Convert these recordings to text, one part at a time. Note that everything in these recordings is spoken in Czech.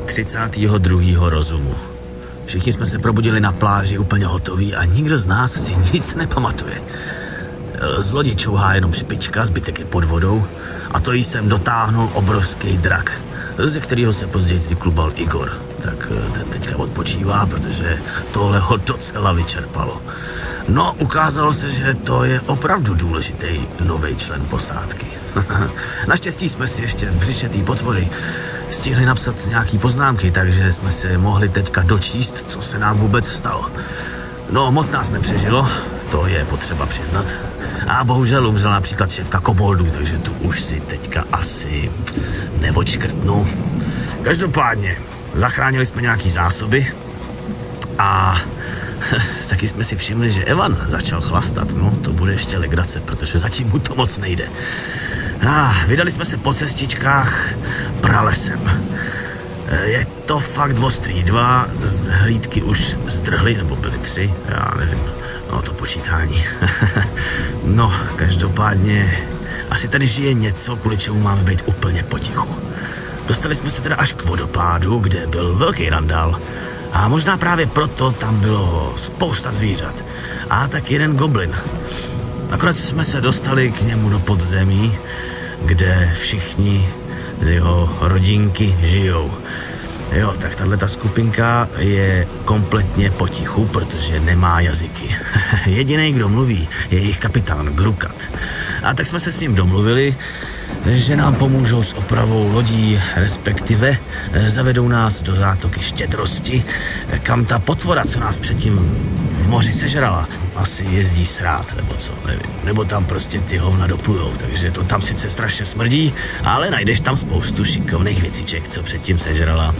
32. rozumu. Všichni jsme se probudili na pláži úplně hotoví a nikdo z nás si nic nepamatuje. Z lodi čouhá jenom špička, zbytek je pod vodou a to jsem dotáhnul obrovský drak, ze kterého se později vyklubal Igor. Tak ten teďka odpočívá, protože tohle ho docela vyčerpalo. No, ukázalo se, že to je opravdu důležitý nový člen posádky. Naštěstí jsme si ještě v břiše té potvory stihli napsat nějaký poznámky, takže jsme se mohli teďka dočíst, co se nám vůbec stalo. No, moc nás nepřežilo, to je potřeba přiznat. A bohužel umřela například šéfka koboldů, takže tu už si teďka asi nevočkrtnu. Každopádně, zachránili jsme nějaký zásoby a taky jsme si všimli, že Evan začal chlastat. No, to bude ještě legrace, protože zatím mu to moc nejde. Vydali jsme se po cestičkách pralesem. Je to fakt ostrý. 2 z hlídky už zdrhly, nebo byly 3, já nevím. No, to počítání. No, každopádně asi tady žije něco, kvůli čemu máme být úplně potichu. Dostali jsme se teda až k vodopádu, kde byl velký randál. A možná právě proto tam bylo spousta zvířat. A tak jeden goblin. Nakonec jsme se dostali k němu do podzemí, kde všichni z jeho rodinky žijou. Jo, tak tahleta skupinka je kompletně potichu, protože nemá jazyky. Jediný, kdo mluví, je jejich kapitán Grukat. A tak jsme se s ním domluvili, že nám pomůžou s opravou lodí, respektive zavedou nás do zátoky Štědrosti, kam ta potvora, co nás předtím v moři sežrala, asi jezdí srát, nebo co, nevím. Nebo tam prostě ty hovna doplujou, takže to tam sice strašně smrdí, ale najdeš tam spoustu šikovných věciček, co předtím sežrala.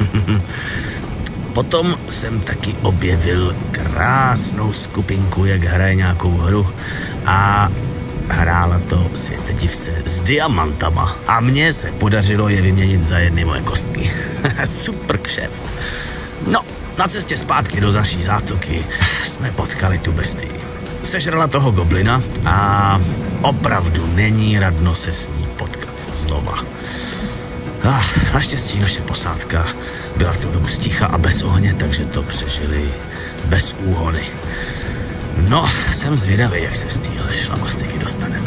Potom jsem taky objevil krásnou skupinku, jak hraje nějakou hru a hrála to světedivce s diamantama a mně se podařilo je vyměnit za jedny moje kostky. Super kšeft. No, na cestě zpátky do naší zátoky jsme potkali tu bestii. Sežrala toho goblina a opravdu není radno se s ní potkat znova. Naštěstí naše posádka byla celou dobu sticha a bez ohně, takže to přežili bez úhony. No, jsem zvědavý, jak se z téhle šlamastiky dostaneme.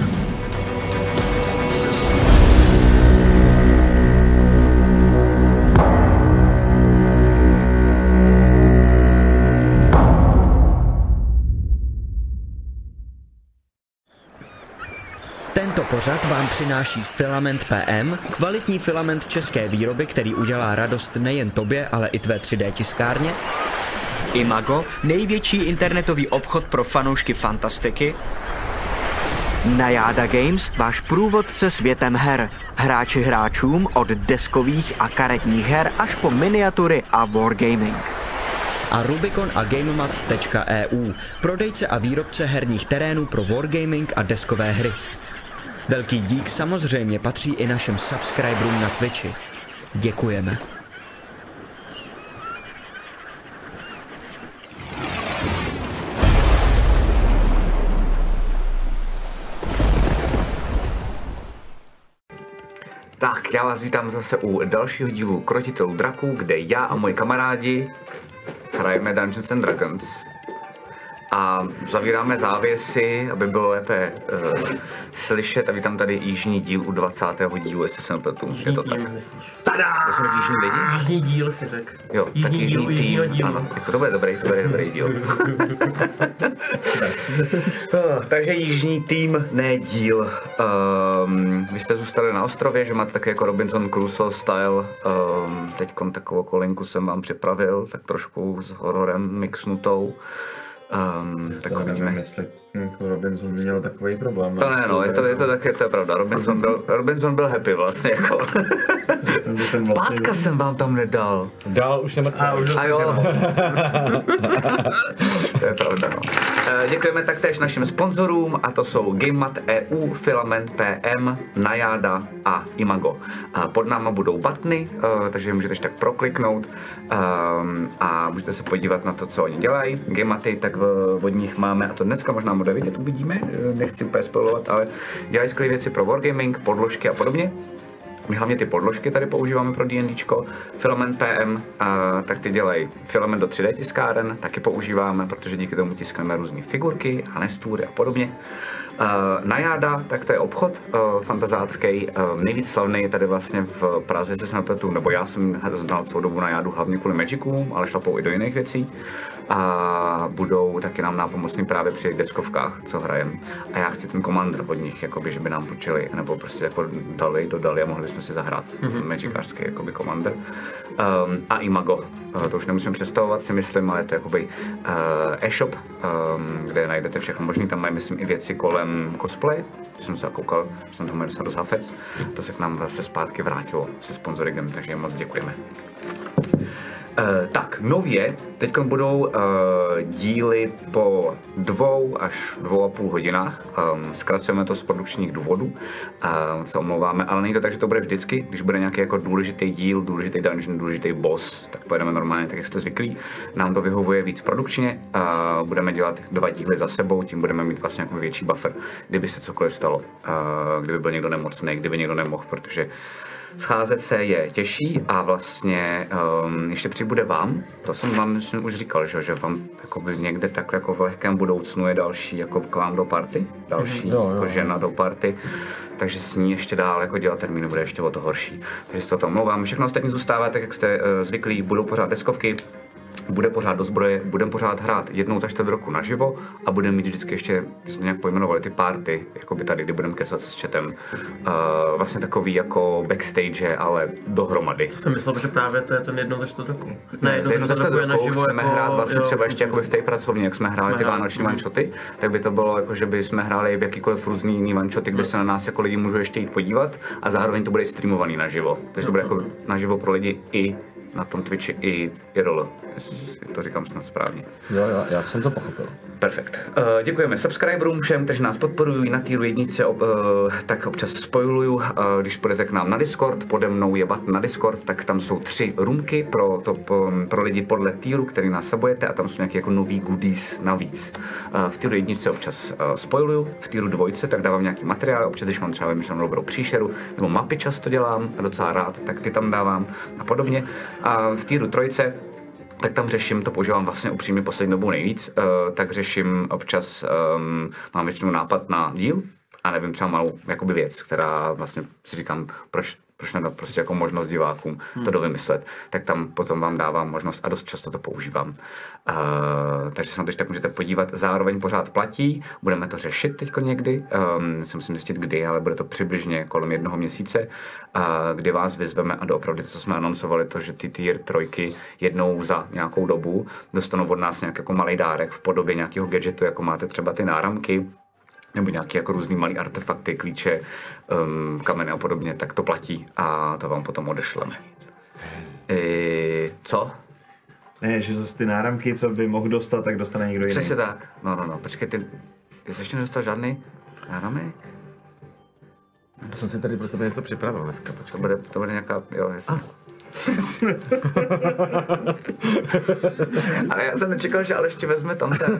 Tento pořad vám přináší Filament PM, kvalitní filament české výroby, který udělá radost nejen tobě, ale i tvé 3D tiskárně. Imago, největší internetový obchod pro fanoušky fantastiky. Najada Games, váš průvodce světem her. Hráči hráčům od deskových a karetních her až po miniatury a wargaming. A Rubicon a GameMat.eu, prodejce a výrobce herních terénů pro wargaming a deskové hry. Velký dík samozřejmě patří i našim subscriberům na Twitchi. Děkujeme. Tak, já vás vítám zase u dalšího dílu Krotitelů draků, kde já a moji kamarádi hrajeme Dungeons and Dragons. A zavíráme závěsy, aby bylo lépe slyšet, a vítám tady jižní díl u 20. dílu, jestli jsem pletu. Je to tak? Tada! To jsme jižní lidi? Jižní díl si řekl. Jo, tak jižní tým. Ano, jako to bude dobrý díl. Takže jižní tým, ne díl. Vy jste zůstali na ostrově, že máte taky jako Robinson Crusoe style. Teďkon takovou kolinku jsem vám připravil, tak trošku s hororem mixnutou. Tak nevím, jestli jako Robinson měl takový problém. To ne, no, je to pravda. Robinson byl happy vlastně, jako. Pátka jsem vám tam nedal. Dal, už jsem mrtvý. A jo. To je pravda, no. Děkujeme taktéž našim sponzorům, a to jsou GameMat EU, Filament PM, Najada a Imago. Pod náma budou butny, takže můžete tak prokliknout a můžete se podívat na to, co oni dělají. GameMaty, tak od nich máme, a to dneska možná bude vidět, uvidíme, nechci úplně spoilovat, ale dělají skvělé věci pro wargaming, podložky a podobně. My hlavně ty podložky tady používáme pro D&Dčko. Filament PM, tak ty dělají filament do 3D tiskáren, taky používáme, protože díky tomu tiskneme různé figurky, hanestůry a podobně. Najáda, tak to je obchod fantazácký, nejvíc slavný tady vlastně v Praze, jestli se nepletu, nebo já jsem znal celou dobu Najádu hlavně kvůli Magicům, ale šlapou i do jiných věcí. A budou taky nám nápomocný právě při deskovkách, co hrajem. A já chci ten Commander od nich, jakoby, že by nám půjčili, nebo prostě jako dodali a mohli jsme si zahrát Magicařský jakoby Commander. A Imago, to už nemusím představovat, si myslím, ale je to jakoby e-shop, kde najdete všechno možné, tam mají myslím i věci kolem cosplay, když jsem se koukal, že jsem to měl dostat do Zafec, to se k nám zase zpátky vrátilo se sponsoringem, takže jim moc děkujeme. Tak, nově teď budou díly po 2 až 2,5 hodinách. Zkracujeme to z produkčních důvodů, se omlouváme, ale není to tak, že to bude vždycky. Když bude nějaký jako důležitý díl, důležitý dungeon, důležitý boss, tak pojedeme normálně, tak jak jste zvyklí. Nám to vyhovuje víc produkčně, budeme dělat 2 díly za sebou, tím budeme mít vlastně jako větší buffer, kdyby se cokoliv stalo, kdyby byl někdo nemocný, kdyby někdo nemohl, protože scházet se je těžší a vlastně ještě přibude vám, to jsem vám už říkal, že vám jakoby někde takhle jako v lehkém budoucnu je další jako k vám do party, další jako žena do party, takže s ní ještě dál jako dělat termínu bude ještě o to horší. Takže se to omlouvám, všechno ostatní zůstává tak, jak jste zvyklí, budou pořád deskovky, bude pořád do zbroje, budeme pořád hrát 1 za 4 roku naživo a budeme mít vždycky ještě, jsme nějak pojmenovali ty party, jako by tady, kdy budeme kecat s chatem, vlastně takový jako backstage, ale dohromady. To jsem myslel, že právě to je ten 1 za 4 roku. Ne, 1 za 4 roku chceme jako, hrát vlastně jo, třeba ještě jako v té pracovně, jak jsme hráli ty vánoční one-shoty, tak by to bylo jako, že by jsme hráli jakýkoliv různý jiný one-shoty, kde se na nás jako lidi můžou ještě jít podívat a zároveň to bude streamovaný naživo. Takže to bude jako naživo pro lidi i na tom Twitchi i IRL, jestli to říkám snad správně. Jo, já jsem to pochopil. Perfekt. Děkujeme subscriberům všem, kteří nás podporují na tier 1, tak občas spoiluju. Když půjdete k nám na Discord, pode mnou je button na Discord, tak tam jsou 3 roomky pro lidi podle tieru, který nás sabujete a tam jsou nějaké jako nový goodies navíc. V tieru 1 se občas spoiluju, v tieru 2 tak dávám nějaký materiál, občas když mám třeba vymyšlenou dobrou příšeru, nebo mapy často dělám a docela rád, tak ty tam dávám a podobně. A v tieru 3 tak tam řeším, to používám vlastně upřímně poslední dobou nejvíc, tak řeším občas, mám většinou nápad na díl a nevím, třeba malou jakoby věc, která vlastně si říkám, proč nedat prostě jako možnost divákům to dovymyslet, tak tam potom vám dávám možnost a dost často to používám. Takže se na to tak můžete podívat, zároveň pořád platí, budeme to řešit teďko někdy, si musím zjistit kdy, ale bude to přibližně kolem 1 měsíce, kdy vás vyzveme a doopravdy to, co jsme anonsovali, to, že ty tier 3 jednou za nějakou dobu dostanou od nás nějaký jako malý dárek v podobě nějakého gadgetu, jako máte třeba ty náramky, nebo nějaké jako různý malý artefakty, klíče, kameny a podobně, tak to platí a to vám potom odešleme. Co? Ne, že zase ty náramky, co by mohl dostat, tak dostane někdo jiný. Přesně tak. No, počkej, ty jsi ještě nedostal žádný náramek? Já jsem si tady pro tebe něco připravil dneska, počkej. To bude nějaká, jo, jasně. Ale já jsem nečekal, že Aleš ti vezme tam ten.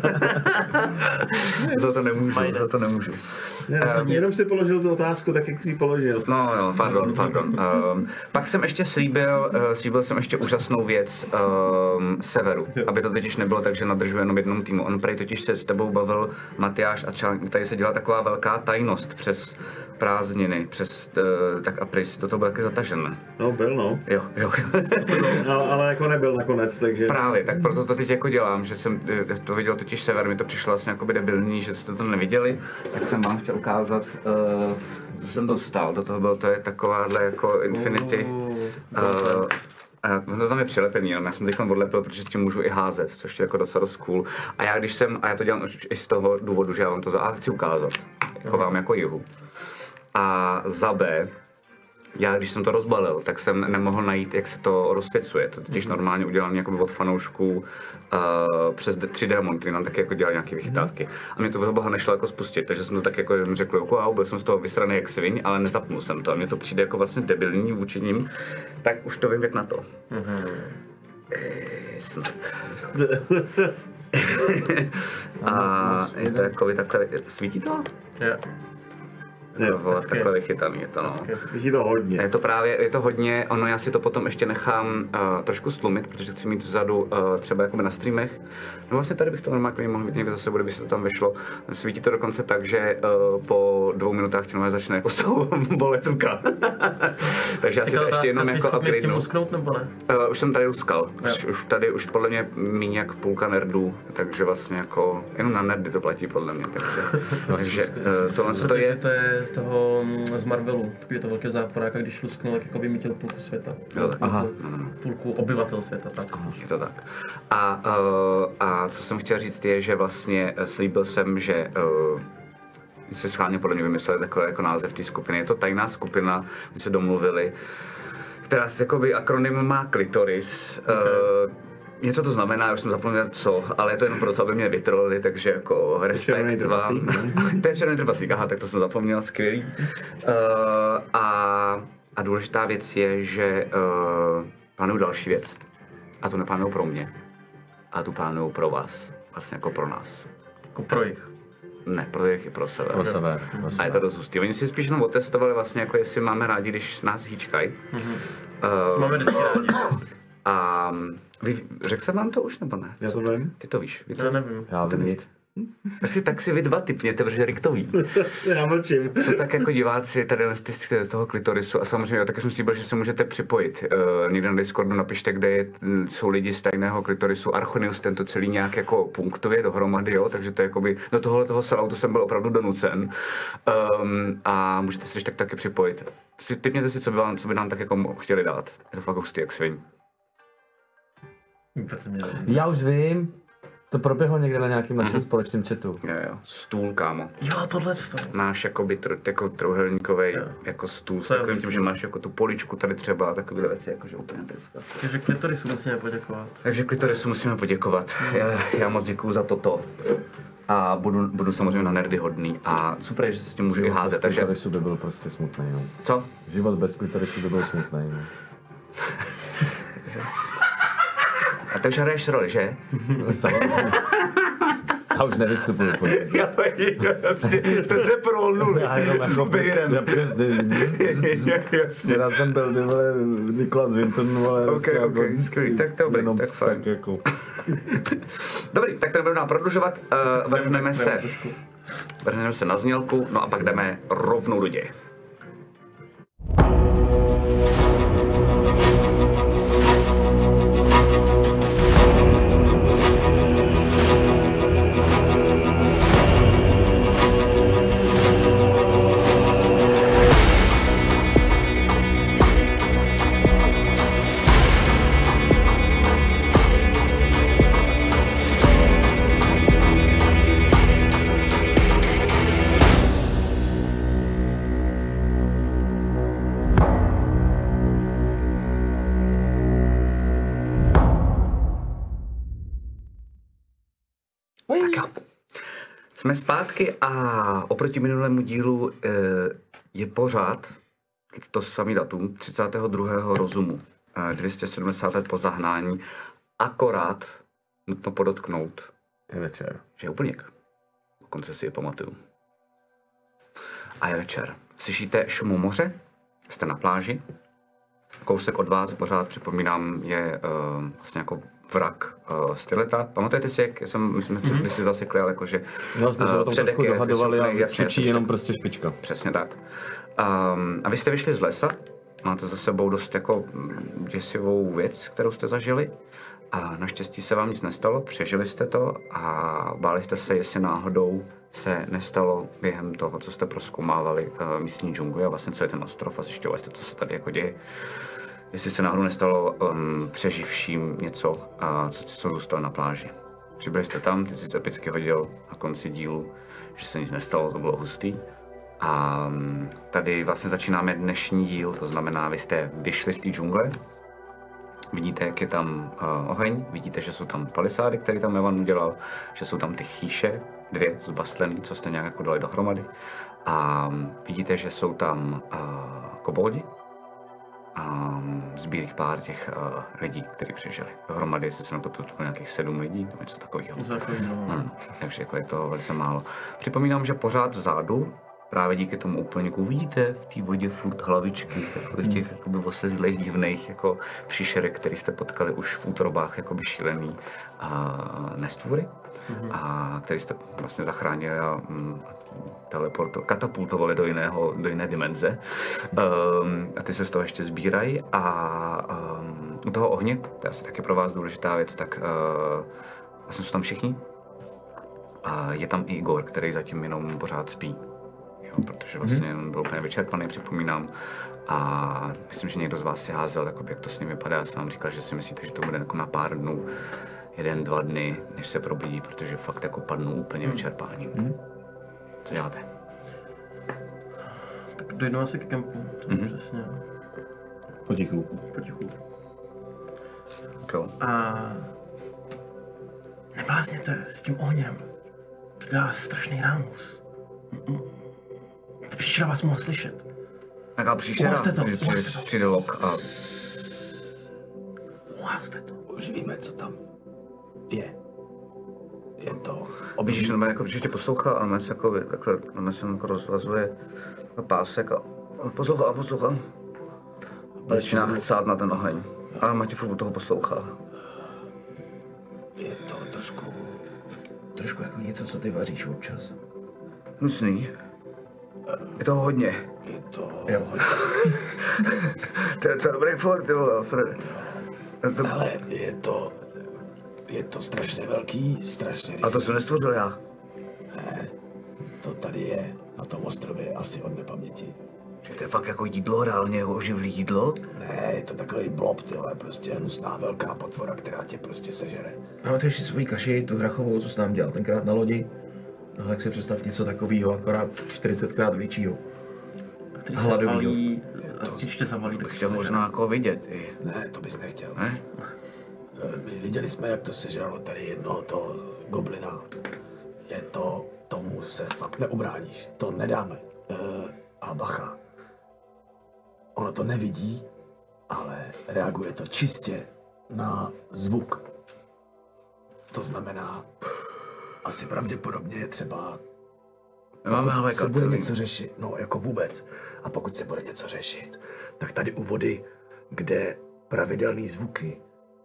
Za to nemůžu. Jenom si položil tu otázku tak, jak jsi ji položil. No, pardon. Pak jsem ještě slíbil jsem ještě úžasnou věc Severu, aby to totiž nebylo tak, že nadržuje jenom jednomu týmu. On prej totiž se s tebou bavil Matyáš a tady se dělá taková velká tajnost přes prázdniny, tak a prej si toto byl taky zatažen. No, byl, no. Jo. ale jako nebyl nakonec, takže... Právě, tak proto to teď jako dělám, že jsem to viděl totiž Sever, mi to přišlo vlastně jakoby debilní, že jste to neviděli, tak jsem vám chtěl ukázat, co jsem dostal, do toho byl, to je takováhle jako Infinity, no tam je přilepený, jenom já jsem teď odlepil, protože s tím můžu i házet, což je jako docela dost cool. A já to dělám i z toho důvodu, že já vám to chci ukázat, jako vám jako jihu. A za B, já když jsem to rozbalil, tak jsem nemohl najít, jak se to rozsvěcuje. To totiž normálně udělám jako od fanoušků přes 3D který nám taky jako dělal nějaké vychytávky. A mě to za boha nešlo jako spustit, takže jsem to tak jako řekl, wow, byl jsem z toho vysraný jak sviň, ale nezapnul jsem to a mně to přijde jako vlastně debilní vůči ním, tak už to vím jak na to. Snad. A je to jako takhle, svítí to? Jo. takhle vychytaný je to, no. Je to hodně. Je to hodně, ono já si to potom ještě nechám trošku stlumit, protože chci mít vzadu třeba jakoby na streamech. No vlastně tady bych to normálně mohl mít někde zase, bude, by se to tam vyšlo. Svítí to dokonce tak, že po 2 minutách ti začne jako z toho bolet ruka. Takže já si to ještě jenom jako upgradenu. S tím lusknout nebo ne? Už jsem tady luskal. Už podle mě míň jak půlka nerdů, takže vlastně jako jenom na nerdy to platí podle mě. Takže tohle to je... To je z toho z Marvelu, takový to velký záporák, když lusknul, tak jako vymítil půlku světa. Půlku obyvatel světa, tak. Je to tak. A co jsem chtěl říct je, že vlastně slíbil jsem, že si schválně podle mě vymysleli takové jako název té skupiny. Je to tajná skupina, my se domluvili, která si jakoby akronym má klitoris. Něco to znamená, já už jsem zapomněl co, ale je to jenom proto, aby mě vytrolili, takže jako respekt vám. To je červený trpaslík, aha, tak to jsem zapomněl, skvělý. A důležitá věc je, že plánuju další věc. A to neplánuju pro mě, a tu plánuju pro vás, vlastně jako pro nás. Jako pro jich. Ne, pro jich i pro sebe. Pro sebe. A je to dost hustý. Oni si spíš jenom otestovali vlastně, jako jestli máme rádi, když nás hýčkají. Máme vždycky rádi. A řekl jsem vám to už, nebo ne? Já to vím. Ty to víš. Já nevím. Já vím nic. Tak si vy dva typněte, protože Rick to ví. Já mlčím. Jsou tak jako diváci tady z toho klitorisu a samozřejmě taky jsem slíbil, že se můžete připojit. Někde na Discordu napište, kde jsou lidi z tajného klitorisu. Archonius ten to celý nějak jako punktuje dohromady, jo, takže to je jakoby, do toho selloutu jsem byl opravdu donucen. A můžete se tak taky připojit. Typněte si, co by nám tak jako chtěli dát. Je to fakt hustý, jak svým. Já už vím. To proběhlo někde na nějakém našem společném chatu. Jo. Stůl, kámo. Jo, tohleto. Máš jakoby jako trouhelníkovej jako stůl s takovým tím, že máš jako tu poličku tady třeba a takovéhle věci, jakože úplně představ. Takže klitorisu musíme poděkovat. Takže klitorisu musíme poděkovat. Já moc děkuju za toto. A budu samozřejmě na nerdy hodný a super je, že se s tím můžu i házet. Bez klitorisu by byl prostě smutný, no. Co? Život bez klitorisu by byl smutný, no. A takže hraješ roli, že? Samozřejmě. A už nevystupuju po něj. Jste se prolnuli. Já jenom jako včera jsem byl, ty vole, Nicholas Winton, vole. Ok, skvělý, tak to dobrý, tak fajn. Jako. Dobrý, tak to nebudeme prodlužovat, vrhneme se na znělku, no a pak jdeme rovnou do děje. Jsme zpátky a oproti minulému dílu je pořád to samý datum, 32. rozumu, 270 let po zahnání, akorát nutno podotknout, Je večer. že je úplněk. Dokonce si je pamatuju. A je večer. Slyšíte šumu moře, jste na pláži, kousek od vás, pořád připomínám, je vlastně jako vrak styleta. Pamatujete si, jak my jsme si zasekli, ale jakože No, jsme se o tom trošku dohadovali a křičí jenom prostě špička. Přesně tak. A vy jste vyšli z lesa, máte za sebou dost jako děsivou věc, kterou jste zažili. A naštěstí se vám nic nestalo, přežili jste to a báli jste se, jestli náhodou se nestalo během toho, co jste prozkoumávali místní džungli a vlastně co je ten ostrov a zjišťovali jste, co se tady jako děje. Jestli se náhodou nestalo přeživším něco, co zůstalo na pláži. Přibyli jste tam, ty jsi epicky hodil na konci dílu, že se nic nestalo, to bylo hustý. A tady vlastně začínáme dnešní díl, to znamená, vy jste vyšli z té džungle, vidíte, jak je tam oheň, vidíte, že jsou tam palisády, které tam Evan udělal, že jsou tam ty chýše, 2 zbastlený, co jste nějak jako dali dohromady. A vidíte, že jsou tam koboldi, zbílých pár těch lidí, kteří přežili. Dohromady, jestli se nepletu, nějakých 7 lidí, nebo něco takového. Takže jako je to velice málo. Připomínám, že pořád vzadu právě díky tomu úplňku vidíte v té vodě furt hlavičky takových těch jakoby oslizlých divných jako příšerek, který jste potkali už v útrobách jakoby šílený nestvůry a který jste vlastně zachránili a katapultovali do jiné dimenze. A ty se z toho ještě sbírají a u toho ohně, to je asi taky pro vás důležitá věc, tak vlastně jsou tam všichni. A je tam i Igor, který zatím jenom pořád spí. Jo, protože vlastně on byl úplně vyčerpaný, připomínám. A myslím, že někdo z vás si házel, jakoby, jak to s ním vypadá. Já jsem vám říkal, že si myslíte, že to bude jako na pár dnů, 1-2 dny, než se probudí, protože fakt jako padnou úplně vyčerpání. Co děláte? Tak dojdu asi ke kempu, to přesně. Potichu. Cool. A neblázněte s tím ohněm. To dá strašný rámus. Ta příšera vás mohla slyšet. Jaká příšera? Přijde Lok a... Uházte to. Už víme, co tam je. Je to... Objíždíš normálně, jako když tě poslouchá, a normálně se jako, takhle, normálně se jako rozvazuje pásek a poslouchá. Začíná chcát na ten oheň. A normálně tě furt u toho poslouchá. Je to trošku jako něco, co ty vaříš občas. Hnusný. Je toho hodně. Je to... Jo. To je docela dobrý furt, ty vole, Fred. Ale je to strašně velký, strašně rychlý. A to jsem nestvořil já. Ne, to tady je na tom ostrově asi od nepaměti. Že to je fakt jako jídlo, reálně jako oživlý jídlo? Ne, je to takový blob, tyhle, prostě hnusná velká potvora, která tě prostě sežere. Pamatuješ si svoji kaši, tu hrachovou, co jsi nám dělal tenkrát na lodi? No tak si představ něco takového, akorát 40krát většího. Který se valí a ještě zavalí. Bych chtěl možná jako vidět i. Ne, to bys nechtěl. Ne? My viděli jsme, jak to sežralo tady jednoho toho goblina. Tomu se fakt neubráníš, to nedáme. A bacha, ono to nevidí, ale reaguje to čistě na zvuk. To znamená, asi pravděpodobně třeba Máme se bude něco řešit, no jako vůbec. A pokud se bude něco řešit, tak tady u vody, kde pravidelný zvuky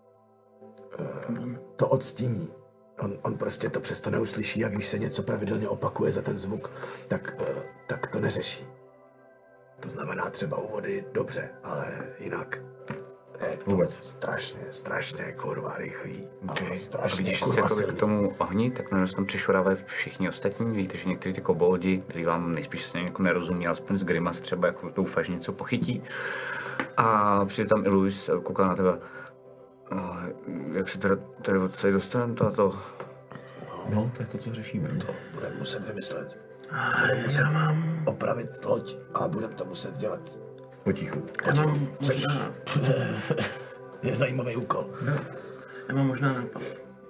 to odstíní. On prostě to přesto neuslyší a když se něco pravidelně opakuje za ten zvuk, tak to neřeší. To znamená třeba u vody dobře, ale jinak je to vůbec strašně kurva rychlý. Okay. Strašně Když kurva se silný. k tomu ohni, tak na nás tam přišorávají všichni ostatní. Víte, že někteří ty koboldi, kteří vám nejspíš se jako nerozumí, alespoň z grimas třeba jako doufají, že něco pochytí. A přijde tam i Luis, kouká na tebe. Jak se tady odsaď dostaneme to? No, to je to, co řešíme. To budeme muset vymyslet. Já mám... Opravit loď a budeme to muset dělat. Potichu. Já mám možná... Je zajímavý úkol. Já mám možná nápad.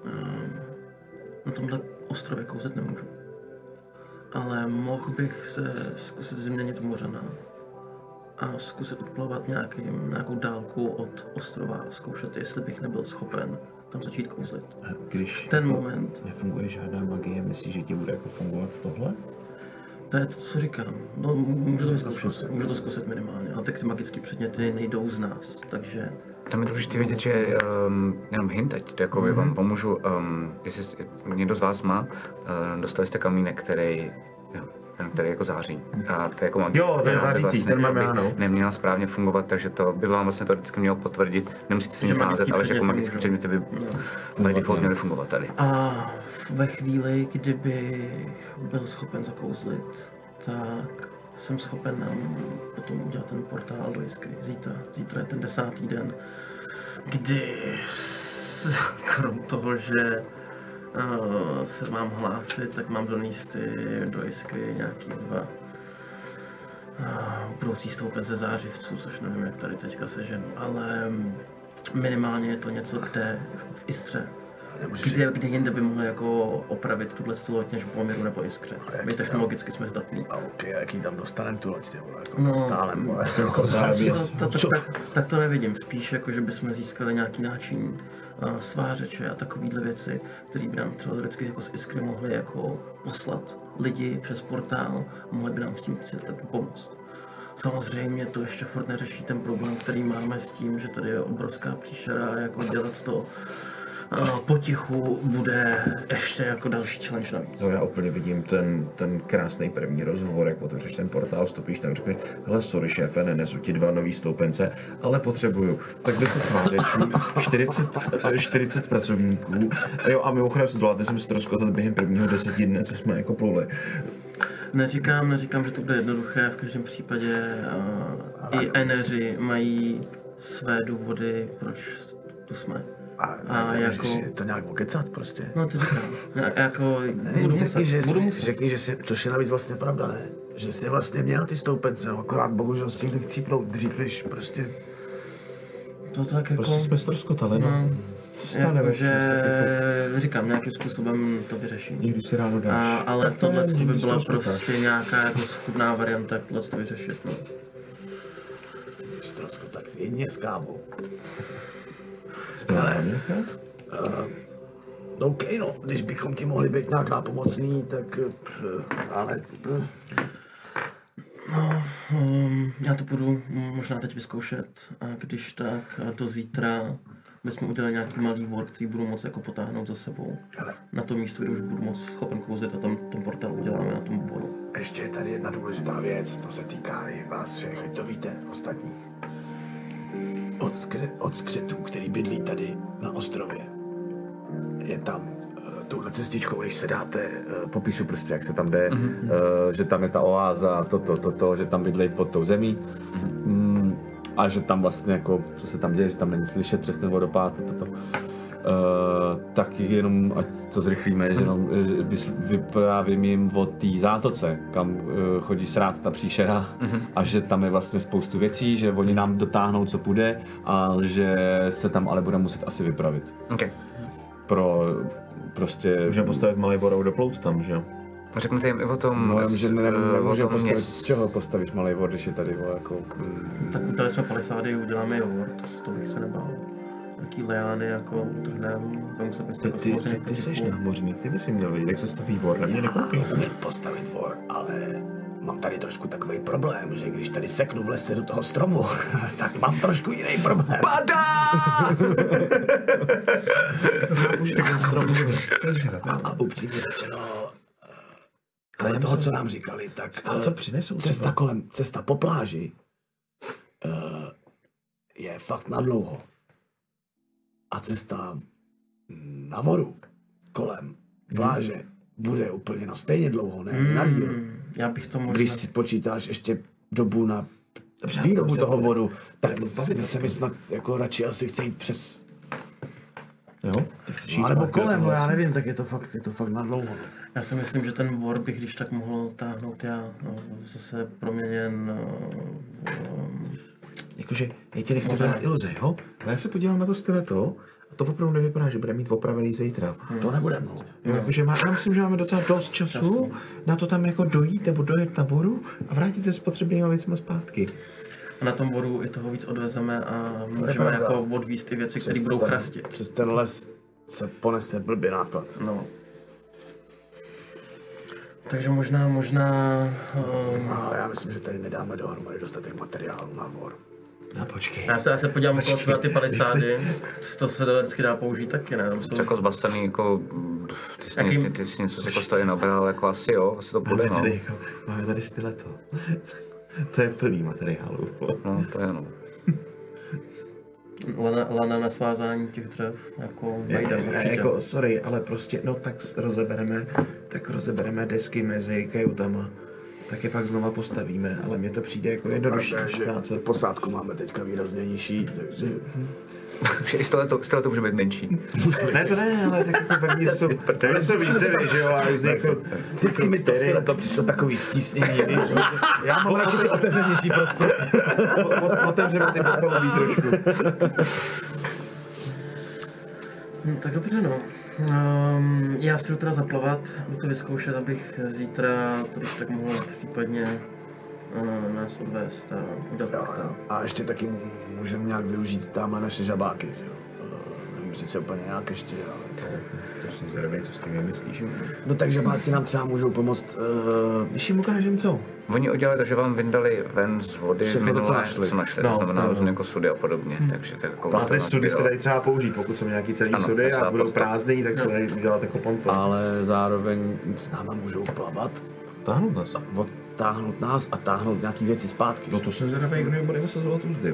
Na tomhle ostrově kouzet nemůžu. Ale mohl bych se zkusit změnit v mořana a zkusit odplavat nějakou dálku od ostrova a zkoušet, jestli bych nebyl schopen tam začít kouzlit. A když ten jako moment nefunguje žádná magie, myslíš, že ti bude jako fungovat tohle? To je to, co říkám. No, můžu to zkusit minimálně, ale tak ty magické předměty nejdou z nás, takže... Tam je důležité vědět, že jenom hint, ať to jako vám pomůžu, jestli někdo z vás má, dostali jste kamínek, který jako září. A to je jako magie. Jo, ten zářící, ten mám já, no. Neměla správně fungovat, takže to by vám vlastně to vždycky mělo potvrdit. Nemusíte si nic házet, ale že jako magické předměty by by default měly fungovat tady. A ve chvíli, kdybych byl schopen zakouzlit, tak jsem schopen nám potom udělat ten portál do Jiskry. Zítra je ten 10. den, kdy krom toho, že se mám hlásit, tak mám donést do Jiskry nějaký 2 budoucí stoupence zářivců, což nevím, jak tady teďka seženu, ale minimálně je to něco, kde v Istře. Kde jinde by mohli jako opravit tuhle loď než v Poměru nebo Iskře. My technologicky jsme zdatní. A ok, jaký tam dostaneme tu loď, nebo jako no, portálem, tak to nevidím. Spíš jako, že bychom získali nějaký náčiní, svářeče a takovýhle věci, které by nám teoreticky jako z Iskry mohly jako poslat lidi přes portál a mohli by nám s tím pomoct. Samozřejmě to ještě furt neřeší ten problém, který máme s tím, že tady je obrovská příšera a jako dělat to potichu bude ještě jako další challenge navíc. No já úplně vidím ten krásný první rozhovor, jak otevřeš ten portál, vstupíš tam, řekne, hele sorry šéfe, nenesu ti 2 nový stoupence, ale potřebuju tak 10 svářečů, 40 pracovníků, jo a mimochodem zvládli jsme ztroskotat během prvního 10 dne, co jsme jako pluli. Neříkám, že to bude jednoduché, v každém případě i eneři mají své důvody, proč tu jsme. A jako... to nějak okecat prostě. No to říkám, jako budu muset. Řekni, že si, což je navíc vlastně pravda, ne? Že jsi vlastně měl ty stoupence, no, akorát bohužel stihli chcípnout dřív, než prostě... To tak jako... Prostě jsme ztroskotali, no. Jakože, říkám, nějakým způsobem to vyřeším. Někdy si ráno dáš. Ale tohle by byla prostě nějaká jako schudná varianta, jak tohle to vyřešit, no. Ztroskotat jedině s kávou. OK, no, když bychom ti mohli být nějak nápomocný, tak... ale... No, já to budu možná teď vyzkoušet a když tak do zítra bychom udělali nějaký malý work, který budu moct jako potáhnout za sebou. Na to místo, kde už budu moc schopen kouzlit a tam ten portál uděláme na tom boru. Ještě je tady jedna důležitá věc, to se týká i vás všech, ať to víte, ostatních. Od skřetů, který bydlí tady na ostrově. Je tam touhle cestičkou, když se dáte, popíšu prostě, jak se tam jde, že tam je ta oáza, že tam bydlí pod tou zemí. A že tam vlastně jako, co se tam děje, že tam není slyšet přes ten vodopád, tak jenom, ať to zrychlíme, že jenom vyprávím jim o té zátoce, kam chodí srát ta příšera a že tam je vlastně spoustu věcí, že oni nám dotáhnou, co půjde a že se tam ale budeme muset asi vypravit. Okay. Prostě... Můžeme postavit malý bor a doplout tam, že jo? Řekněte jim i o tom... No, že nemůžeme postavit, z čeho postavíš malý bor, když je tady jako... Tak udali jsme palisády, uděláme jogurt, to bych se nebál. Jaký liány jako utrhneme, tam se prostě Ty seš námořník, ty bys si měl vědět, jak se staví vor, na mě nekoukej. Umím postavit vor, ale mám tady trošku takový problém, že když tady seknu v lese do toho stromu, tak mám trošku jiný problém. Padá! A upřímně řečeno, ale toho, co nám říkali, tak co přinesou cesta po pláži je fakt nadlouho. A cesta na voru kolem pláže bude úplně na stejně dlouho, ne na díl. Já bych to možná... Když si počítáš ještě dobu na výrobu toho voru, tak se mi snad jako radši asi chce jít přes... Jo? No, nebo kolem, no já nevím, tak je to fakt na dlouho. Já si myslím, že ten vor bych když tak mohl táhnout já, zase proměněn Jakože, já ti nechci brát iluze, jo? Ale já se podívám na to styleto a to opravdu nevypadá, že bude mít opravený zítra. To nebude, no. Jo, jakože já myslím, že máme docela dost času na to tam jako dojít nebo dojet na voru a vrátit se s potřebnýma věcma zpátky. A na tom vodu i toho víc odvezeme a můžeme jako odvízt ty věci, které budou chrastit. Přes ten les se ponese blbě náklad. No. Takže možná... No, já myslím, že tady nedáme dohromady dostatek materiálu na vor. No počkej. Já se podívám okolo sebe na ty palisády. To se vždycky dá použít taky, ne? Jsou jako zbastaný, jako... Ty si něco jako stojí nabral, jako asi jo, asi to půjde, no. Máme tady styleto. To je plný materiálu. No, to je no. Lana na svázání těch dřev, jako vejde určitě. Jako, sorry, ale prostě, no tak rozebereme desky mezi kajutama. Tak je pak znova postavíme, ale mně to přijde jako jednodušší. Posádku máme teďka výrazně nižší, takže... I z tohle může být menší. Ne, to ne, ale tak jako pevně jsou více, že jo, a různě jako... Vždycky mi to přišlo takový stísnění, víš, já mám radši ty otevřenější prostě. Otevřeme ty podpalový trošku. No, tak dobře, no. Já si jdu teda zaplavat, budu to vyzkoušet, abych zítra to když tak mohl případně nás odvést a udělat portál. A ještě taky můžeme nějak využít tamhle naše žabáky, že jo. Nevím, přece úplně nějak ještě, ale... To jsem zvědavý, co s tím vymyslíš. No takže páci nám třeba můžou pomoct, Když jim ukážem co? Oni udělali to, že vám vyndali ven z vody Všechno to, co našli. to znamená různě jako sudy a podobně, takže tak jako... Páté sudy se dají třeba použít, pokud jsou nějaký celý sudy a budou prázdný, tak se dají udělat jako ponton. ale zároveň s náma můžou plavat, Táhnout nás. odtáhnout nás a táhnout nějaký věci zpátky. No to jsem zvědavý, kdo jim bude vysazovat úzdy.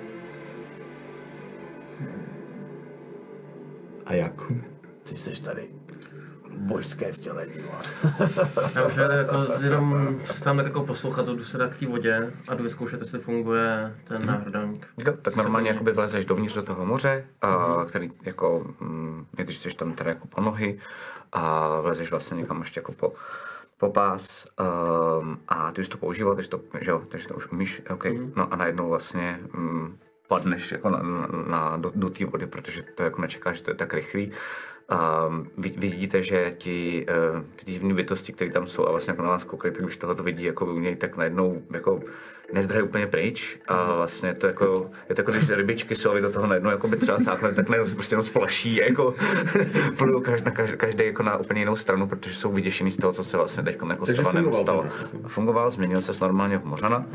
A jak? Ty seš tady božské vtělení. Já už jako jenom stám tak jako poslouchat, jdu se dát k té vodě a jdu vyzkoušet, jestli funguje ten náhrdelník. Tak normálně jakoby vlezeš dovnitř do toho moře, který jako, když jsi tam teda jako po nohy a vlezeš vlastně někam ještě jako po pás a ty už to používal, takže to už umíš, okay. No a najednou vlastně padneš jako do té vody, protože to jako nečekáš, že to je tak rychlý. Vidíte, že ty divné bytosti, které tam jsou a vlastně jako na vás koukají, tak když tohle to vidí jako umějí, tak najednou jako nezdrhají úplně pryč a vlastně je to jako když rybičky jsou do toho najednou jako by třeba cákne, tak najednou se prostě jenom splaší jako plujou každý jako na úplně jinou stranu, protože jsou vyděšený z toho, co se vlastně teď jako stalo. Fungoval, změnil se normálně v mořana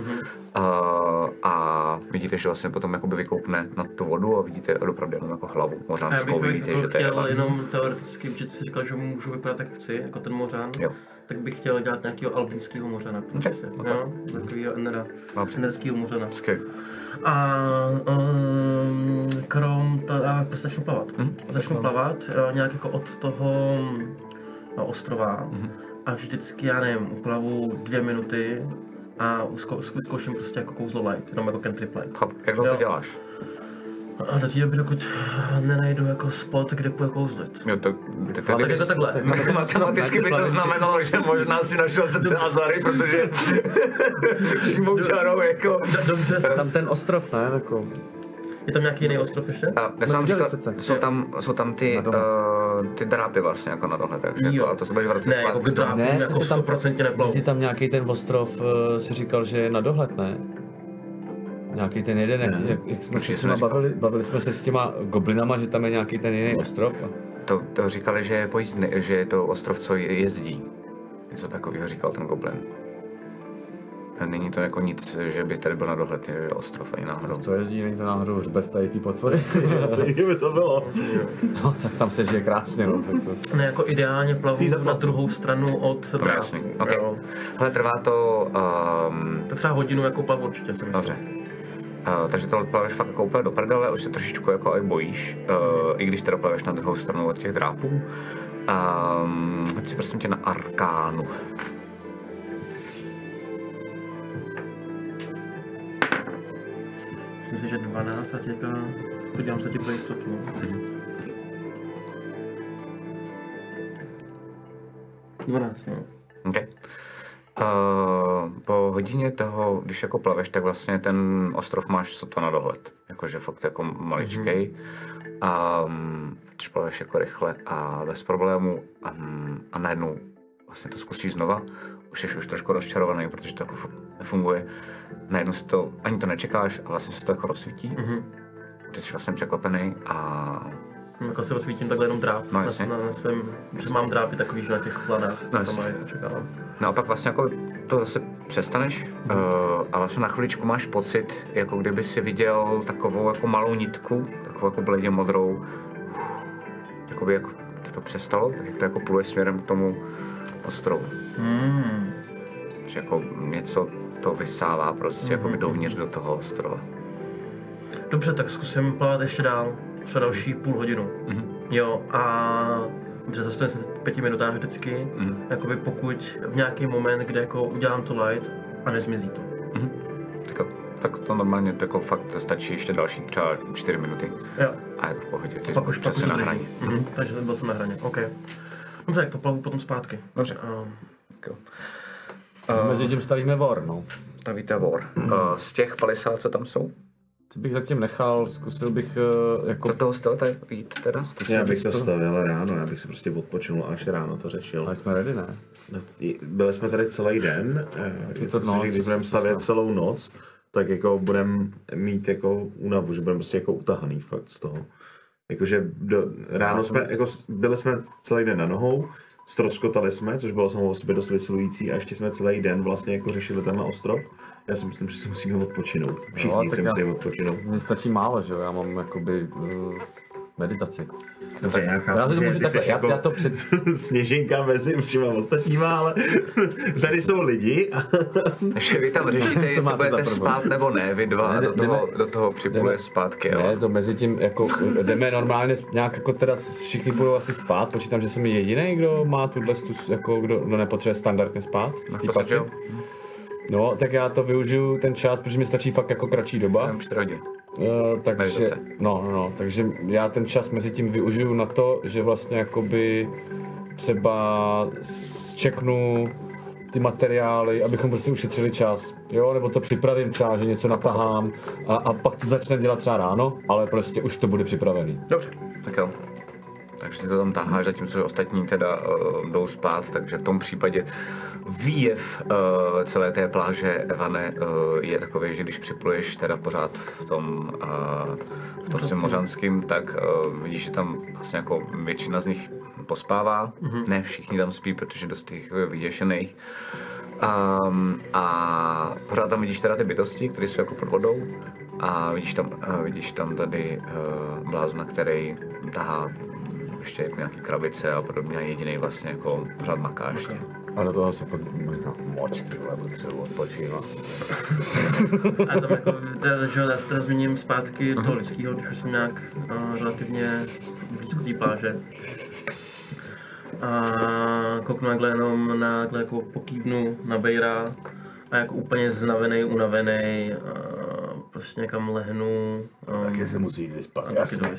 a vidíte, že vlastně potom jakoby vykoukne na tu vodu a vidíte opravdu jenom jako hlavu mořanskou, vidíte, že to je jenom teoreticky, protože jsi říkal, že můžu vypadat tak chci, jako ten mořan, tak bych chtěl dělat nějakého albínského mořana, prostě, jo? Takového enerského mořana. A krom to, začnu plavat. Začnu plavat nějak jako od toho ostrova a vždycky, já nevím, uplavu 2 minuty a zkouším prostě jako kouzlo light, jenom jako cantrip light. Jak dlouho to děláš? A do té doby, dokud nenajdu jako spot, kde půjdu kouzlit. Jo, tak jako takhle. Matematicky by to znamenalo, že možná si našel srdce Azary, protože přímou čarou jako... Dobře, Tam ten ostrov, ne? Jako... Je tam nějaký jiný ostrov ještě? Já jsem říkal, jsou tam ty drápy vlastně jako na dohled, takže jako, a to se budeš vracet zpátky. Jako drápy, jako 100% neplavu. Ty tam nějaký ten ostrov si říkal, že je na dohled, ne? Nějaký ten jeden, jak jsme se s těma bavili jsme se s těma goblinama, že tam je nějaký ten jiný ostrov. To říkali, že je pojízdný, že je to ostrov, co jezdí. Něco takového říkal ten goblin. Není to jako nic, že by tady byl na dohled ostrov ani náhodou. Co jezdí, není to náhodou hřbet tady ty potvory? Co by to bylo? No, tak tam se žije krásně, no. Tak to... Ne, jako ideálně plavu na druhou stranu od drápů. Okay. Ale trvá to... To třeba hodinu jako plavu určitě, si myslím. Dobře. Takže to plaveš fakt jako úplně do prdele, už se trošičku jako aj bojíš, i když teda plaveš na druhou stranu od těch drápů. Hoď si prosím tě na arkánu. Myslím si, že 12 a teďka podívám se ti pro jistotu. 12, no. Okay. Po hodině toho, když jako plaveš, tak vlastně ten ostrov máš sotva na dohled. Jakože fakt jako maličkej. Když plaveš jako rychle a bez problémů a najednou vlastně to zkusíš znova, už jsi trošku rozčarovaný, protože to jako nefunguje. Najednou si to, ani to nečekáš a vlastně se to jako rozsvítí. Ty jsi vlastně překvapený a... Jako se rozsvítím takhle jenom dráp no, na svém, že mám drápy takový, že na těch planách, co tam mají, očekávám. No a pak vlastně jako to zase přestaneš a vlastně na chviličku máš pocit, jako kdyby si viděl takovou jako malou nitku, takovou jako bledě modrou, jakoby jak to přestalo, tak jak to jako pluje směrem k tomu ostrovu. Že jako něco to vysává prostě jakoby dovnitř do toho ostrova. Dobře, tak zkusím plavat ještě dál, třeba další půl hodinu. Jo, a zastavím se v 5 minutách vždycky, jakoby pokud v nějaký moment, kde jako udělám to light a nezmizí to. Tak to normálně to jako fakt stačí ještě další třeba 4 minuty. Jo. A je to v pohodě, ty pak už na hraně. Takže byl jsem na hraně, OK. Dobře, tak to plavu potom zpátky. Dobře. Mezi tím stavíme vor, no. Stavíte vor. Z těch 50, co tam jsou? Ty bych zatím nechal, zkusil bych jako... Do toho jste jít teda? Já bych to stavil ráno, já bych se prostě odpočinul až ráno to řešil. Ale jsme ready, ne? Byli jsme tady celý den, když budeme stavět celou noc, tak jako budeme mít jako únavu, že budeme prostě jako utahaný fakt z toho. Jakože ráno jsme, jako byli jsme celý den na nohou, ztroskotali jsme, což bylo samo o sobě dost vysilující a ještě jsme celý den vlastně jako řešili tenhle ostrov. Já si myslím, že si musíme odpočinout. Všichni si musí odpočinout. Mně stačí málo, že jo, já mám jakoby meditaci. Dobře, já chápu, to můžu takhle, jako já to před... sněženka mezi všema ostatníma, ale tady jsou lidi. Takže vy tam řešíte, jestli budete spát nebo ne, vy dva do toho připluje zpátky, jo? Ne, to mezi tím, jako jdeme normálně nějak jako teda všichni půjdou asi spát, počítám, že jsem jediný, kdo má tuhle jako kdo nepotřebuje standardně spát v té party. No, tak já to využiju ten čas, protože mi stačí fakt jako kratší doba. 4 hodiny. Takže, takže já ten čas mezi tím využiju na to, že vlastně jakoby třeba zčeknu ty materiály, abychom prostě ušetřili čas, jo, nebo to připravím třeba, že něco natahám a pak to začneme dělat třeba ráno, ale prostě už to bude připravený. Dobře, tak jo. Takže ty to tam taháš, zatímco ostatní teda jdou spát, takže v tom případě výjev celé té pláže, Evane, je takový, že když připluješ teda pořád v tom mořanským, tak vidíš, že tam vlastně jako většina z nich pospává, ne všichni tam spí, protože dost jich je vyděšených. A pořád tam vidíš teda ty bytosti, které jsou jako pod vodou a vidíš tam tady blázna, který tahá ještě jako nějaký krabice a podobně a jedinej vlastně jako pořád maká ještě. A do toho se močky, ale potřebuji odpočívat. A tam jako, že já se teda zmíním zpátky do toho lidského, když už jsem nějak relativně blízko té pláže. A kouknu takhle jenom jako pokývnu na Bejra a jako úplně znavenej, unavenej, prostě někam lehnu. Taky se musí jít vyspat, jasně.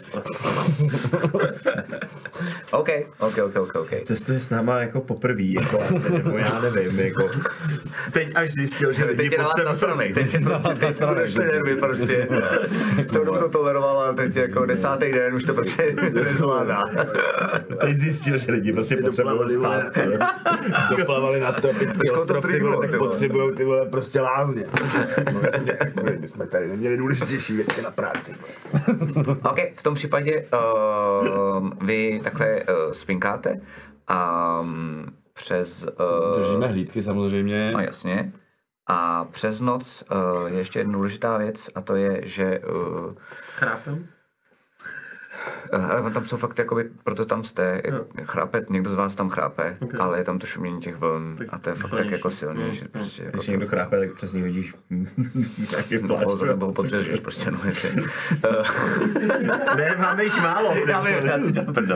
OK. Cestuje s náma jako poprvé, jako asi, nebo já nevím, jako. Teď až zjistil, že lidi teď je na vás nasranej, teď si nervy prostě. Jsem to toleroval, ale teď jako 10. den už to prostě nezvládá. Teď zjistil, že lidi prostě potřebují spát. Doplavali na tropický ostrov, ty vole, tak potřebujou ty vole prostě lázně. No jasně, my jsme tady neměli důležitější věci na práci. OK, v tom případě vy takhle spinkáte a přes... Držíme hlídky samozřejmě. No jasně. A přes noc je ještě jedna důležitá věc a to je, že... Chrápem? Ale tam jsou fakt jakoby, proto tam jste, chrápe, někdo z vás tam chrápe, ale je tam to šumění těch vln a to je fakt tak jako silný, že prostě jako když někdo chrápe, tak přes ní hodíš nějaký plášť. Nebo podřežíš prostě, no jestli. Ne, máme jich málo. Já si dělám prdat.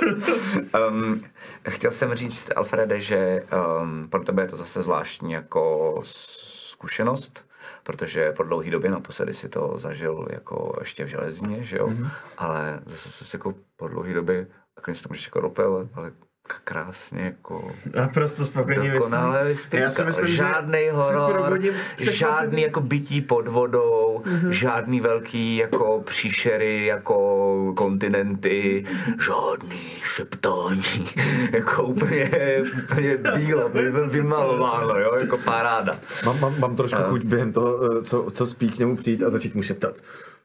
Chtěl jsem říct, Alfrede, že pro tebe je to zase zvláštní jako zkušenost, protože po dlouhé době naposledy si to zažil jako ještě v železíně, že jo, ale zase si jako po dlouhé době, tak si to můžeš jako ropel, ale krásně jako... Naprosto spokojeně dokonale vyspěnkal. Žádnej horor, žádný jako bytí pod vodou, žádný velký jako příšery, jako kontinenty, žádný šeptání, jako úplně bílo, vymalováno, jo, jako paráda. Mám trošku chuť během toho, co spí, k němu přijít a začít mu šeptat.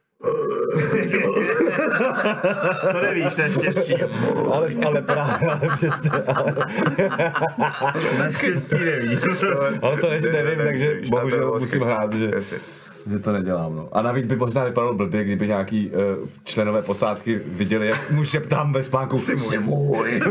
To nevíš, naštěstí. Ale právě, ale přesně. Naštěstí nevíš. Ale to nevím, takže bohužel musím hrát, že to nedělám. No. A navíc by možná vypadalo blbě, kdyby nějaký členové posádky viděli, jak mu šeptám bez spánku. Simuj.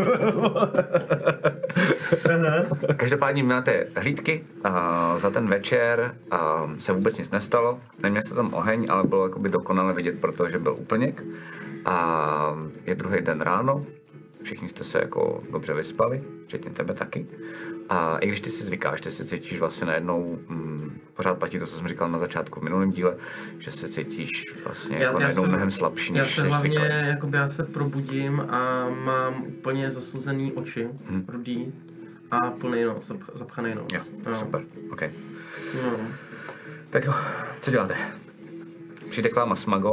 Každopádně máte hlídky za ten večer se vůbec nic nestalo. Neměl jste tam oheň, ale bylo jakoby dokonale vidět, protože byl úplněk. A je druhý den ráno, všichni jste se jako dobře vyspali, včetně tebe taky. A i když ty si zvykáš, ty se cítíš vlastně najednou, pořád platí to, co jsem říkal na začátku v minulém díle, že se cítíš vlastně jako najednou mnohem slabší, než jsi zvyklý. Já se probudím a mám úplně zaslzený oči, rudý a plný nos, zapchaný nos. Jo, super, OK. No. Tak jo, co děláte? Přijde k vám Smago.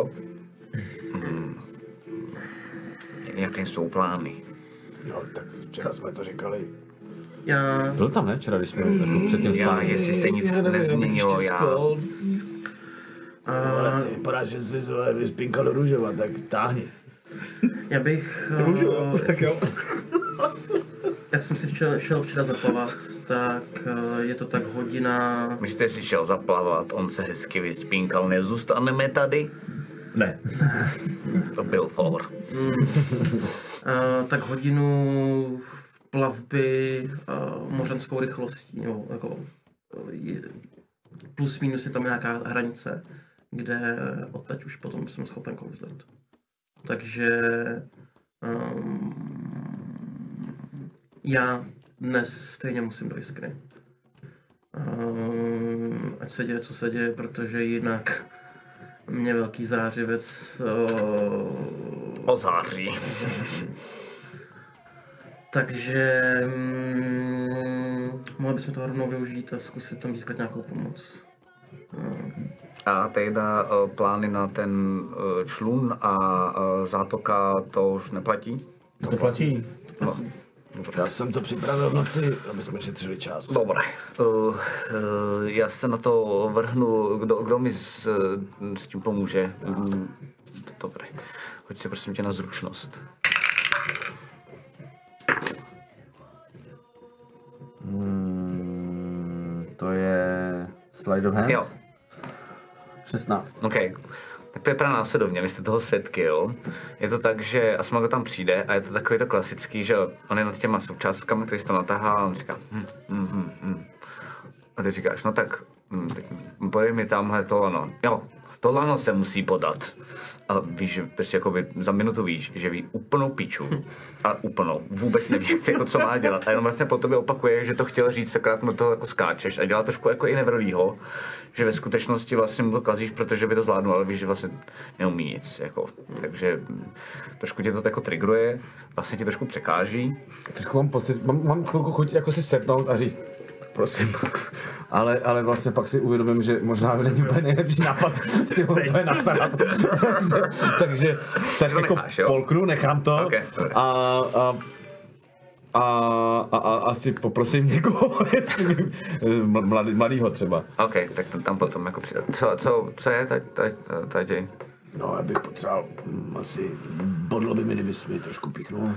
Jaké jsou plány? No, tak včera jsme to říkali. Byl tam, ne? Včera, když jsme jako předtím spali. Jestli se nic nezměnilo, Ale ty vypadá, že jsi vyspinkal do růžova, tak táhni. Já bych... Tak jo. Jak jsem si šel včera zaplavat, tak je to tak hodina... Když jste si šel zaplavat, on se hezky vyspínkal, nezůstaneme tady? Ne. To byl for. Tak hodinu v plavby mořenskou rychlostí, no, jako plus minus je tam nějaká hranice, kde odteď už potom jsem schopen kouzlit. Takže já dnes stejně musím do Jiskry. Ať se děje, co se děje, protože jinak mě velký zářivec Ozáří. Takže mohli bychom to rovnou využít a zkusit tam získat nějakou pomoc. A teda plány na ten člun a zátoka, to už neplatí? To platí. No. Já jsem to připravil v noci, aby jsme šetřili čas. Dobré. Já se na to vrhnu. Kdo mi s tím pomůže? Dobré. Hoď si prosím tě na zručnost. To je Slide of Hands? Jo. 16. OK. Tak to je právě následovně, vy jste toho svědky, jo. Je to tak, že Asmago tam přijde a je to takový to klasický, že on je nad těma součástkami, který jsi tam natáhá a on říká A ty říkáš, no tak, podej mi tamhle to lano. Jo, to lano se musí podat. A víš, že prostě jakoby za minutu víš, že ví úplnou píču. A úplnou. Vůbec neví, jako, co má dělat. A jenom vlastně po tobě opakuje, že to chtěl říct, takrát mu to jako skáčeš a dělá trošku jako i nevrlýho. Že ve skutečnosti vlastně mu to kazíš, protože by to zvládnul, ale víš, že vlastně neumí nic. Jako. Takže trošku tě to jako triggeruje, vlastně ti trošku překáží. Trošku mám pocit, mám chvilku chuť jako si sednout a říct, prosím. Ale vlastně pak si uvědomím, že možná není úplně nejlepší nápad si ho úplně nasadat. takže jako necháš, polknu, nechám to okay, a asi poprosím někoho, jestli mladýho třeba. OK, tak tam potom jako přijde. Co je tady? No, já bych potřeboval asi, bodlo by mi, kdybys mi trošku píchnul.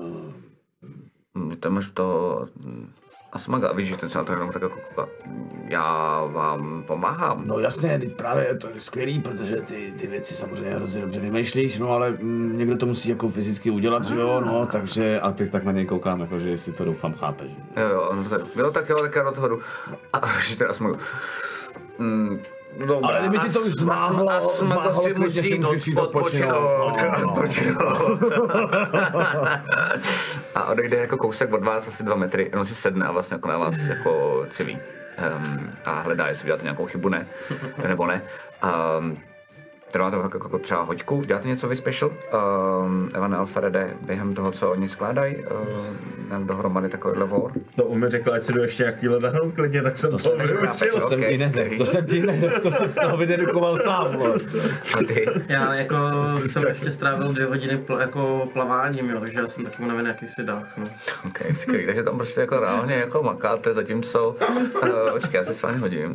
Tam máš to... Asmaga, vidíš, ten se na to jenom tak jako kouká. Já vám pomáhám. No jasně, teď právě to je skvělý, protože ty věci samozřejmě hrozně dobře vymýšlíš, no ale někdo to musí jako fyzicky udělat, že jo, no, takže a teď tak na něj koukám, jako, že si to doufám chápeš. Jo, no tak já do toho jdu. A že teda Asmaga. Dobrá, ale kdyby ti to už zmáhlo, klidně si můžeš jít odpočinout. A odejde jako kousek od vás asi 2 metry, jenom si sedne a vlastně jako na vás jako cilí. A hledá, jestli děláte nějakou chybu, nebo ne. Trvá to jako třeba hoďku, děláte něco vy special? Evan Alfarede během toho, co oni skládají, dohromady takovýhle vor? To on mi řekl, ať si jdu ještě nějakýhle dahnout klidně, tak jsem to vyučil. To jsem ti neřekl, to jsi z toho vydedukoval sám. Já jako jsem ještě strávil 2 hodiny jako plaváním, jo, takže já jsem taky unavený jakýsi dách, no. OK, skvělý, takže tam prostě jako reálně jako makáte, zatímco... Počkej, já se s vámi hodím.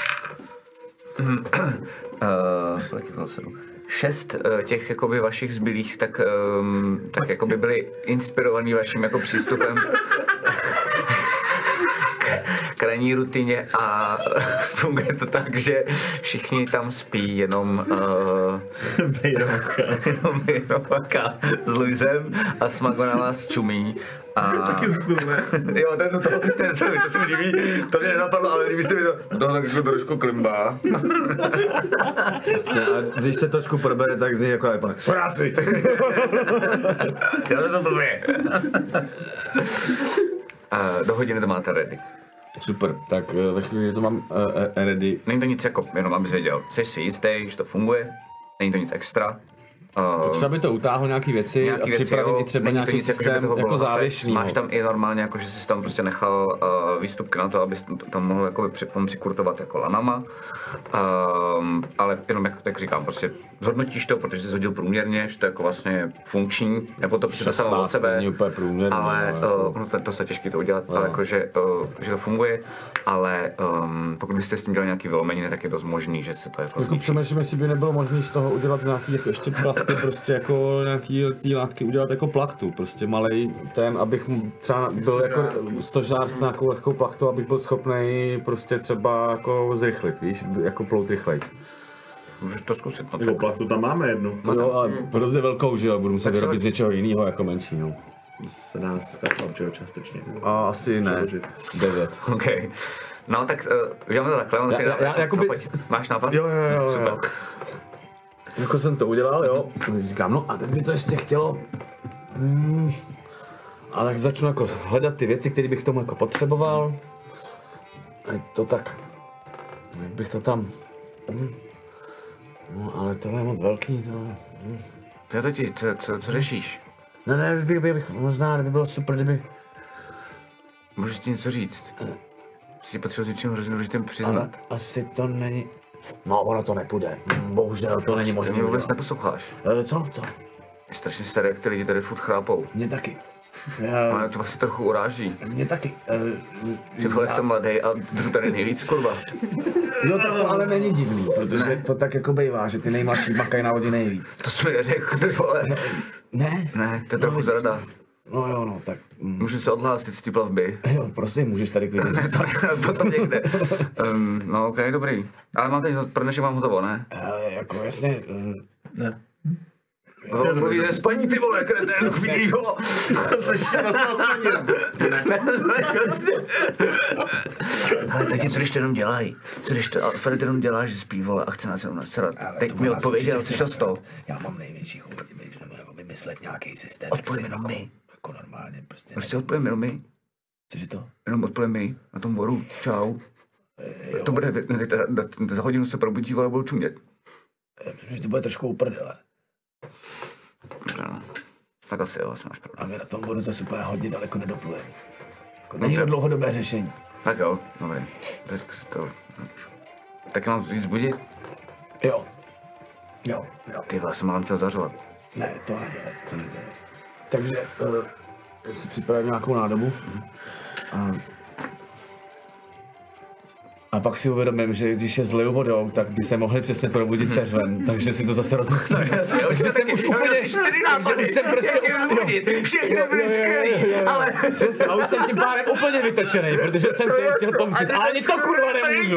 Kolik bylo 7? 6 těch jakoby vašich zbylých tak jakoby byli inspirovaní vaším jako přístupem k ranní rutině a funguje to tak, že všichni tam spí jenom Bejrovaka s Luisem a Smago na vás čumí. Taky usnul, ne? Jo, to se mi líbí, to mě nenapadlo, ale líbí se mi to tak jako trošku klimbá. Jasně, a když se trošku probere, tak z něj jako je práci. Já to blbě. Do hodiny to máte ready. Super, tak ve chvíli, že to mám ready. Není to nic jako, jenom abys věděl, jsi si jistý, že to funguje, není to nic extra. Třeba by to utáhl nějaký věci a připravím i třeba nějaký systém jako závěšný. Máš tam i normálně, jako, že jsi tam prostě nechal výstupky na to, abys tam mohl jakoby přikurtovat jako lanama. Ale jenom jak říkám, prostě zhodnotíš to, protože jsi hodil průměrně, že to je jako vlastně funkční, nebo to přitahovalo od sebe. Není úplně průměrně, ale to se těžké to udělat, ale jako, že to funguje, ale pokud byste s tím dělali nějaký vylomeniny, tak je dost možný, že se to jako přemýšlím, jestli by nebylo možné z toho udělat z nějakých jako ještě ty prostě jako nějaký ty látky udělat jako plachtu, prostě malej ten, abych třeba byl jako stožár s nějakou lehkou plachtou, abych byl schopný prostě třeba jako zrychlit, víš, jako plout rychlejc. Můžeš to zkusit. Jako plachtu tam máme jednu. Jo, ale hrozně velkou, že jo, budu muset vyrobit z něčeho jiného jako menší, no. Se dá zkazovat, že jo, částečně. A asi ne, 9. OK. No tak uděláme to takhle. Jakoby... Máš nápad? Jo. Super. Jako jsem to udělal, jo. Říkám, no a teď by to ještě chtělo. A tak začnu jako hledat ty věci, které bych tomu jako potřeboval. A to tak. Jak bych to tam. No ale tohle je moc velký, to. Co to ti, co řešíš? Ne, bych možná, kdyby bylo super, kdyby. Můžeš ti něco říct? Si potřebuji s něčím hrozně důležitým přiznat. Ale asi to není. No, ono to nepůjde. Bohužel to není možné. Mě vůbec neposloucháš. Co? Je strašně staré, jak ty lidi tady furt chrápou. Mě taky. Ale to vlastně trochu uráží. Mě taky. Že tohle jsem mladý a držu tady nejvíc, kurva. Jo, tak to ale není divný, protože to tak jako bejvá, že ty nejmladší makají na vodě nejvíc. To jsi mi neřekl, ty vole. Ne? Ne, to je trochu zrada. No jo, no, tak... Můžu se odhlásit z té plavby. Jo, prosím, můžeš tady klidně zůstat. Potom někde. No, ok, dobrý. Ale mám teď pro dnešek mám hotovo, ne? Jako jasně... Ne. Mluví ze spaní, ty vole, kretén, vidíš ho? Slyšíš se dostal spaní, Ale teď co když to jenom dělají? Co když to Fred jenom dělá, že spí, vole, a chce nás jenom nasrat? Teď mi odpověděl, slyšel jsi to? Já mám největší chuť, jako vymyslet nějaký systém. Odpojím jenom my. Jako normálně prostě. Prostě odpojím jenom my. Cože to? Jenom odpojím my na tom voru. Čau. To bude, za hodinu se probudí, vole, budou čumět. Že to bude trošku uprdele. No, tak asi jo, asi máš pravdu. A my na tom vodu zase úplně hodně daleko nedoplujeme. Jako není to dlouhodobé řešení. Tak jo, dobrý. Tak mám víc budit? Jo. Ty vole, jsem mám chtěl zařovat. Ne, to nedělej. Takže si připravím nějakou nádobu. A pak si uvědomím, že když je zliju vodou, tak by se mohli přesně probudit se řvem, takže si to zase rozmyslím. Že jsem už úplně 4 nápady, už jsem prostě všechny byly skvělý, ale... Přesně, a už jsem tím pádem úplně vytečenej, protože jsem si chtěl pomůcet, ale nic to kurva nemůžu.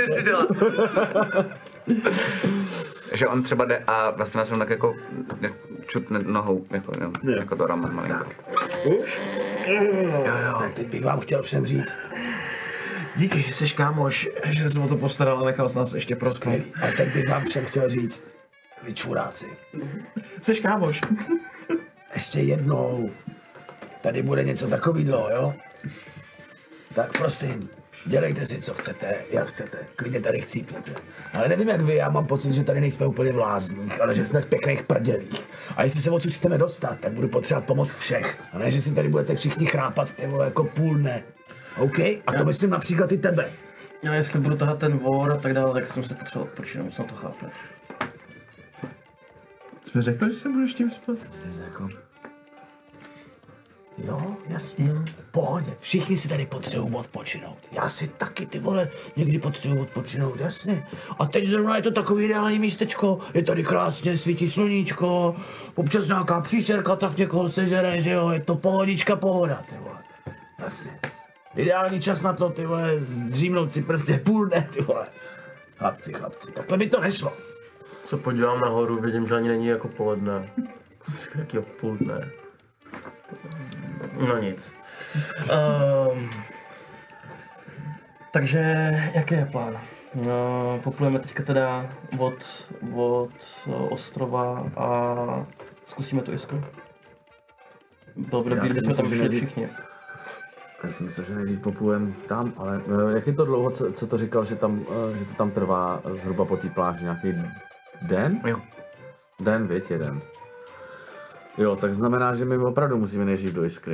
Že on třeba jde a vlastně nás tak jako čutne nohou, jako to ramen malinko. Už? Jo, tak teď bych vám chtěl všem říct. Díky, jsi kámoš, že jsi o to postaral a nechal s nás ještě prospět. A teď bych vám všem chtěl říct, vy čuráci. Jsi kámoš. Ještě jednou, tady bude něco takovýhle, jo? Tak prosím, dělejte si, co chcete, jak chcete, klidně tady chcípněte. Ale nevím jak vy, já mám pocit, že tady nejsme úplně v lázních, ale že jsme v pěkných prdělích. A jestli se odsud chceme dostat, tak budu potřebovat pomoc všech. A ne, že si tady budete všichni chrápat, ty vole, jako půl dne. OK? A to myslím například i tebe. Já jestli budu tahat ten vor a tak dále, tak jsem se potřeboval odpočinout, snad to chápeš. Jsi mi řekl, že se budeš tím spát? Jo, jasně. V pohodě. Všichni si tady potřebují odpočinout. Já si taky, ty vole, někdy potřebuji odpočinout, jasně. A teď zrovna je to takový ideální místečko. Je tady krásně, svítí sluníčko, občas nějaká příšerka tak někoho sežere, že jo, je to pohodička, pohoda, ty vole. Jasně. Ideální čas na to, ty vole, dřímnout si prostě půl dne, ty vole. Chlapci, takhle by to nešlo. Co podívám nahoru, vidím, že ani není jako poledne. Jakýho půl dne. No nic. Takže, jaký je plán? Poplujeme teďka teda od ostrova a zkusíme tu Iskru. Bylo by dobrý, kdybychom tam šli všichni. Já si myslím, že nejdřív poplujeme tam, ale jak je to dlouho, co to říkal, že to tam trvá zhruba po té pláži, nějaký den? Jo. Den, věď, jeden. Jo, tak znamená, že my opravdu musíme nejdřív do Iskry.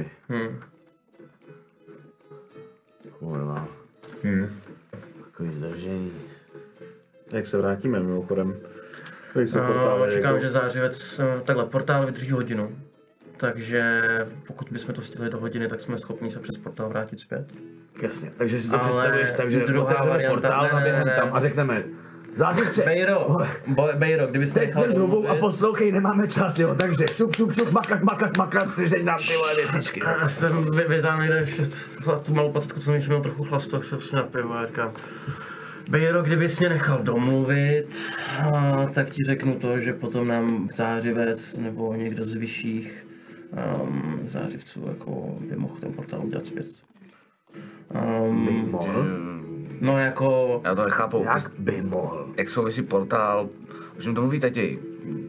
Kurva. Takový zdržení. Jak se vrátíme mimochodem? Čekám, že zářivec, takhle, portál vydrží hodinu. Takže pokud bychom to stihli do hodiny, tak jsme schopni se přes portál vrátit zpět. Jasně, takže si to představuješ tak, že otevřeme portál, naběhneme tam a řekneme Zářivče. Bejro, kdybyste Teď nechal drž hubou a domluvit. poslouchej, nemáme čas, jo, takže šup, makat, sežeň nám ty vole věcičky. Já jsem vytáhl někde tu malou pacitku, co jsem ještě měl trochu chlastu, tak se prostě napiju a říkám. Bejro, kdybys mě nechal domluvit, tak ti řeknu to, že potom nám zářivec nebo někdo z vyšších zářivců jako by mohl ten portál udělat zpět. No jako... Já to nechápu. Jak by mohl? Jak souvisí portál, o čem to mluví tati?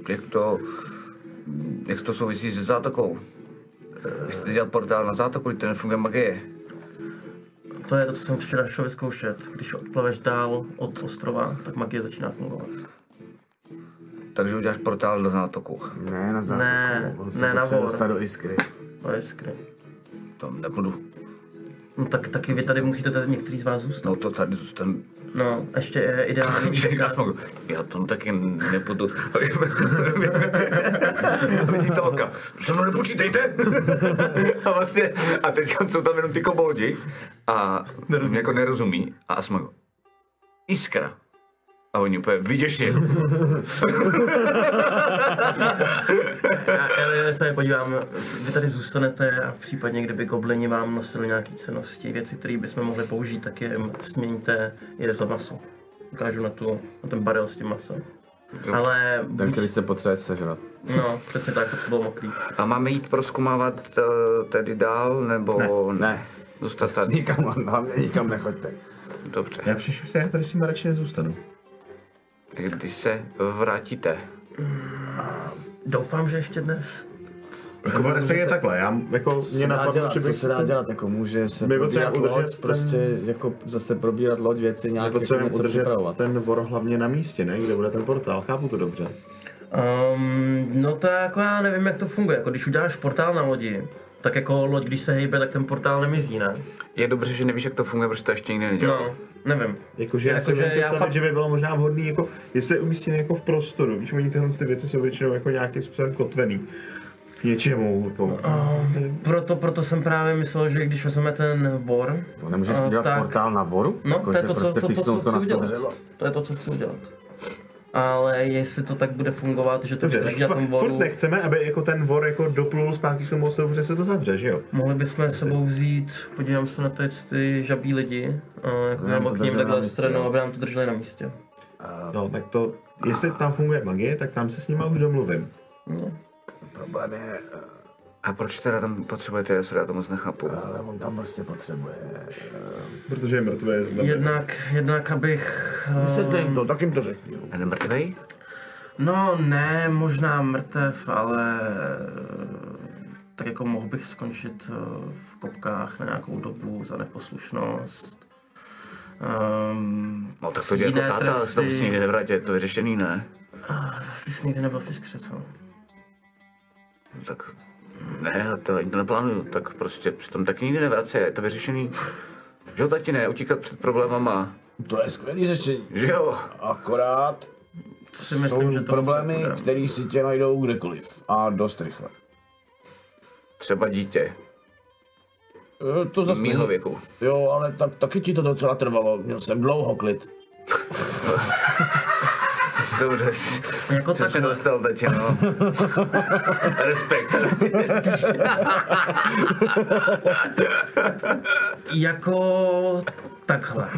Jak to souvisí se zátokou? Vy chcete dělat portál na zátoku, když to nefunguje magie. To je to, co jsem včera šel vyzkoušet. Když odplaveš dál od ostrova, tak magie začíná fungovat. Takže uděláš portál do zátoku. Ne, na zátoku. On se ne na potřebuje vor. dostat do Iskry. To je skry. To nebudu. No tak taky vy tady musíte tady některý z vás zůstat. No to tady zůstanu. No, ještě je ideální čekat. Já to taky nepůjdu. Vidí to oka. Se mnou nepočítejte. A vlastně, a teď jsou tam jenom ty koboldi a jako nerozumí a Asmago. Iskra. A oni úplně vyděšně. Já se podívám, vy tady zůstanete a případně kdyby goblini vám nosili nějaké cennosti, věci, které bychom mohli použít, tak je směníte jede za maso. Ukážu na ten barel s tím masem. Ale... Ten, který se potřebuje sežrat. No, přesně tak, to bylo mokrý. A máme jít prozkumávat tedy dál, nebo... Ne. Zůstat tady. Nikam nechoďte. Dobře. Já přišel se, já tady s nimi radši nezůstanu. Když se vrátíte. Doufám, že ještě dnes. Jako respektive takhle, já jako mě napadlo, že Co se dá dělat, jako může se probírat loď, prostě jako zase probírat loď, věci nějak jako potřebujeme něco udržet připravovat. ten vor hlavně na místě, ne? Kde bude ten portál, chápu to dobře. No to jako já nevím, jak to funguje, jako když uděláš portál na lodi, tak jako loď, když se hejbe, tak ten portál nemizí, ne? Je dobře, že nevíš, jak to funguje, protože to ještě nikdy nedělal. No, nevím. Jakože já si můžu představit, že by bylo možná vhodný, jako, jestli je umístěný jako v prostoru, když oni tyhle ty věci jsou většinou jako nějakým způsobem kotvený. K něčemu, jako. Proto jsem právě myslel, že když vezmeme ten vor, To nemůžeš udělat tak- portál na voru? no Jako, to je že to, prostě co fixnout chci na to udělat. dřevo? To je to, co chci udělat. Ale jestli to tak bude fungovat, že to Dobře, vydrží na tom furt voru, nechceme, aby jako ten vor jako doplul zpátky k tomu ostrovu, protože se to zavře, že jo? mohli bychom s sebou vzít, podívám se na ty žabí lidi, jako nám nebo to k ním drželi na takhle místě, stranou, jo. aby nám to drželi na místě. No, tak to, jestli tam funguje magie, tak tam se s nima už domluvím. Problém je, A proč teda tam potřebujete, já to moc nechápu. ale on tam prostě potřebuje. Protože je mrtvé znamená. Jednak abych... Vysvětlím to, tak jim to řekni. A nemrtvej? No ne, možná mrtev, ale tak jako mohl bych skončit v kopkách na nějakou dobu za neposlušnost. No tak to dělá jako táta, ale se to prostě nikdy nevrátí, je to vyřešený, ne? Zase jsi nikdy nebyl v Iskře, co? No tak ne, to ani to neplánuju, tak prostě přitom taky nikdy nevrací, je to vyřešený. Že jo, tati, ne, utíkat před problémama, To je skvělý řešení. že jo? Akorát Si myslím, že jsou to problémy, bude. které si tě najdou kdekoliv. A dost rychle. Třeba dítě, To zase mýho věku. Jo, ale taky ti to docela trvalo. Měl jsem dlouho klid. Dobře, Jako to se takhle. dostal, tati, no. Respekt. Jako takhle.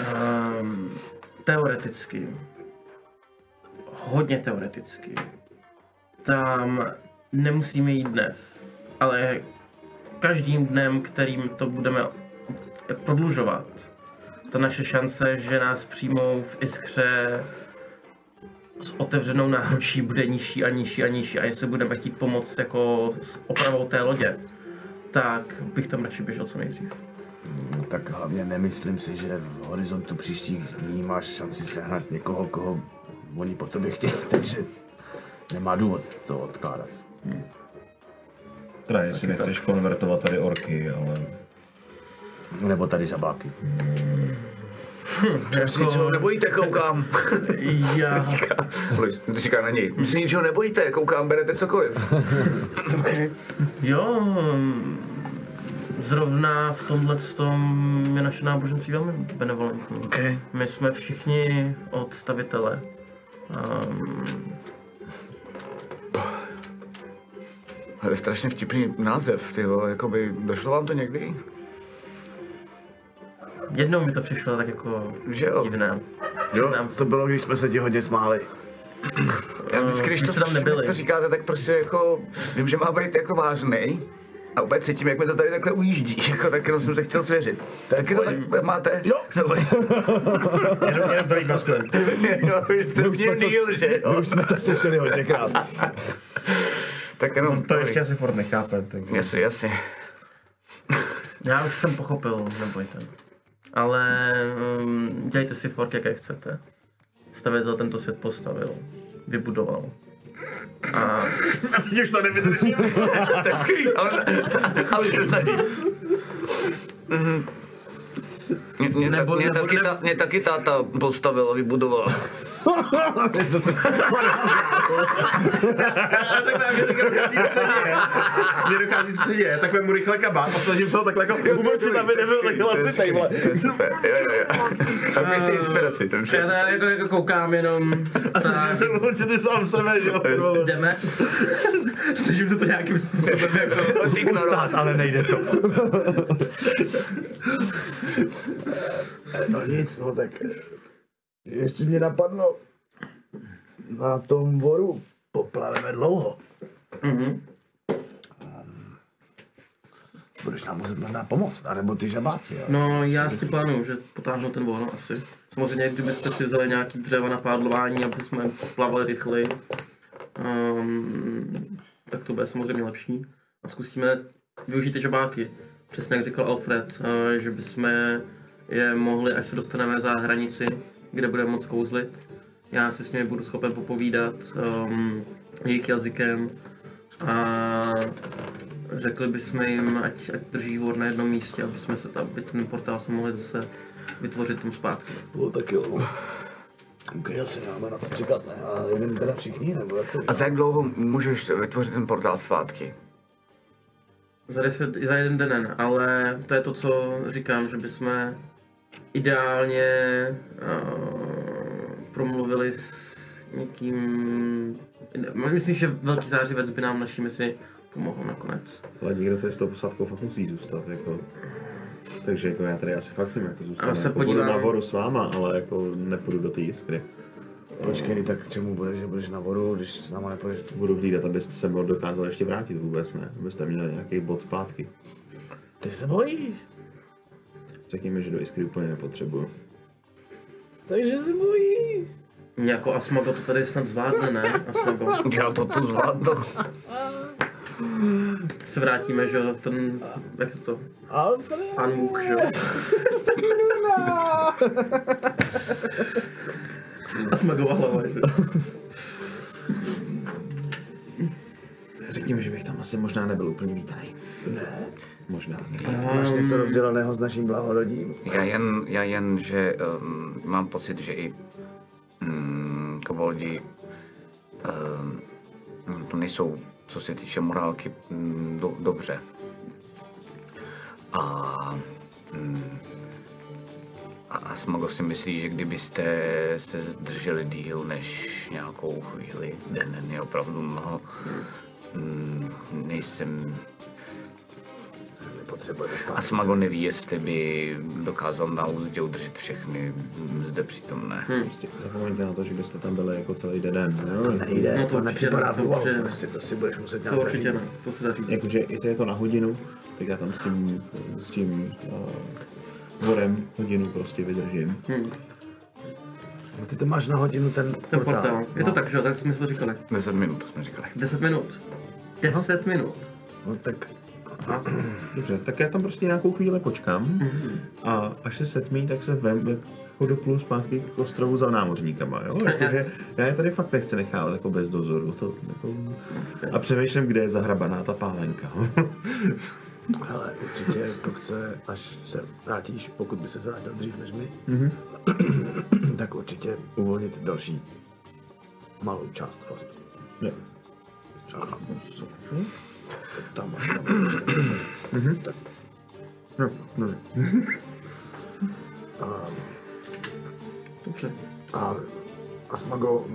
Teoreticky. Hodně teoreticky. Tam nemusíme jít dnes, ale každým dnem, kterým to budeme prodlužovat, ta naše šance, že nás přijmou v Iskře s otevřenou náručí, bude nižší a nižší a nižší, a jestli budeme chtít pomoct jako s opravou té lodě, tak bych tam radši běžel co nejdřív. Tak hlavně nemyslím si, že v horizontu příštích dní máš šanci sehnat někoho, koho oni po tobě chtějí, takže nemá důvod to odkládat. Teda, jestli nechceš konvertovat tady orky, ale... Nebo tady žabáky. Se ničeho nebojíte, koukám. Já... Říká na něj, vy se ničeho nebojíte, koukám, berete cokoliv. Jo, Zrovna v tomhle tom je naše náboženství velmi benevolentní. Okay. My jsme všichni od stavitele. To je strašně vtipný název, ty vole, jakoby, došlo vám to někdy? Jednou mi to přišlo tak jako Že jo? divné. Jo, to bylo, když jsme se ti hodně smáli. Já vždycky, když jsme tam nebyli. to říkáte, tak prostě jako, vím, že má být jako vážnej. A opět cítím, jak mi to tady takhle ujíždí, jako, tak jenom jsem se chtěl svěřit. Taky to tak máte? Jo. Jenom to líbá skvěle. Jo, vy jste s ním díl, že jo? My už jsme to slyšeli hodněkrát. Tak jenom To ještě asi furt nechápe. Takže... Jasně. Já už jsem pochopil, nebojte. Ale dělejte si fork, jaké chcete. Stavitel tento svět postavil, vybudoval. A Teď už to nevydržím. To je skvělý, ale se snaží. Mě taky táta postavil a vybudoval. Takhle mě teďka dochází, co se děje. Mně dochází, co se děje. Takhle mu rychle kabát a snažím se ho takhle jako umočit, aby nebyl takhle zbytej, vole. Super, jo. Tak máš si inspiraci, to už je. já jako koukám jenom. A snažím se umočit i sám sebe, že jo. Jdeme. Snažím se to nějakým způsobem jako Ignorovat, ale nejde to. No nic, no tak ještě mě napadlo, na tom voru poplaveme dlouho. Budeš nám muset možná pomoct, anebo ty žabáci, jo? No, já si plánuju, že potáhnu ten vohon asi. Samozřejmě, kdybyste si vzali nějaký dřeva na pádlování, aby jsme plavali rychleji, tak to bude samozřejmě lepší. A zkusíme využít ty žabáky. Přesně jak říkal Alfred, že bychom je mohli, až se dostaneme za hranici, kde budeme moc kouzlit. Já si s nimi budu schopen popovídat jejich jazykem a řekli bychom jim, ať drží vor na jednom místě, aby ten portál se mohli zase vytvořit tam zpátky. No tak jo. Ok, asi máme na co čekat, ne? A jdeme teda všichni, nebo jak to A za jak dlouho můžeš vytvořit ten portál zpátky? Za jeden den, ale to je to, co říkám, že bychom ideálně promluvili s někým. Myslím, že velký zářivec by nám naší misi pomohl nakonec. Ale někdo tady s tou posádkou fakt musí zůstat, jako. Takže jako já tady asi fakt jsem jako zůstanu. Já se jako podívám. budu na voru s váma, ale jako nepůjdu do té jiskry. Počkej, tak k čemu budeš, že budeš na vodu, když s náma nepůjdeš? Budu hlídat, abyste se dokázali ještě vrátit vůbec, ne? Abyste měli nějaký bod zpátky. Ty se bojíš? Řekněme, že do jiskry úplně nepotřebuju. Takže se bojíš? Jako Asmago to tady snad zvládne, ne? Asmago. Já to tu zvládnu. Se vrátíme, že jo, ten, jak se to? Anmuk, že jo? Asmagova hlava, že jo? Řekněme, že bych tam asi možná nebyl úplně vítaný. Ne. Možná. Máš něco rozdělaného s naším blahorodím? Já jen, že mám pocit, že i koboldi to nejsou, co se týče morálky, dobře. A Smago si myslí, že kdybyste se zdrželi díl než nějakou chvíli, den je opravdu mnoho, nejsem... A Smago neví, jestli by dokázal na úzdě udržet všechny zde přítomné. Prostě zapomeňte na to, že byste tam byli jako celý den. To nejde, No to nepřipadá v úvahu, prostě to si budeš muset To nějak určitě zařídit. ne, to se daří. Jakože jestli je to na hodinu, tak já tam s tím vorem hodinu prostě vydržím. No ty to máš na hodinu ten Portál. Je to tak, že jo, tak jsme si to říkali. 10 minut jsme říkali. 10 minut. 10 minut. No tak Dobře, tak já tam prostě nějakou chvíli počkám a až se setmí, tak se doplu zpátky k ostrovu za námořníkama, jo? Jakože já je tady fakt nechci nechávat jako bez dozoru. To, jako... A přemýšlím, kde je zahrabaná ta pálenka. hele, určitě to chce, až se vrátíš, pokud by se vrátil dřív než my, tak určitě uvolnit další malou část chvostu. Jo. Tam máš prostě tak No, dobře. Dobře. A Smago,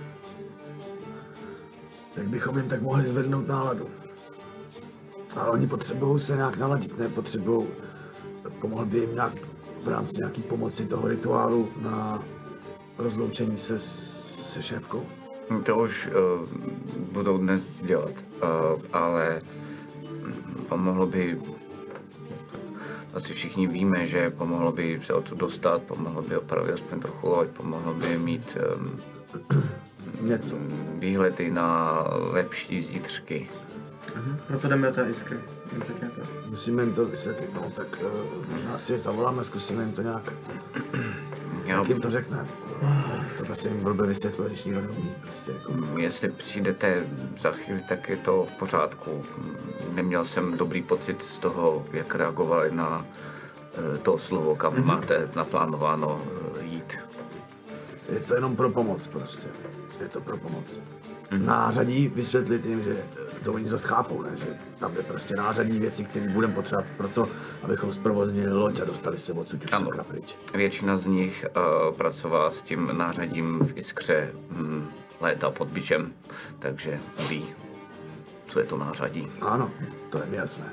jak bychom jim tak mohli zvednout náladu. Ale oni potřebují se nějak naladit, ne? Pomohl by jim nějak v rámci nějaký pomoci toho rituálu na rozloučení se šéfkou. To už budou dnes dělat, ale pomohlo by, asi všichni víme, že pomohlo by se odsud dostat, pomohlo by opravit aspoň trochu loď, pomohlo by mít něco. Výhledy na lepší zítřky. Proto jdeme do té Iskry, jim řekněte. Musíme jim to vysvětlit, no, tak možná si je zavoláme, zkusíme jim to nějak, jak jim to řekne. To se jim blbě vysvětluje, když nikdo neumí. Prostě, jako. Jestli přijdete za chvíli, tak je to v pořádku. Neměl jsem dobrý pocit z toho, jak reagovali na to slovo, kam máte naplánováno jít. Je to jenom pro pomoc prostě. Je to pro pomoc. Nářadí vysvětlit jim, že to oni zase chápou, ne? Že tam je prostě nářadí věcí, které budeme potřebovat pro to, abychom zprovoznili loď a dostali se odsud už sakra pryč. Většina z nich pracovala s tím nářadím v Iskře léta pod bičem, takže ví, co je to nářadí. Ano, to je mi jasné.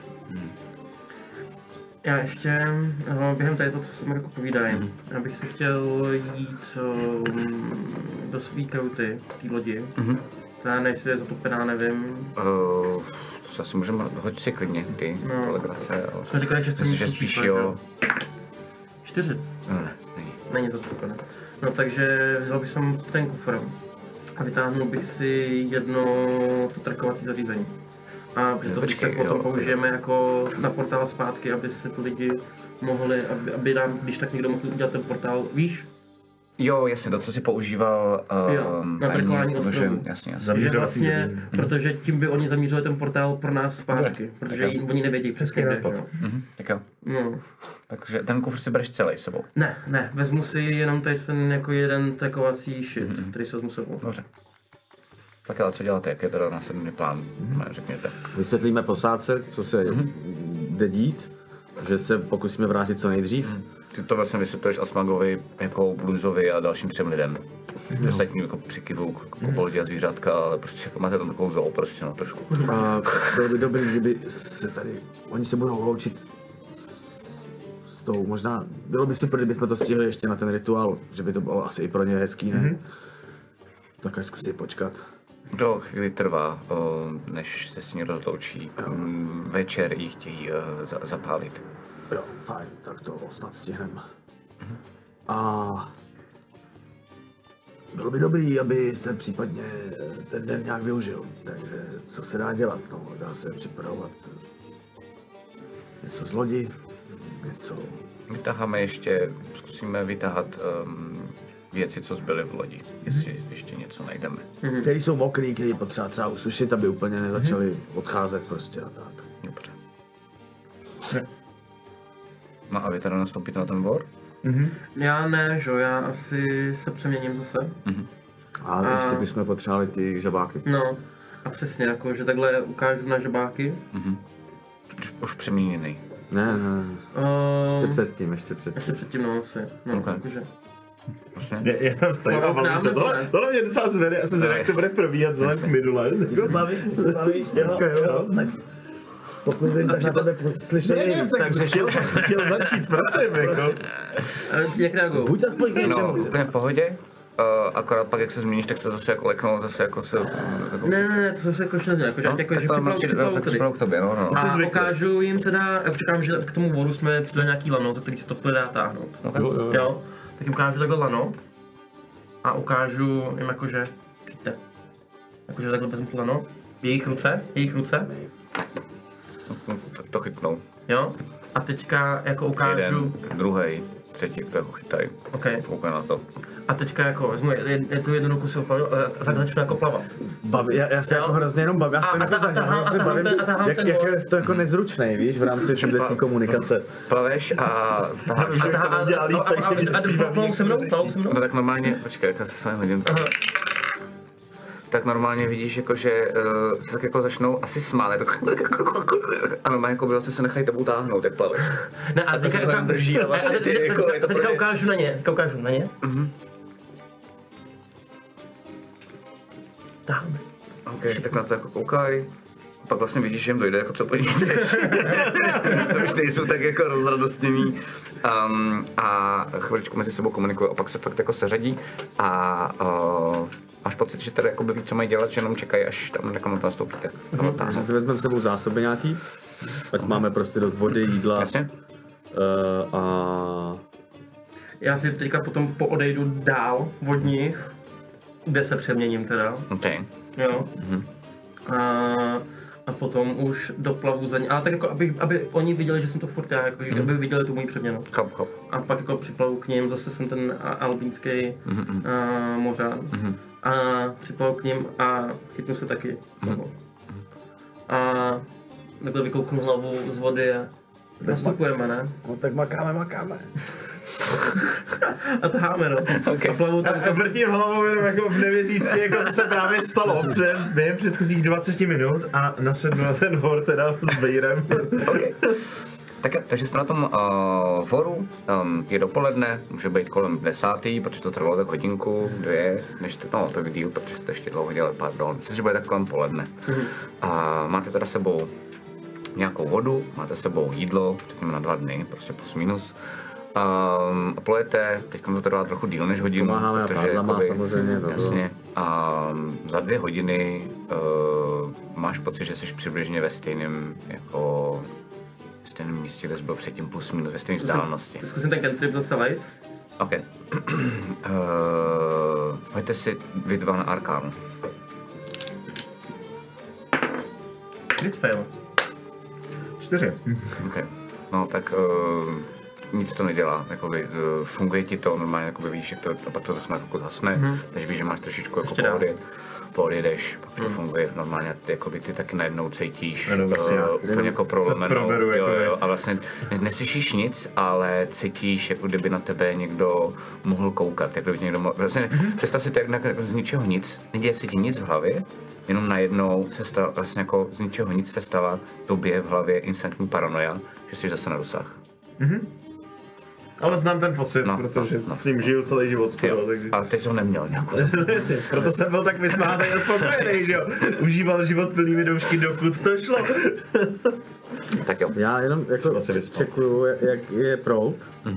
Já ještě během této, co se mi jako povídají, abych si chtěl jít do svý kauty v té lodi. Ta nejsi je zatopená, nevím. To se asi můžeme, hoď si klidně ty telegrace. Jsme říkali, že chceme mít spíš jo. 4? Ne, není zatopená. No takže vzal bych jsem ten kufr a vytáhnul bych si jedno to trackovací zařízení. A protože to tak potom použijeme jako na portál zpátky, aby se ty lidi mohli, aby nám, když tak někdo mohl udělat ten portál, víš? Jo, jasně, to, co jsi používal na trackování ostrovu. Jasně. Že vlastně, protože tím by oni zamířili ten portál pro nás zpátky, protože oni nevědí přesně kde. Tak jo. Takže ten kufr si bereš celý sebou. Ne, vezmu si jenom tady ten jako jeden trackovací shit, který se vezmu sebou. Dobře. Tak ale co děláte, jak je teda následný plán, řekněte. Vysvětlíme posádce, co se jde dít, že se pokusíme vrátit co nejdřív. Ty to vlastně vysvětluješ Asmagovi, jako Bluesovi a dalším 3 lidem. Ostatní jako přikyvou koboldi a zvířátka, ale prostě jako máte tam takovou zoo prostě, no trošku. A bylo by dobrý, kdyby se tady, oni se budou loučit s tou, možná, bylo by super, kdybychom to stihli ještě na ten rituál, že by to bylo asi i pro ně hezký, ne? Tak až zkusí počkat. Do chvíli trvá, než se s ní rozloučí. Večer jí chtějí zapálit. Jo, fajn, tak to snad stihneme. A bylo by dobrý, aby se případně ten den nějak využil. Takže co se dá dělat? No, dá se připravovat něco z lodi, něco... Vytaháme ještě, zkusíme vytahat věci, co zbyly v lodi, jestli ještě něco najdeme. Který jsou mokrý, který potřeba třeba usušit, aby úplně nezačali odcházet prostě a tak. Dobře. No a vy teda nastoupíte na ten vor? Já ne, že já asi se přeměním zase. A ještě bychom potřebovali ty žabáky. No, a přesně, jako, že takhle ukážu na žabáky. Už přeměněný. Ne. Ještě předtím. Ještě předtím, no asi. No, Okay. Jakože. Vlastně? Já tam stojím a bavím se. Tohle mě docela zvede, já se zvědám, jak to bude probíhat vzhledem k minule. Ty se bavíš, jo, tak pokud vím, tak na tebe slyšeli nejvíc, takže chtěl začít, prosím, jako. Jak reaguju? Buď aspoň k něčemu. No, úplně v pohodě. Akorát pak, jak se změníš, tak se zase jako leknou, zase jako se... Jako... Ne, to jsem se jako šel, že připravu k tobě, no. A ukážu jim teda, já čekám, že k tomu vodu jsme přidali nějaký lano, za který se to dá táhnout. Okay. Jo, tak jim ukážu takhle lano a ukážu jim jakože, chyťte. Jakože takhle vezmu to lano, jejich ruce. Tak to chytnou. Jo, a teďka jako ukážu... Jeden, druhý, třetí, to jako chytají. Okay. Koukaj na to. A teďka jako vezmu tu jednu ruku si opravdu a tak začnu jako plavat. Já se jako hrozně jenom bavím, já se jako za ně hrozně bavím, jak je to jako nezručnej, víš, v rámci té komunikace. Plaveš a plavou se mnou? No tak normálně, počkej, jak se s vámi hodím. tak normálně vidíš, jako, že tak jako začnou asi smát, a normálně jako vlastně se nechají tebou táhnout, jak plaveš. Ne, a to se to drží a vlastně ty jako... Teďka ukážu na ně, Táhne. OK, tak na to jako koukaj. Pak vlastně vidíš, že jim dojde, jako co po nich chceš. Už nejsou tak jako rozradostnění. A chviličku mezi sebou komunikují a pak se fakt jako seřadí a máš pocit, že tady jako ví, co mají dělat, že jenom čekají, až tam někam nastoupí, tak Takže si vezmeme s sebou zásoby nějaký, ať máme prostě dost vody, jídla. Jasně. A... Já si teďka potom poodejdu dál od nich, kde se přeměním teda. Okay. Jo. A potom už doplavu za ně, ale tak jako aby oni viděli, že jsem to furt já, jako, že aby viděli tu moji přeměnu. Chop. A pak jako připlavu k ním, zase jsem ten albínský mořán. A připlavu k ním a chytnu se taky toho. A takhle vykouknu hlavu z vody a nastupujeme, ne? No tak makáme. A taháme, no. Okay. A plavu tam. A vrtím hlavou jenom jako v nevěřící, jako co se právě stalo během předchozích 20 minut a nasednu na ten vor teda s Bejrem. Okay. Takže jste na tom foru, je dopoledne, může být kolem 10, protože to trvalo tak hodinku, 2, než to je díl, protože jste ještě dlouho dělali, pardon, myslím, že bude tak kolem poledne. A máte teda sebou nějakou vodu, máte sebou jídlo, řekněme na 2 dny, prostě plus minus. A plujete, teď to trvá trochu díl než hodinu, pomáháme protože jakoby, samozřejmě, jasně, a za 2 hodiny máš pocit, že jsi přibližně ve stejném jako v stejném místě, kde jsi byl předtím plus minus, ve stejné vzdálenosti. Zkusím ten cantrip zase light. OK. Hoďte si vy 2 na arkánu. Crit fail. 4. OK. No tak nic to nedělá, jakoby, funguje ti to normálně, jakoby víš, jak to, a pak to jako zasne, takže víš, že máš trošičku jako poodjedeš, pak to funguje normálně, ty taky najednou cítíš úplně jako prolomenou, jo, a vlastně neslyšíš nic, ale cítíš, jako kdyby na tebe někdo mohl koukat, jako kdyby někdo mohl, vlastně představ si to jak z ničeho nic, neděje se ti nic v hlavě, jenom najednou se stala, vlastně jako z ničeho nic se stala tobě v hlavě instantní paranoia, že jsi zase na dosah. Ale znám ten pocit, protože s ním žiju celý život skoro, takže... Ale ty jsi ho neměl nějakou. Proto jsem byl tak vysmátej a spokojený, že jo? Užíval život plnými doušky, dokud to šlo. Tak jo. Já jenom jako čekuju, jak je proud,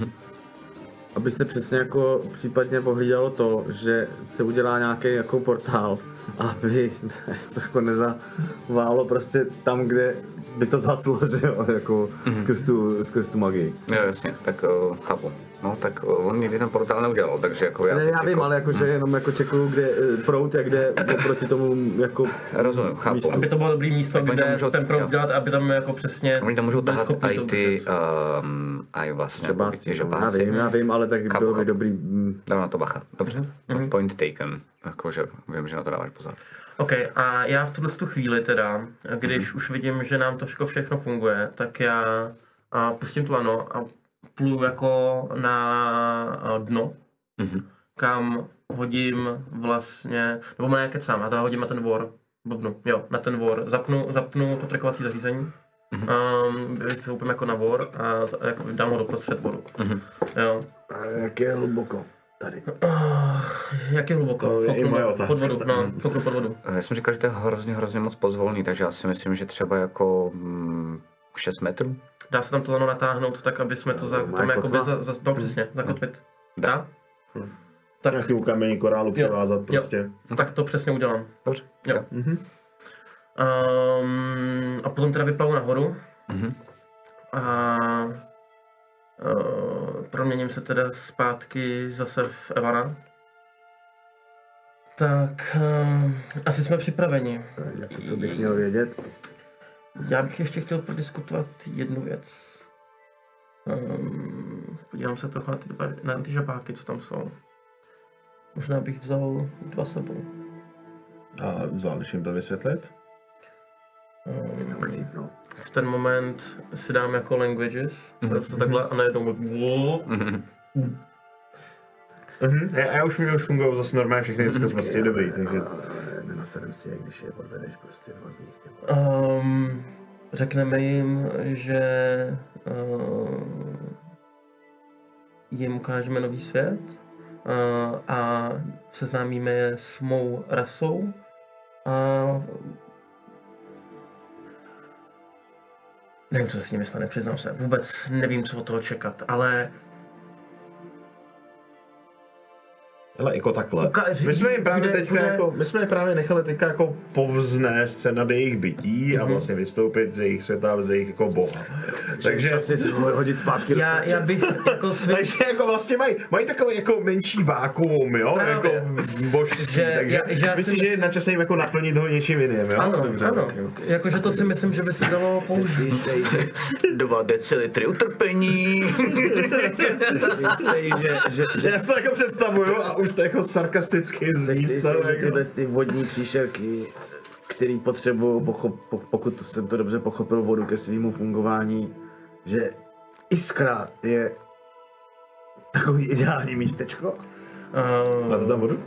aby se přesně jako případně ohlídalo to, že se udělá nějaký jako portál, aby to jako nezaválo prostě tam, kde by to zaslo, že jo, jako skrz tu magii. Jo, jasně, tak chápu. No, tak on nikdy ten portál neudělal, takže jako já... Ne, já vím, ale jakože jenom jako čekuju, kde proud, jak jde oproti tomu jako... Rozumím, chápu. Místu. Aby to bylo dobrý místo, tak kde ten proud dělat, aby tam jako přesně... Oni tam můžou tahat i ty, i vlastně žabáci. Já vím, ale tak bylo by dobrý... Dám na to bacha, dobře? Point taken, jakože vím, že na to dáváš pozor. OK, a já v tuto chvíli teda, když už vidím, že nám to všechno funguje, tak já pustím to lano a pluju jako na dno, kam hodím vlastně, nebo ne, kecám, já teda hodím na ten vor, na ten vor, zapnu to trackovací zařízení, vstoupím jako na vor a jako dám ho doprostřed voru. Jo. A jak je hluboko? Tady. Jak je hluboko? To je i moje otázka. Pod vodu. Já jsem říkal, že to je hrozně moc pozvolný, takže já si myslím, že třeba jako 6 metrů. Dá se tam to lano natáhnout tak, aby jsme to přesně, zakotvit. Dá? Tak nějaký kamení korálu převázat prostě. Tak to přesně udělám. Dobře. Jo. A potom teda vyplavu nahoru. A proměním se teda zpátky zase v Evana. Tak asi jsme připraveni. Něco, co bych měl vědět? Já bych ještě chtěl prodiskutovat jednu věc. Podívám se trochu na ty žabáky, co tam jsou. Možná bych vzal 2 sebou. A zvládneš jim to vysvětlit? V ten moment si dám jako languages, takhle a najednou Já už fungují zase normálně všechny dneska prostě dobrý, takže... nasedem si je, když je odvedeš prostě dva z nich. Řekneme jim, že jim ukážeme nový svět a seznámíme je s mou rasou a nevím, co se s nimi stane, přiznám se. Vůbec nevím, co od toho čekat, ale jako takhle. My jsme jim právě teďka jako, my jsme je právě nechali teďka jako povznést se nad jejich bytí a vlastně vystoupit z jejich světa, z jejich jako boha. Takže časně se hodit zpátky do srdce. Já bych jako Takže jako vlastně mají takový jako menší vákuum, jo, jako božský, takže myslím, že je na čase jim jako naplnit ho něčím jiným, jo? Ano, Dobře, ano. Jakože to si myslím, že by se dalo použít. 2 decilitry utrpení. Já si to jako představuju a už to jako sarkasticky zní. Že tyhle ty vodní příšerky, který potřebují, pokud jsem to dobře pochopil, vodu ke svému fungování, že Iskra je takový ideální místečko. Máte tam vodu?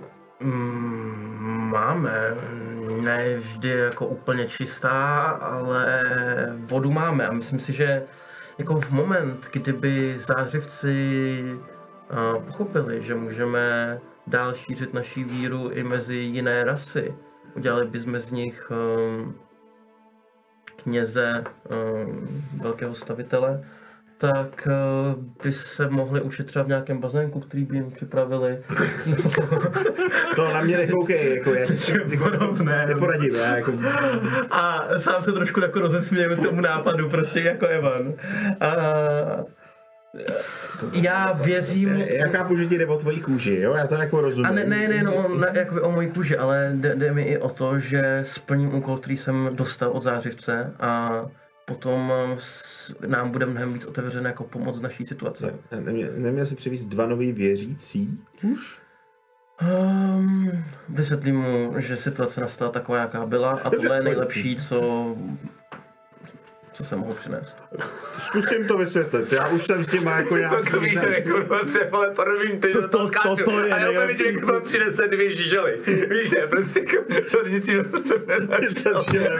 Máme. Ne vždy jako úplně čistá, ale vodu máme a myslím si, že jako v moment, kdyby zářivci pochopili, že můžeme dál šířit naši víru i mezi jiné rasy, udělali bychom z nich kněze, velkého stavitele, tak by se mohli učit třeba v nějakém bazénku, který by jim připravili. No, na mě nekoukej, jako já neporadím, já jako... A sám se trošku jako rozesměju tomu nápadu, prostě jako Evan. Já věřím... Já chápu, že ti jde o tvojí kůži, jo? Já to jako rozumím. A ne jakoby o mojí kůži, ale jde mi i o to, že splním úkol, který jsem dostal od zářivce a potom nám bude mnohem víc otevřené jako pomoc z naší situace. Neměl jsi přivízt 2 nový věřící už? Vysvětlím mu, že situace nastala taková, jaká byla a tohle je nejlepší, co se mohu přinést. Zkusím to vysvětlit, já už jsem s tím jako nějaký... Ale porobím ty, že to skáču. A já to vidím, jak vám přinese 2 žižely. Víš ne, prostě jako sornicí jsem nenašel.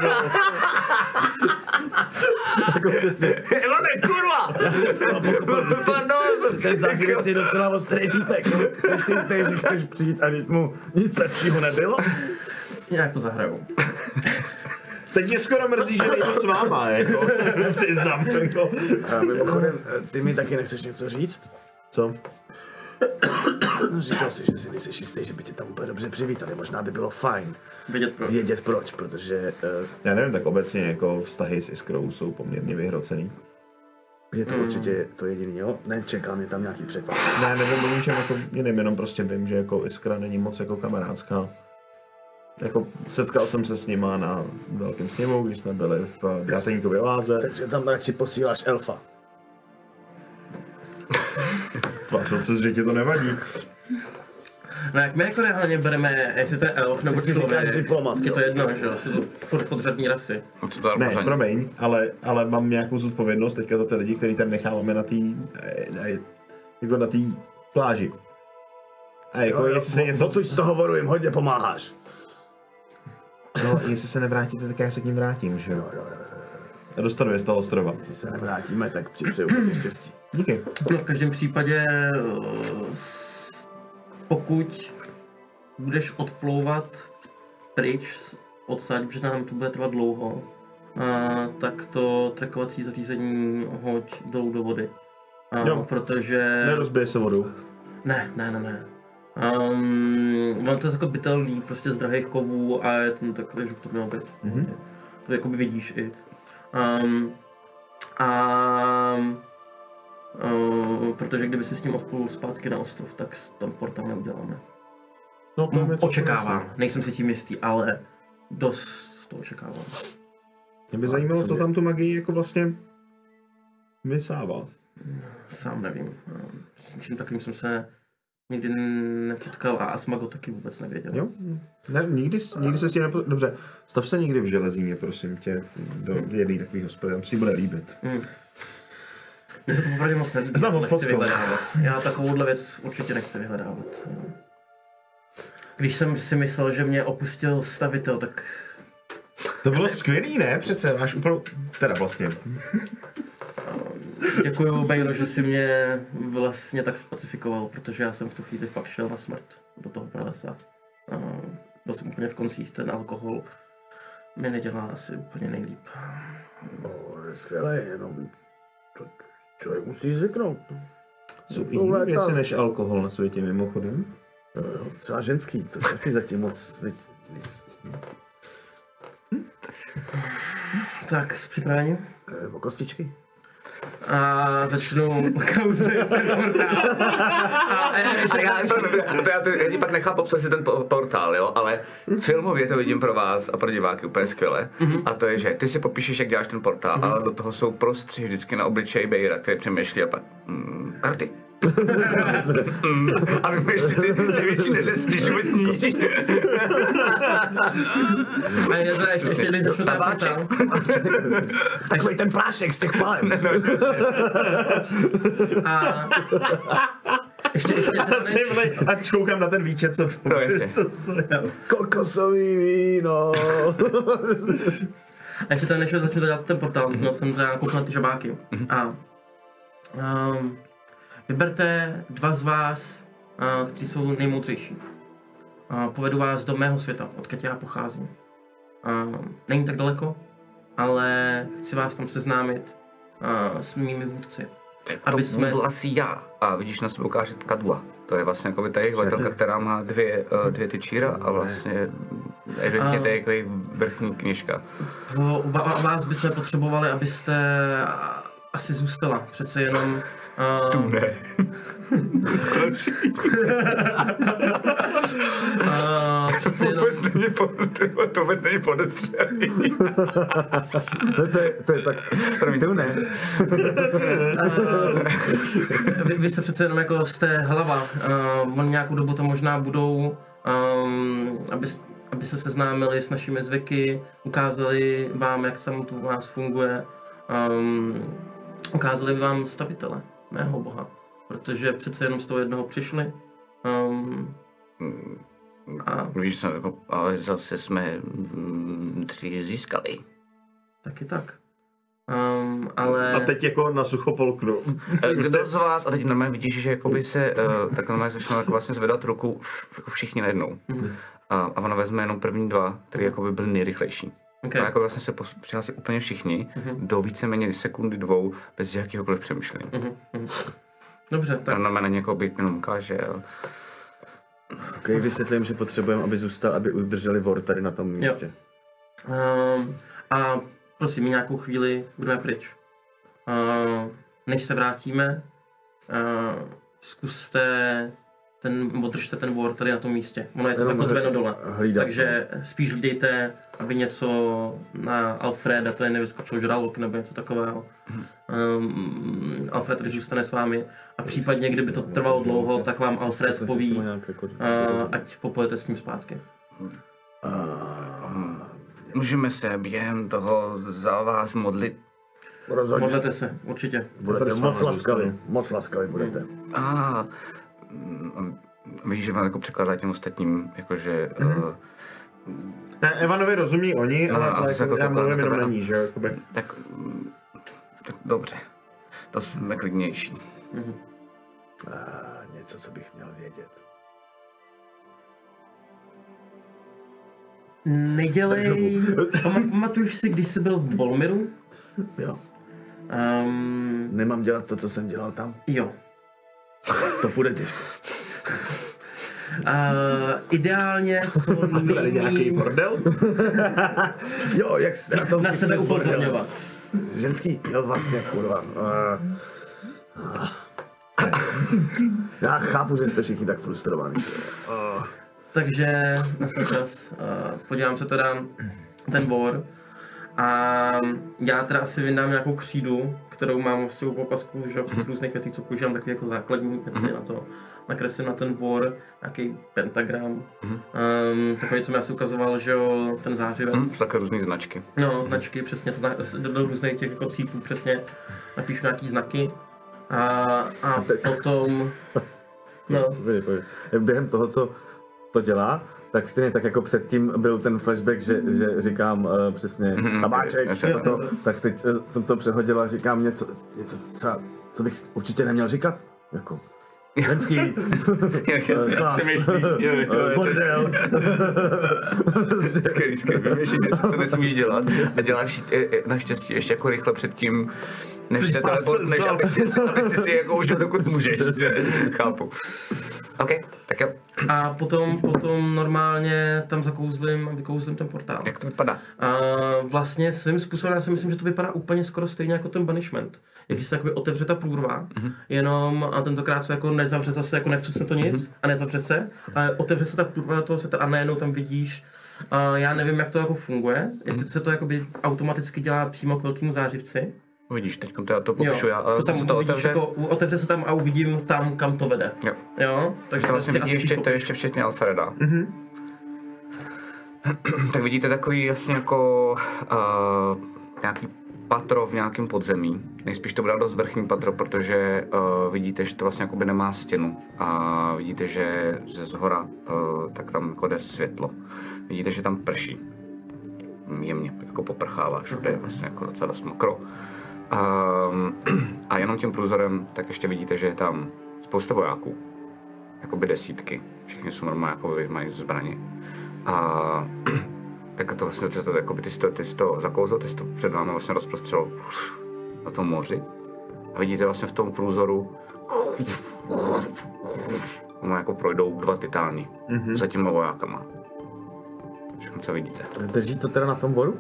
Jako přesně. Ivane, kurva! Já jsem z toho pochopil. Ten záživec je docela ostrý týpek. Jsi si jistý, že chceš přijít a když mu nic lepšího nebylo? Nějak to zahraju. Teď mě skoro mrzí, že nejdu s váma, jako, přiznám. Jako. A mimochodem, ty mi taky nechceš něco říct? Co? No, říkal jsi, že si nejsi jistý, že by tě tam úplně dobře přivítali. Možná by bylo fajn vědět proč, protože... Já nevím, tak obecně jako vztahy s Iskrou jsou poměrně vyhrocený. Je to určitě to jediný, jo? Nečekám, je tam nějaký překvap. Ne, nevím o ničem jako jiným, jenom prostě vím, že jako Iskra není moc jako kamarádská. Jako setkal jsem se s nima na velkém sněmu, když jsme byli v Draseníkově oáze. Takže tam radši posíláš elfa. Tvářil se, že ti to nevadí. No jak my jako reálně bereme, jestli to je elf nebo člověk, diplomat, je to jedno, že jo, jsou to furt podřadní rasy. Ne, promiň, ale mám nějakou zodpovědnost teďka za ty lidi, který tam necháváme na té pláži. A jako jestli se něco... Pokud z toho hovoru jim hodně pomáháš. No, jestli se nevrátíte, tak já se k ním vrátím, že jo? A dostanu je z toho ostrova. Jestli se nevrátíme, tak připřeju hodně štěstí. Díky. No v každém případě, pokud budeš odplouvat pryč odsaď, protože nám to bude trvat dlouho, tak to trackovací zařízení hoď dolů do vody. Protože... Nerozbije se vodou. Ne. Ono to je jako bytelný, prostě z drahých kovů a je to takové, že to mělo být. To jakoby vidíš i. Protože kdyby si s ním odplul zpátky na ostrov, tak tam portál neuděláme. No, to očekávám, nejsem si tím jistý, ale dost to očekávám. Mě by zajímalo, co tam tu magii jako vlastně vysával. Sám nevím. S čím takovým jsem se nikdy nepotkal a Asmago taky vůbec nevěděl. Jo? Ne, nikdy se s tím Dobře, stav se někdy v Železíně, prosím tě, do jedné takové hospody, tam si ji bude líbit. Mně se to popravdě moc nelíbí, Znám nechci vyhledávat. Já takovouhle věc určitě nechci vyhledávat. Když jsem si myslel, že mě opustil stavitel, tak... To bylo skvělý, ne? Přece máš úplnou... Teda vlastně. Děkuju, Bejno, že si mě vlastně tak specifikoval, protože já jsem v tu chvíli fakt šel na smrt do toho pralesa. Byl jsem úplně v koncích, ten alkohol mi nedělá asi úplně nejlíp. No, je skvělé, jenom to člověk musí zvyknout. Jsou jiné věci než alkohol na světě mimochodem? Jo, třeba ženský, to taky zatím moc víc. Tak, jsi připraveni? O kostičky? A začnu kouzlit ten portál. Já ti pak nechám popsat si ten portál, jo, ale filmově to vidím pro vás a pro diváky úplně skvěle. A to je, že ty si popíšeš, jak děláš ten portál, ale do toho jsou prostřihy vždycky na obličeji Bejra, který přemýšlí a pak karty. A vymýšlí ty největší neřesti životní. A je to ještě než začnu ten portál. Takový ten prášek z těch palem. A ještě Ať koukám na ten výčet, co... No, jasně. Kokosový víno. A ještě tam, než začnu dělat ten portál, měl jsem kouknout na ty žabáky. A vyberte dva z vás, kteří jsou nejmoudřejší. Povedu vás do mého světa, odkud já pocházím. Není tak daleko, ale chci vás tam seznámit s mými vůdci. Aby jsme... budu asi já. A vidíš, na sebe ukáže Kadua. To je vlastně jako ta jejich velitelka, která má dvě tyčíra a vlastně evidentně to je jako jejich vrchní knížka. Vás bychom potřebovali, abyste asi zůstala. Přece jenom... Tu ne. Přece jenom... To vůbec není podezřelý. To je tak... Tu ne. Vy se přece jenom jako jste hlava. Oni nějakou dobu to možná budou, aby se seznámili s našimi zvyky, ukázali vám, jak sam tu u nás funguje. Ukázali by vám stavitele mého boha, protože přece jenom z toho jednoho přišli. Víš co, jako, ale zase jsme 3 získali. Taky tak. Ale... A teď jako na sucho polknu. Kdo z vás, a teď normálně vidíš, že jakoby se tak normálně začnou jako vlastně zvedat ruku všichni najednou. A ona vezme jenom první 2, který jakoby byly nejrychlejší. Okay. A jako vlastně se přihlásí úplně všichni do víceméně sekundy 2 bez jakýhokoliv přemýšlení. Dobře, tak. A na mě jako být jenom ukáže. Ok, vysvětlím, že potřebujeme, aby zůstal, aby udrželi vor tady na tom místě. A prosím, nějakou chvíli budeme pryč. Než se vrátíme, zkuste održte ten vor tady na tom místě. Ono je to zakotveno dole. Takže spíš hlídejte, aby něco na Alfreda tady nevyskočil žralok nebo něco takového. Alfred tady zůstane s vámi a případně, kdyby to trvalo dlouho, tak vám Alfred poví, ať popojete s ním zpátky. Můžeme se během toho za vás modlit? Modlete se, určitě. Budete moc laskaví budete. Víš, že vám jako překladá těm ostatním, jakože... Evanovi rozumí oni, ale jako já mluvím jenom na ní, že jakoby. Tak dobře, to jsme klidnější. Něco, co bych měl vědět. Nedělej... Pamatuješ si, když jsi byl v Bolmiru? Jo. Nemám dělat to, co jsem dělal tam? Jo. To půjde těžko. Ideálně co nejméně... nějaký bordel? Jo, jak se na sebe upozorňovat. Ženský? Jo, vlastně, kurva. Já chápu, že jste všichni tak frustrovaní. Takže nastal čas. Podívám se teda ten vor. A já teda asi vyndám nějakou křídu, kterou mám vlastně u popasku, že v těch různých věcích, co používám, takový jako základní věci na to. Nakreslím na ten vor nějaký pentagram. Takový, co mi asi ukazoval, že jo, ten zářivec. Také různé značky. No, značky, přesně, do různých těch jako cípů, přesně. Napíšu nějaký znaky. A potom... No. Během toho, co to dělá, tak stejně tak jako předtím byl ten flashback, že říkám přesně tabáček, tak teď jsem to přehodil a říkám něco třeba, co bych určitě neměl říkat, jako ženský, bordel. Skvělý, vymýšlíš něco, co nesmíš dělat a děláš naštěstí ještě jako rychle předtím, než aby si jako užil, dokud můžeš. Chápu. OK, tak jo. A potom normálně tam zakouzlím a vykouzlím ten portál. Jak to vypadá? A vlastně svým způsobem já si myslím, že to vypadá úplně skoro stejně jako ten banishment. Jak se jakoby otevře ta průrva, jenom a tentokrát se jako nezavře zase, jako nevcucne to nic a nezavře se, ale otevře se ta průrva do toho světa a najednou tam vidíš. Já nevím, jak to jako funguje, jestli se to jakoby automaticky dělá přímo k velkému zářivci. Uvidíš, teď to popíšu já, ale co to otevře? Jako, otevře se tam a uvidím tam, kam to vede. Jo? Takže to vlastně vidíš to ještě včetně Alfreda. Tak vidíte takový vlastně jako nějaký patro v nějakém podzemí. Nejspíš to bude dost vrchní patro, protože vidíte, že to vlastně jakoby nemá stěnu. A vidíte, že ze zhora tak tam jako jde světlo. Vidíte, že tam prší. Jemně, jako poprchává, všude je vlastně jako docela dost mokro. A jenom tím průzorem tak ještě vidíte, že je tam spousta vojáků. Jakoby desítky. Všichni jsou normálně, jakoby mají zbraně. A tak to vlastně, jakoby ty jsi to zakouzl, ty jsi to před vámi vlastně rozprostřel na tom moři. A vidíte vlastně v tom průzoru jako projdou 2 titány za těma vojákama. Všechno, co vidíte. Drží to teda na tom vodu?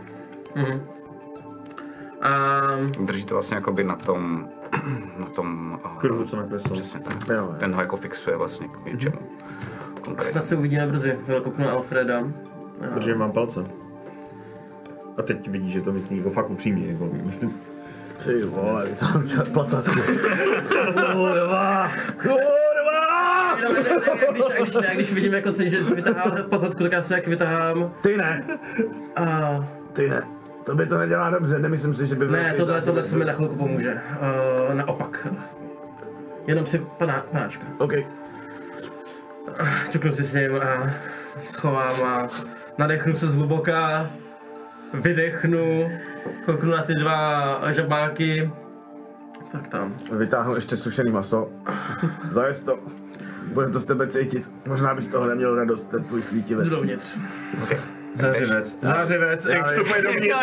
Drží to vlastně jakoby na tom kruhu, co nakreslil. Přesně tak. Ten ho jako fixuje vlastně k něčemu. Snad se uvidíme brzy, kouknu Alfreda. Držím vám palce. A teď vidíš, že to myslí jako fakt upřímně. Jako... Ty vole, vytáhnu placatku. Když vidím, jako si, že jsi vytáhal placatku, tak já se jak vytáhám. Ty ne. Ty ne. To by to nedělá dobře, nemyslím si, že by... Ne, tohle se mi na chvilku pomůže. Naopak. Jenom si panáčka. OK. Čuknu si s ním a schovám a nadechnu se zhluboka, vydechnu, kouknu na ty 2 žabáky. Tak tam. Vytáhnu ještě sušený maso. Zajez to. Budem to z tebe cítit. Možná bys toho neměl radost, ten tvůj svítivec. Dovnitř. Okay. Zářivec, jak vstupuje dovnitř.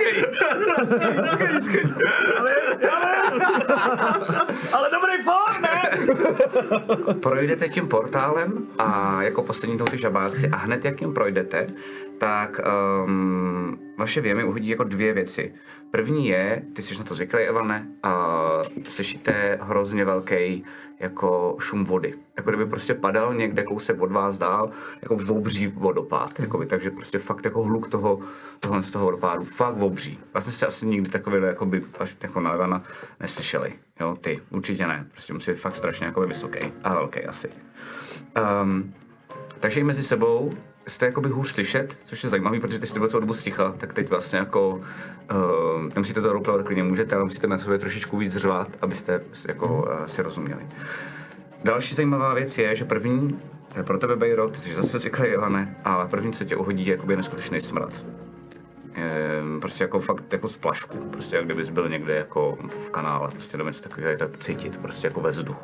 Skvělý. Ale dobrý for, ne? Projdete tím portálem a jako poslední jdou ty žabáci a hned jak jim projdete, tak vaše věmy uhodí jako 2 věci. První je, ty jsi na to zvyklý, Evane, a slyšíte hrozně velký jako šum vody. Jako kdyby prostě padal někde kousek od vás dál, jako obří vodopád. Jakoby, takže prostě fakt jako hluk toho vodopádu, fakt obří. Vlastně jste asi nikdy takovýhle jakoby až jako na Evana neslyšeli. Jo, ty určitě ne. Prostě musí být fakt strašně jakoby vysoký a velký asi. Takže i mezi sebou jste jakoby hůř slyšet, což je zajímavý, protože teď jste byl celou dobu sticha, tak teď vlastně jako nemusíte to roleplay, tak klidně můžete, ale musíte na sobě trošičku víc řvat, abyste jako si rozuměli. Další zajímavá věc je, že první, to je pro tebe Bejro, ty jsi zase zvyklý, Ivane, ale první, co tě uhodí, je jakoby neskutečný smrad. Prostě jako fakt jako z plašku, prostě jak kdybys byl někde jako v kanále, prostě do něco takového je to cítit, prostě jako ve vzduchu.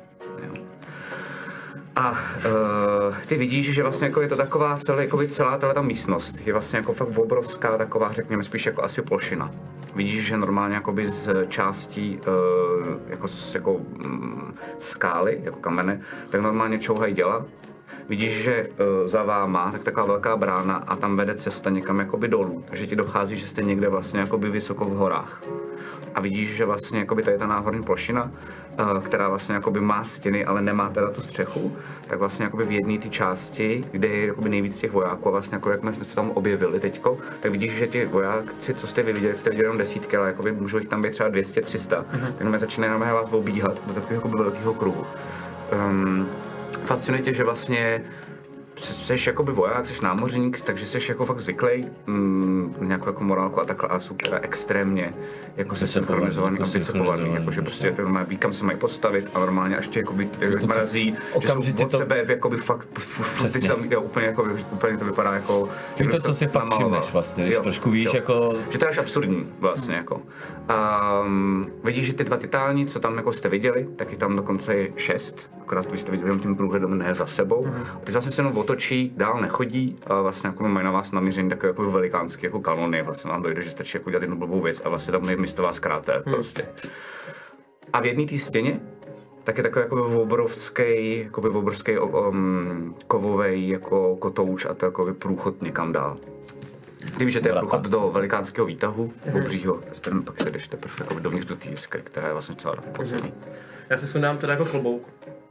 A ty vidíš, že vlastně jako je to taková celá ta místnost je vlastně jako fakt obrovská, taková řekněme spíš jako asi plošina. Vidíš, že normálně jakoby z částí jako skály, jako kamene, tak normálně čouhají děla. Vidíš, že za váma tak taková velká brána a tam vede cesta někam jakoby dolů, takže ti dochází, že jste někde vlastně jakoby vysoko v horách. A vidíš, že vlastně jakoby tady ta náhorní plošina, která vlastně jakoby má stěny, ale nemá teda tu střechu, tak vlastně jakoby v jedné té části, kde je jakoby nejvíc těch vojáků a vlastně jako jakmile jsme se tam objevili teďko, tak vidíš, že ti vojáci, co jste viděli, jste viděli jenom desítky, ale jakoby můžou jich tam být třeba 200-300, tak mě začínají na vás obíhat do takového jakoby velkého kruhu. Fascinuje tě, že vlastně jsi jakoby voják, jsi námořník, takže jsi jako fakt zvyklý nějakou jako morálku a takhle, a jsou teda extrémně jako se synchronizovaný a disciplinovaný, jakože prostě ví, kam se mají postavit a normálně až tě jakoby mrazí, že jsou od sebe jakoby fakt úplně to vypadá jako... To, co si fakt všimneš vlastně, když trošku víš jako... Že to je až absurdní vlastně jako. Vidíš, že ty dva titáni, co tam jako jste viděli, tak je tam dokonce je 6, akorát vy jste viděli tím průhledem ne za sebou. Ty vlastně se jenom otočí, dál nechodí a vlastně jako mají na vás namířený takové jako velikánský jako kanony, vlastně vám dojde, že stačí jako dělat jednu blbou věc a vlastně tam místo vás kráter prostě. A v jedné té stěně tak je takový obrovský kovový jako kotouč a to jako průchod někam dál. Ty víš, že to je průchod do velikánského výtahu, obřího, ten pak se jdeš teprve jako dovnitř do té jiskry, která je vlastně celá podzemí. Já si sundám teda jako klobouk.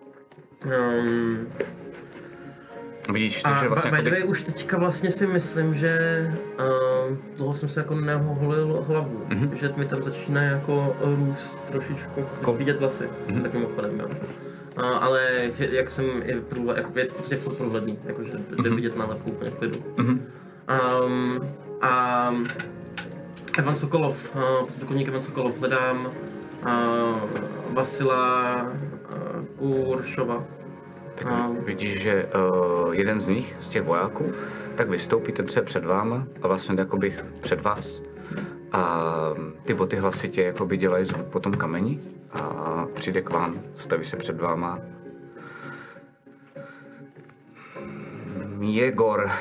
Vidíš, že vlastně jakoby... už teďka vlastně si myslím, že dlouho jsem se jako neoholil hlavu, že mi tam začíná jako růst trošičku, vidět vlasy, tak mimochodem, jo. Ale jak jsem je prostě furt průhledný, jakože jde vidět nálepku úplně v klidu. Evan Sokolov, plukovník Evan Sokolov, hledám Vasila Kuršova. Tak vidíš, že jeden z nich, z těch vojáků, tak vystoupí ten, co je před váma a vlastně jakoby před vás. A ty boty hlasitě jakoby dělají zvuk po tom kameni a přijde k vám, staví se před váma. Jegor.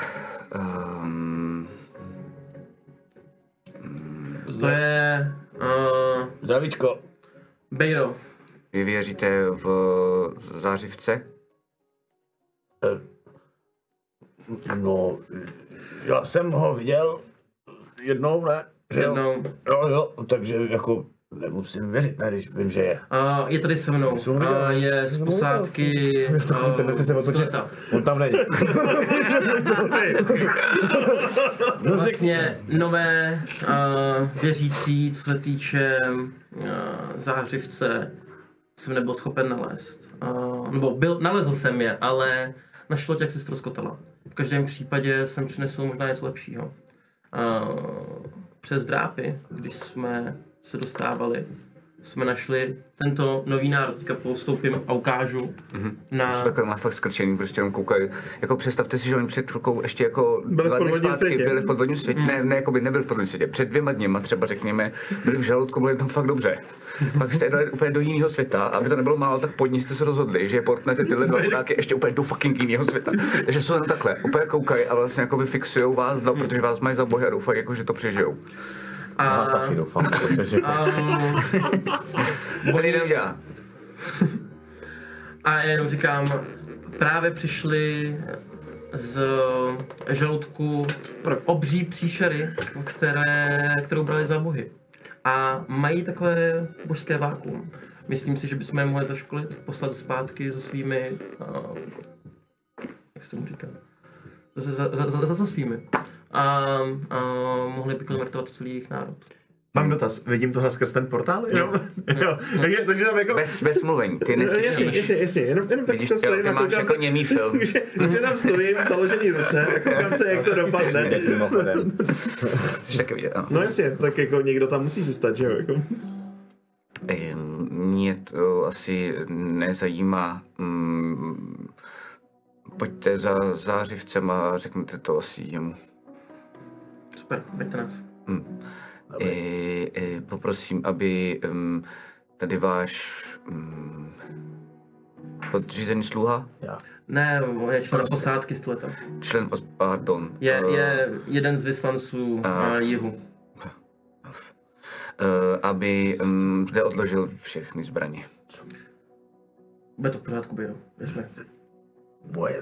To je... Zdravíčko. Bejro. Vy věříte v zářivce? No, já jsem ho viděl jednou, ne? Že Jednou. Jo, takže jako nemusím věřit, ne, když vím, že je. Je tady se mnou. Je z posádky Skeleta. On tam není. Vlastně nové věřící, co se týče zářivce, jsem nebyl schopen nalézt. Nalezl jsem je, ale našlo tě, jak se ztroskotala. V každém případě jsem přinesl možná něco lepšího. Přes drápy, když jsme se dostávali, jsme našli tento nový národ. Teďka postoupím a ukážu na... Takhle má fakt skrčený, prostě jenom koukají. Jako představte si, že oni před chvilkou ještě jako byli 2 dny zpátky byli v podvodním světě. Ne, jakoby nebyli v podvodním světě. Před 2 dněma třeba řekněme, byli v žaludku, byli tam fakt dobře. Pak jste dali úplně do jiného světa, aby to nebylo málo, tak pod ní jste se rozhodli, že je portnete tyhle dva chudáky ještě úplně do fucking jiného světa. Takže jsou jenom takhle, úplně koukají a vlastně jakoby fixujou vás dva, protože vás mají za bohy a doufají, jako, že to přežijou. Já taky doufám, že to přežiju. To nejde udělat. A já jenom říkám, právě přišli z žaludku obří příšery, kterou brali za bohy. A mají takové božské vákuum. Myslím si, že bychom je mohli zaškolit, poslat zpátky se svými... jak se tomu říká? Za svými. A mohli by konvertovat celý jejich národ. Mám dotaz, vidím tohle skrz ten portál? Jo. Takže tam jako... Bez mluvení, ty neslyšíš. Jasně, jenom tak vidíš, to stojím ty a máš jako němý film. Takže tam stojím, založený ruce a koukám se, jak to dopadne. Chceš taky vidět, ano. No jasně, tak jako někdo tam musí zůstat, že jo? Jako. Mě to asi nezajímá. Pojďte za zářivcem a řeknete to asi jemu. Super, veďte nás. Poprosím, aby tady váš podřízený sluha? Já. Ne, je člen posádky Skeleta. Pardon. Je jeden z vyslanců jihu. Aby zde odložil všechny zbraně. Bude to v pořádku, Bejro. Moje.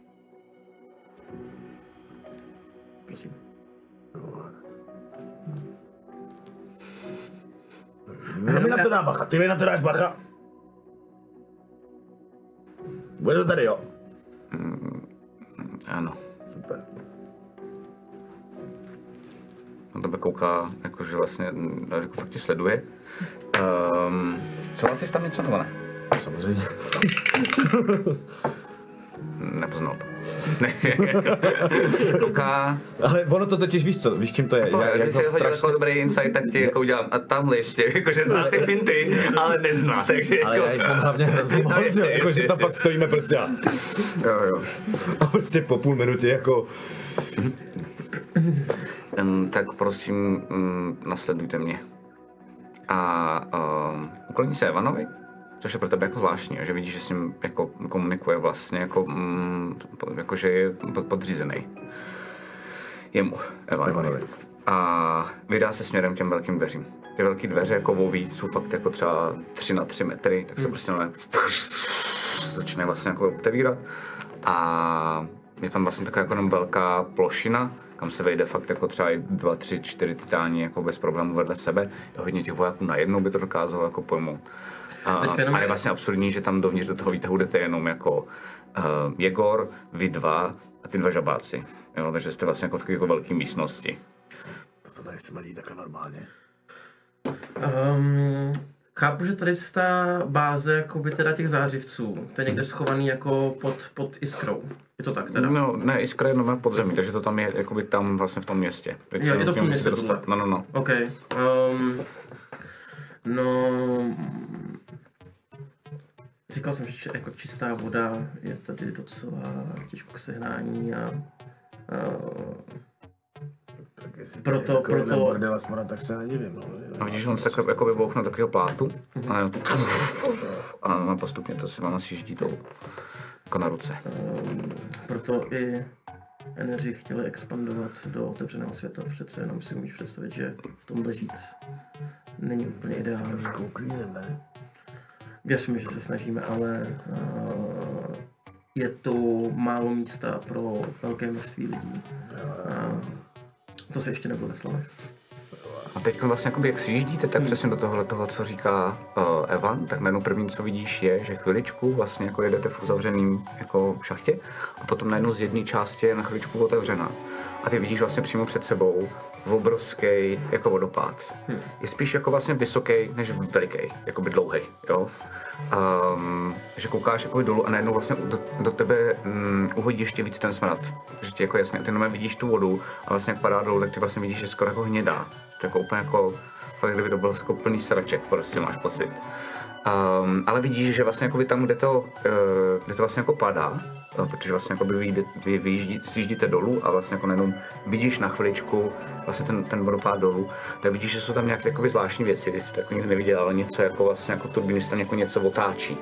Prosím. Kdo mi na to dá bacha? Ty mi na to dáš bacha? Bude to tady, jo? Ano. Super. On tebe kouká, jakože vlastně jako fakt tě sleduje. Co vás tam něco, nebo ne? Samozřejmě. Nepoznal to. Ne, kouká. Ale ono to totiž víš co, víš čím to je, Když jsi hodil jako dobrý insight, tak ti jako udělám a tamhle ještě, jakože zná ty finty, ale nezná, takže ale jako... já jich mám hlavně hrozně moc, jakože tam pak stojíme prostě Jo. a prostě po půl minutě jako... Tak prosím, nasledujte mě. A ukloní se Evanovi, což je pro tebe jako zvláštní, že vidíš, že s ním jako komunikuje vlastně, jako že je podřízený. Jemu, Evanovi. A vydá se směrem k těm velkým dveřím. Ty velké dveře jako voví jsou fakt jako třeba 3 na 3 metry, tak se prostě začne vlastně jako otevírat. A je tam vlastně taková jako velká plošina, kam se vejde fakt jako třeba 2, 3, 4 titáni jako bez problémů vedle sebe. Hodně těch vojáků najednou by to dokázalo jako pojmout. A je vlastně absurdní, že tam dovnitř do toho výtahu jdete jenom jako Jegor, vy dva a ty 2 žabáci. Jo, takže jste vlastně jako v takové jako velké místnosti. To tady se mají takhle normálně. Chápu, že tady ta báze jakoby teda těch zářivců, to je někde schovaný jako pod Iskrou. Je to tak teda? No, ne, Iskra je nové podzemí, takže to tam je jakoby tam vlastně v tom městě. Jo, je to v tom městě tohle? No. OK. Říkal jsem, že jako čistá voda je tady docela těžko k sehnání a Tak jestli proto bordela smrad, tak se nedivím. No. A vidíš, on se takhle jako vybouchne do takového plátu a postupně to se vám sjíždí tou jako na ruce. Proto i Energy chtěli expandovat do otevřeného světa, přece jenom si umíš představit, že v tom žít není úplně ideální. Trošku uklízem, ne? Věř mi, že se snažíme, ale je to málo místa pro velké množství lidí. To se ještě nebylo ve slovech. A teď vlastně jakoby, jak si jíždíte, tak přesně do toho, co říká Evan, tak najednou první, co vidíš, je, že chviličku vlastně jako jedete v uzavřeném jako šachtě a potom najednou z jedné části je na chviličku otevřená. A ty vidíš vlastně přímo před sebou obrovský jako vodopád. Je spíš jako vlastně vysoký než veliký, jakoby dlouhý, jo. Že koukáš jako dolů a najednou vlastně do tebe uhodí ještě víc ten smrad. Takže ti jako jasně, ty normálně vidíš tu vodu a vlastně jak padá dolů, tak ty vlastně vidíš, že skoro jako hnědá. To jako úplně jako, fakt kdyby to byl jako plný sraček, prostě máš pocit. Ale vidíš, že vlastně jako tam, kde to vlastně jako padá, protože vlastně jako vy sjíždíte dolů a vlastně jako najednou vidíš na chviličku vlastně ten vodopád dolů, tak vidíš, že jsou tam nějaké jakoby zvláštní věci, ty jsi to jako nikdy neviděl, ale něco jako vlastně jako turbíny se tam jako něco otáčí.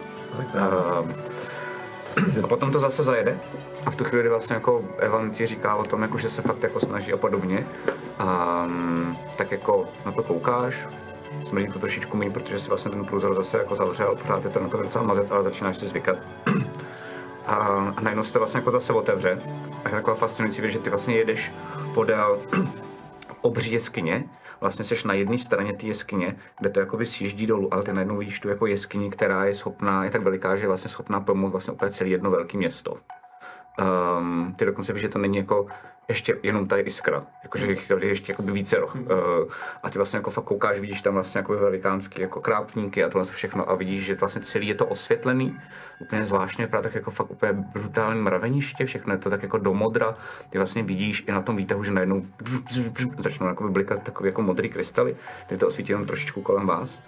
A potom to zase zajede a v tu chvíli vlastně jako Evan ti říká o tom, jako, že se fakt jako snaží a podobně. Tak jako na to koukáš, smrdí to trošičku méně, protože si vlastně ten průzor zase jako zavřel, pořád je to na to docela mazec, ale začínáš si zvykat. A najednou se to vlastně jako zase otevře. A je taková fascinující věc, že ty vlastně jedeš podél obří jeskyně, vlastně seš na jedné straně té jeskyně, kde to jakoby sjíždí dolů, ale ty najednou vidíš tu jako jeskyni, která je schopná, je tak veliká, že je vlastně schopná pomoct vlastně úplně celé jedno velké město. Ty dokonce víš, že to není jako ještě jenom ta Iskra, jakože chtěli ještě jakoby více roh. A ty vlastně jako fakt koukáš, vidíš tam vlastně jako velikánský jako krápníky a tohle všechno a vidíš, že vlastně celý je to osvětlený, úplně zvláštně, právě tak jako fakt úplně brutální mraveniště, všechno je to tak jako do modra. Ty vlastně vidíš i na tom výtahu, že najednou začnou jakoby blikat takový jako modrý krystaly, ty to osvítí jenom trošičku kolem vás.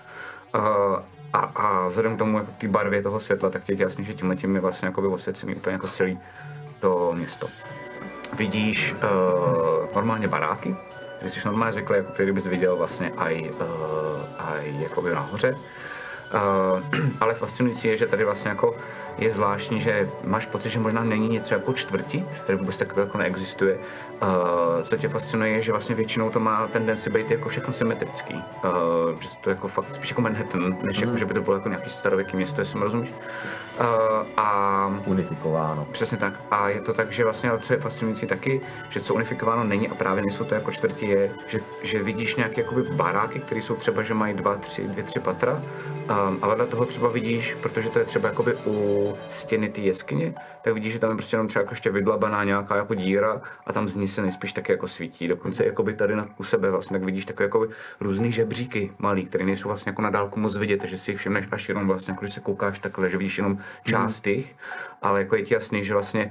A vzhledem k tomu, jako té barvě toho světla, tak ti je jasný, že tímhletím je vlastně jakoby osvěcený úplně jako celý to město. Vidíš normálně baráky, když jsi normálně zvyklý, jako kdybys viděl vlastně aj jakoby nahoře. Ale fascinující je, že tady vlastně jako je zvláštní, že máš pocit, že možná není něco jako čtvrti, že tady vůbec takové jako neexistuje. Co tě fascinuje je, že vlastně většinou to má tendenci být jako všechno symetrický. Že to jako fakt spíš jako Manhattan, než jako, že by to bylo jako nějaký starověký město, jestli mi rozumíš. Unifikováno. Přesně tak. A je to tak, že vlastně, co je fascinující taky, že co unifikováno není a právě nejsou to jako čtvrti, je, že vidíš nějaké jakoby baráky, které jsou třeba, že mají 2-3 patra. A vedle toho třeba vidíš, protože to je třeba jakoby u stěny té jeskyně, tak vidíš, že tam je prostě jenom třeba jako ještě vydlabaná nějaká jako díra a tam z ní se nejspíš taky jako svítí. Dokonce jakoby tady u sebe vlastně tak vidíš takové jakoby různý žebříky malý, které nejsou vlastně jako na dálku moc vidět, takže si jich všimneš až jenom vlastně, jako když se koukáš takhle, že vidíš jenom část těch, ale jako je ti jasný, že vlastně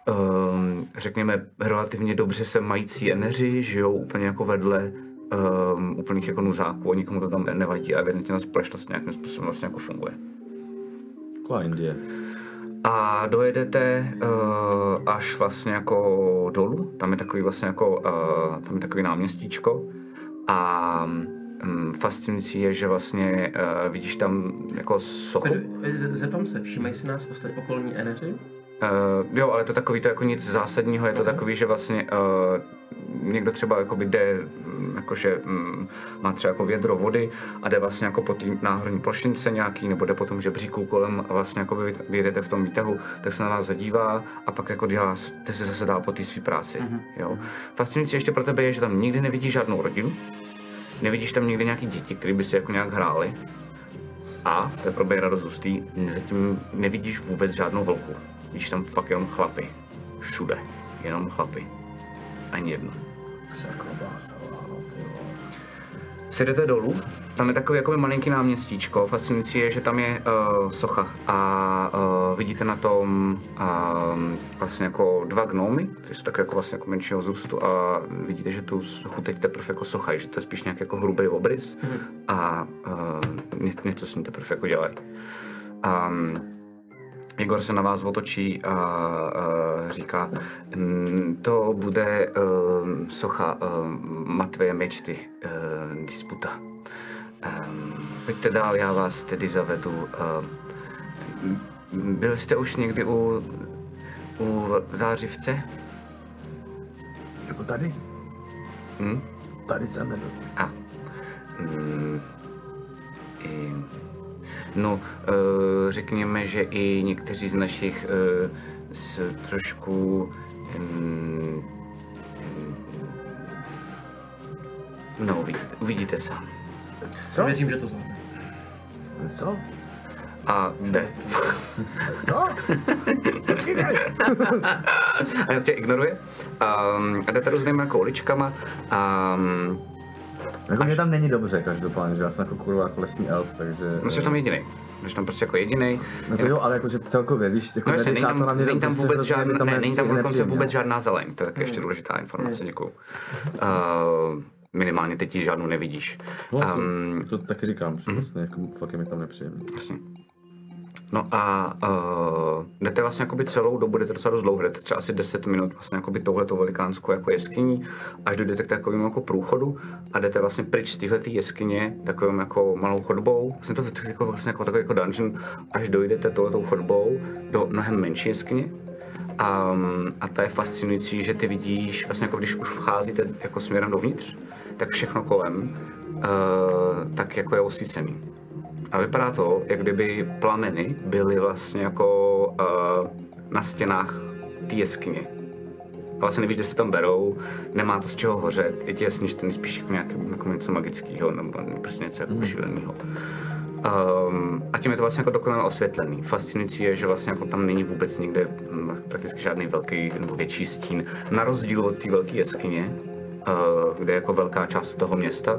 řekněme, relativně dobře se mající eneři, žijou úplně jako vedle úplných jako nuzáků a nikomu to tam nevadí a evidentně ta společnost nějakým způsobem vlastně jako funguje. Taková Indie. A dojedete až vlastně jako dolů, tam je takový vlastně jako, tam je takový náměstíčko a fascinující je, že vlastně vidíš tam jako sochu. Zeptám se, všímají si nás ostatní okolní eneři? Jo, ale to takový to jako nic zásadního, je to takový, že vlastně někdo třeba jakoby jde, jakože má třeba jako vědro vody a jde vlastně jako po té náhorní plošince nějaký, nebo jde po tom žebříku kolem a vlastně jako vy jedete v tom výtahu, tak se na vás zadívá a pak jako jde se zase dál po té své práci. Jo. Fascinující ještě pro tebe je, že tam nikdy nevidíš žádnou rodinu, nevidíš tam nikdy nějaký děti, který by si jako nějak hráli a to je pro Bejra dost hustý, zatím nevidíš vůbec žádnou vlku. Vidíš tam fakt jenom chlapy. Všude. Jenom chlapy. Ani jedno. Si jdete dolů, tam je takový jakoby malinký náměstíčko. Fascinující je, že tam je socha a vidíte na tom vlastně jako 2 gnomy, kteří jsou tak jako vlastně jako menšího zůstu a vidíte, že tu sochu teď teprve jako sochají, že to je spíš nějaký jako hrubý obrys a něco s ní teprve jako dělají. Igor se na vás otočí a říká, to bude socha Matveje Mečty, disputa. Pojďte dál, já vás tedy zavedu. Byl jste už někdy u zářivce? Jako tady? Tady jsem nebyl. No, řekněme, že i někteří z našich trošku... no, uvidíte sám. Co? Věřím, že to zvládne. Co? A jde. Co? Počkej! A tě ignoruje. A jdete různýma jako uličkama. Jako mě tam není dobře každopádně, že já jsem jako kurva jako lesní elf, takže... Jsi tam jedinej. Jsi tam prostě jako jedinej. No to jo, ale jakože celkově, víš, jako no, nedechá to na mě... Není tam dokonce vůbec žádná zeleň, to je taky ještě důležitá informace, děkuju. Minimálně teď ji žádnou nevidíš. No, to taky říkám, že vlastně jako fakt je mi tam nepříjemný. Jasně. No a jdete vlastně jakoby celou dobu, jdete docela dost dlouho, jdete třeba asi 10 minut vlastně jakoby touhletou velikánskou jako jeskyní, až dojdete k takovému jako průchodu a jdete vlastně pryč z téhleté jeskyně takovým jako malou chodbou, vlastně to jako vlastně jako takový jako dungeon, až dojdete touhletou chodbou do mnohem menší jeskyně. A to je fascinující, že ty vidíš, vlastně jako když už vcházíte jako směrem dovnitř, tak všechno kolem tak jako je osvícený. A vypadá to, jak kdyby plameny byly vlastně jako na stěnách té jeskyně. A vlastně nevíš, kde se tam berou, nemá to z čeho hořet, je ti jasný, že to nejspíš jako něco magického nebo prostě něco jako šíleného. A tím je to vlastně jako dokonale osvětlený. Fascinující je, že vlastně jako tam není vůbec nikde prakticky žádný velký nebo větší stín, na rozdíl od té velké jeskyně, kde je jako velká část toho města,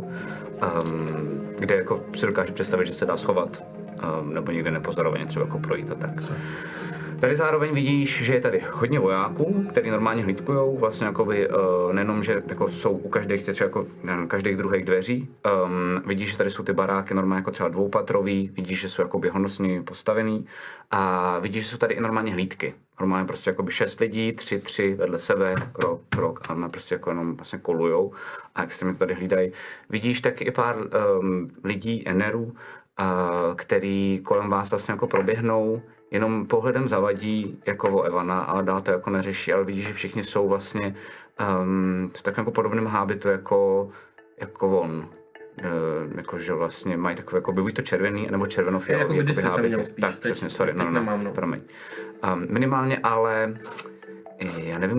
kde jako si dokáže představit, že se dá schovat, nebo někde nepozorovaně třeba jako projít a tak. Tady zároveň vidíš, že je tady hodně vojáků, kteří normálně hlídkujou, vlastně jakoby, nejenom, že jako jsou u každých třeba jako, nevím, každých druhých dveří. Vidíš, že tady jsou ty baráky normálně jako třeba dvoupatrový, vidíš, že jsou jakoby honosně postavený a vidíš, že jsou tady i normálně hlídky. Normálně prostě jakoby 6 lidí, 3 vedle sebe, krok a normálně prostě jako jenom vlastně kolujou a extrémně to tady hlídají. Vidíš taky i pár lidí, enerů, který kolem vás vlastně jako proběhnou, jenom pohledem zavadí jako o Evana, ale dál to jako neřeší, ale vidíš, že všichni jsou vlastně v takovém jako podobném hábitu jako on. Jakože vlastně mají takové jako buď to červený, nebo červenofialový jako hábit. Tak, přesně, sorry, no, promiň. Minimálně, ale já nevím,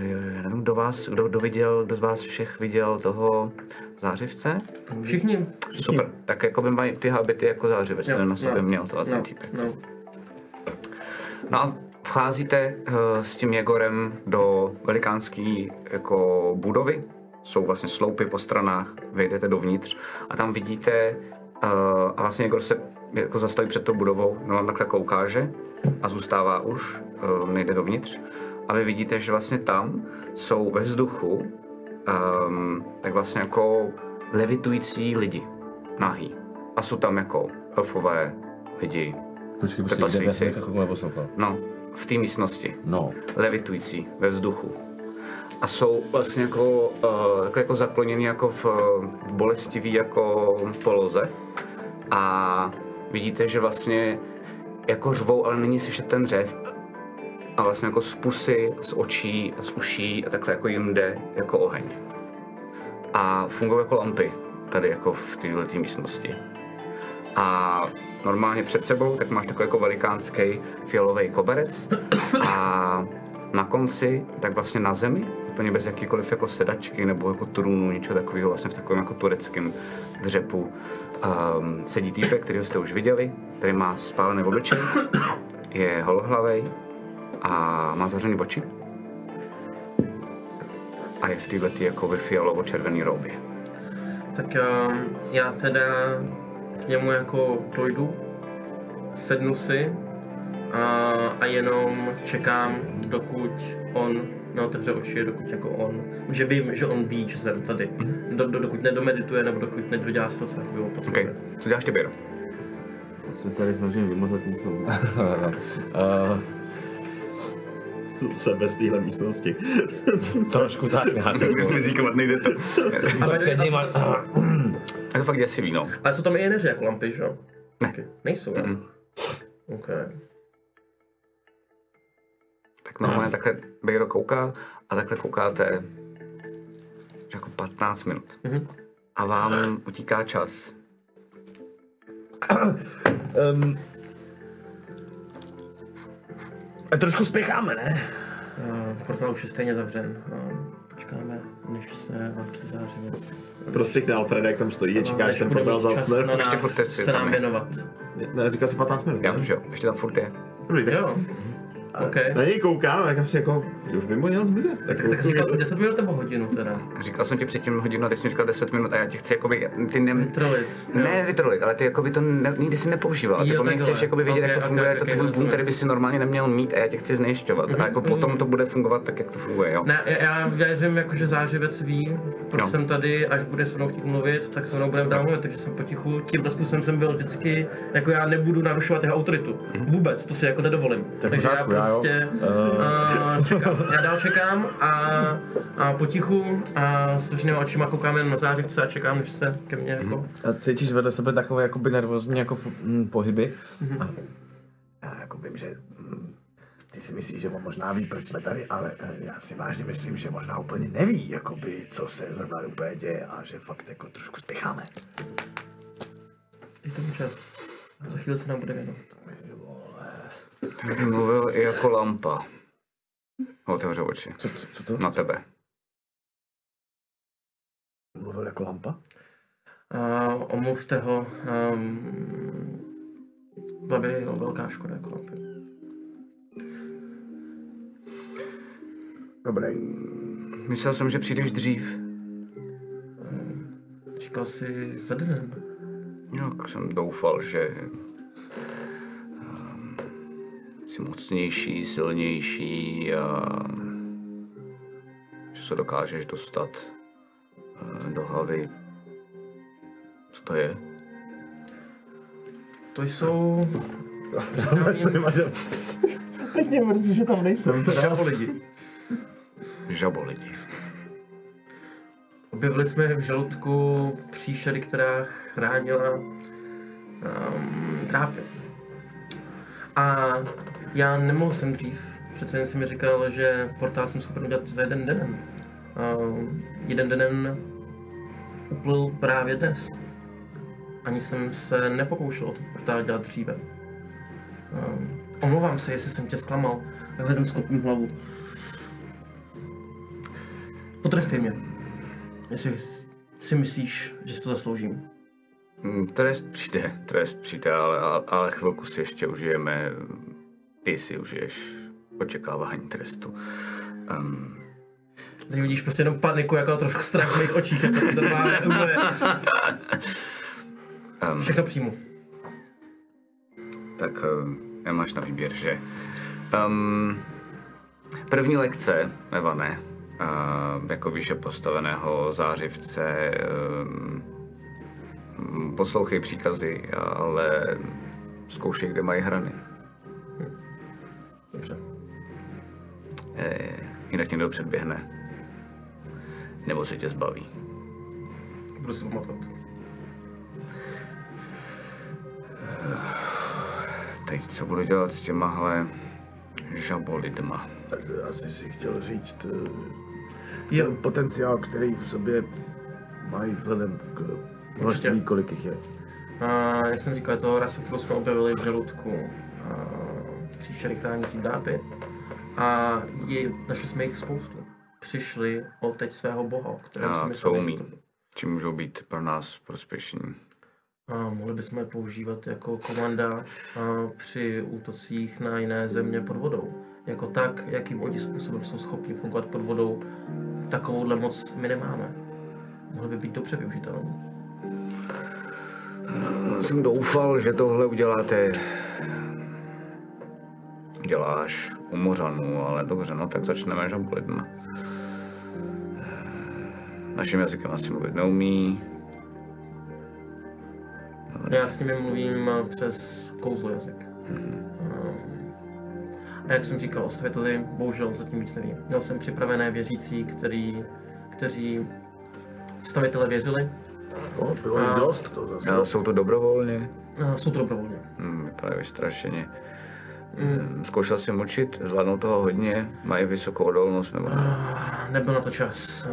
kdo viděl, kdo z vás všech viděl toho zářivce? Všichni. Super, tak jako by mají ty hábity jako zářivec, ten na sobě měl ten týpek. No a vcházíte s tím Jegorem do velikánské jako budovy, jsou vlastně sloupy po stranách, vejdete dovnitř a tam vidíte, a vlastně Jegor se jako zastaví před tou budovou, no vám takhle jako ukáže a zůstává už, nejde dovnitř a vy vidíte, že vlastně tam jsou ve vzduchu tak vlastně jako levitující lidi, nahý. A jsou tam jako elfové, lidi, Počkej, kde já jsem chvilku neposlouchal. no, v té místnosti. No. Levitující ve vzduchu. A jsou vlastně jako, takhle jako zakloněný jako v bolestivý jako poloze. A vidíte, že vlastně jako řvou, ale není slyšet ten řev. A vlastně jako z pusy, z očí, z uší a takhle jako jim jde jako oheň. A fungují jako lampy tady jako v této místnosti. A normálně před sebou tak máš takový jako velikánský fialový koberec a na konci, tak vlastně na zemi, úplně bez jakýkoliv jako sedačky nebo jako trůnu, něčeho takového, vlastně v takovém jako tureckém dřepu, sedí týpek, kterýho jste už viděli, který má spálený obličej, je holohlavej a má zavřený oči. A je v této jako fialovo-červený roubě. Tak já teda k němu jako dojdu, sednu si a jenom čekám, dokud on neotevře oči, dokud jako on, že vím, že on ví, že jsem tady, dokud nedomedituje nebo dokud nedodělá si to, co bylo potřebuje. Okay. Co děláš ty, Běro? Já se tady snažím vymazat něco. Sebe z téhle místnosti. Trošku tak nějak. Když jsme zíkovat, nejde to. Ale Sedím a... Je to fakt děsivý, no. Ale jsou tam i jeneři jako lampy, že jo? Ne. Nejsou, jo? OK. Tak normálně takhle Bejro kouká a takhle koukáte jako 15 minut. A vám utíká čas. Trošku spěcháme, ne? Portál už je stejně zavřen. Počkáme, než se velký zářivec... Prostřihne Alfreda, jak tam stojí a čeká, až ten portál zasne. Ještě furt se nám věnovat. Ne, říkal jsi 15 minut, Já ne? vím, že jo, ještě tam furt je. Dobrý, tak Jo. OK. na něj koukám, jak si jako, že už by měl zmizet. Tak jsi říkal 10 minut nebo hodinu teda? Říkal jsem ti předtím hodinu a teď jsem říkal 10 minut a já tě chci jakoby, ty Vytrolit. ne vytrolit, ale ty jakoby to nikdy si nepoužíval. Ty Jo, po mně takhle. chceš jakoby vědět, jak to Ok, funguje, ok, to ok, tvůj boom, rozumím. který by si normálně neměl mít a já tě chci znejšťovat. A jako potom to bude fungovat tak, jak to funguje, jo? Ne, já věřím, jako, že zářivec ví, proč No. jsem tady, až bude se mnou chtít mluvit, tak se mnou budeme dál mluvit, takže jsem potichu, tímhle způsobem jsem byl vždycky, jako já nebudu narušovat jeho autoritu. Vůbec, to si jako nedovolím. Takže já prostě čekám. Já dál čekám a potichu a s otevřenýma očima koukám jen na zářivce a čekám, než se ke mně jako... A cítíš vedle sebe takové jakoby nervózní jako pohyby. A já jako vím, že ty si myslíš, že on možná ví, proč jsme tady, ale já si vážně myslím, že možná úplně neví, jakoby, co se zrovna úplně děje a že fakt jako trošku spěcháme. Dejte mu čas. Za chvíli se nám bude věnovat. Tak mluvil i jako lampa. Otevřu oči. Co to? Na tebe. Mluvil jako lampa? Omluvte ho. Hlavě je velká škoda jako lampy. Dobrý. Myslel jsem, že přijdeš dřív. Říkal jsi za den. Jak jsem doufal, že jsi mocnější, silnější a že se dokážeš dostat do hlavy. Co to je? To jsou... Teď mě mrzí, že tam nejsem. žabolidi. Žabolidi. Objevili jsme v žaludku příšery, která chránila trápy. A já nemohl jsem dřív. Přece jen si mi říkal, že portál jsem schopen udělat za jeden den. Jeden den uplul právě dnes. Ani jsem se nepokoušel o to portál dělat dříve. Omlouvám se, jestli jsem tě zklamal. Takhle jdem sklopím hlavu. Potrestej mě. Jestli si myslíš, že si to zasloužím. Trest přijde, ale chvilku si ještě užijeme. Ty si užiješ očekávání trestu. Teď vidíš prostě jenom paniku, jako trošku strach v mých očích, jako to normálně úplně. Všechno přijmu. Tak nemáš na výběr, že? První lekce, Evane, jako výše postaveného zářivce, poslouchej příkazy, ale zkoušej, kde mají hrany. Dobře. Jinak někdo předběhne. Nebo se tě zbaví. Budu si pamatovat. Teď co budu dělat s těmahle žabolidma? Tak asi si chtěl říct ten potenciál, který v sobě mají vzhledem k množství, kolik jich je. Jak jsem říkal, je to rasa, kterou jsme objevili v žaludku příšery chránící drápy. A našli jsme jich spoustu. Přišli o teď svého boha, kterého si mysleli, že to... Čím můžou být pro nás prospěšní? Mohli bychom je používat jako komanda při útocích na jiné země pod vodou. Jako tak, jakým oni způsobem jsou schopni fungovat pod vodou, takovouhle moc my nemáme. Mohli by být dobře využitelní. Jsem doufal, že tohle děláš u Mořanů, ale dobře, no tak začneme žabolidma. Naším jazykem asi mluvit neumí. Já s nimi mluvím přes kouzlo jazyk. A jak jsem říkal, ostaviteli bohužel zatím víc nevím. Měl jsem připravené věřící, kteří stavitele věřili. Bylo jich dost, to zase. Jsou to dobrovolně? Jsou to dobrovolně. Vypadají vystrašeně. Zkoušel jsi učit, zvládnou toho hodně, mají vysokou odolnost nebo ne? Nebyl na to čas.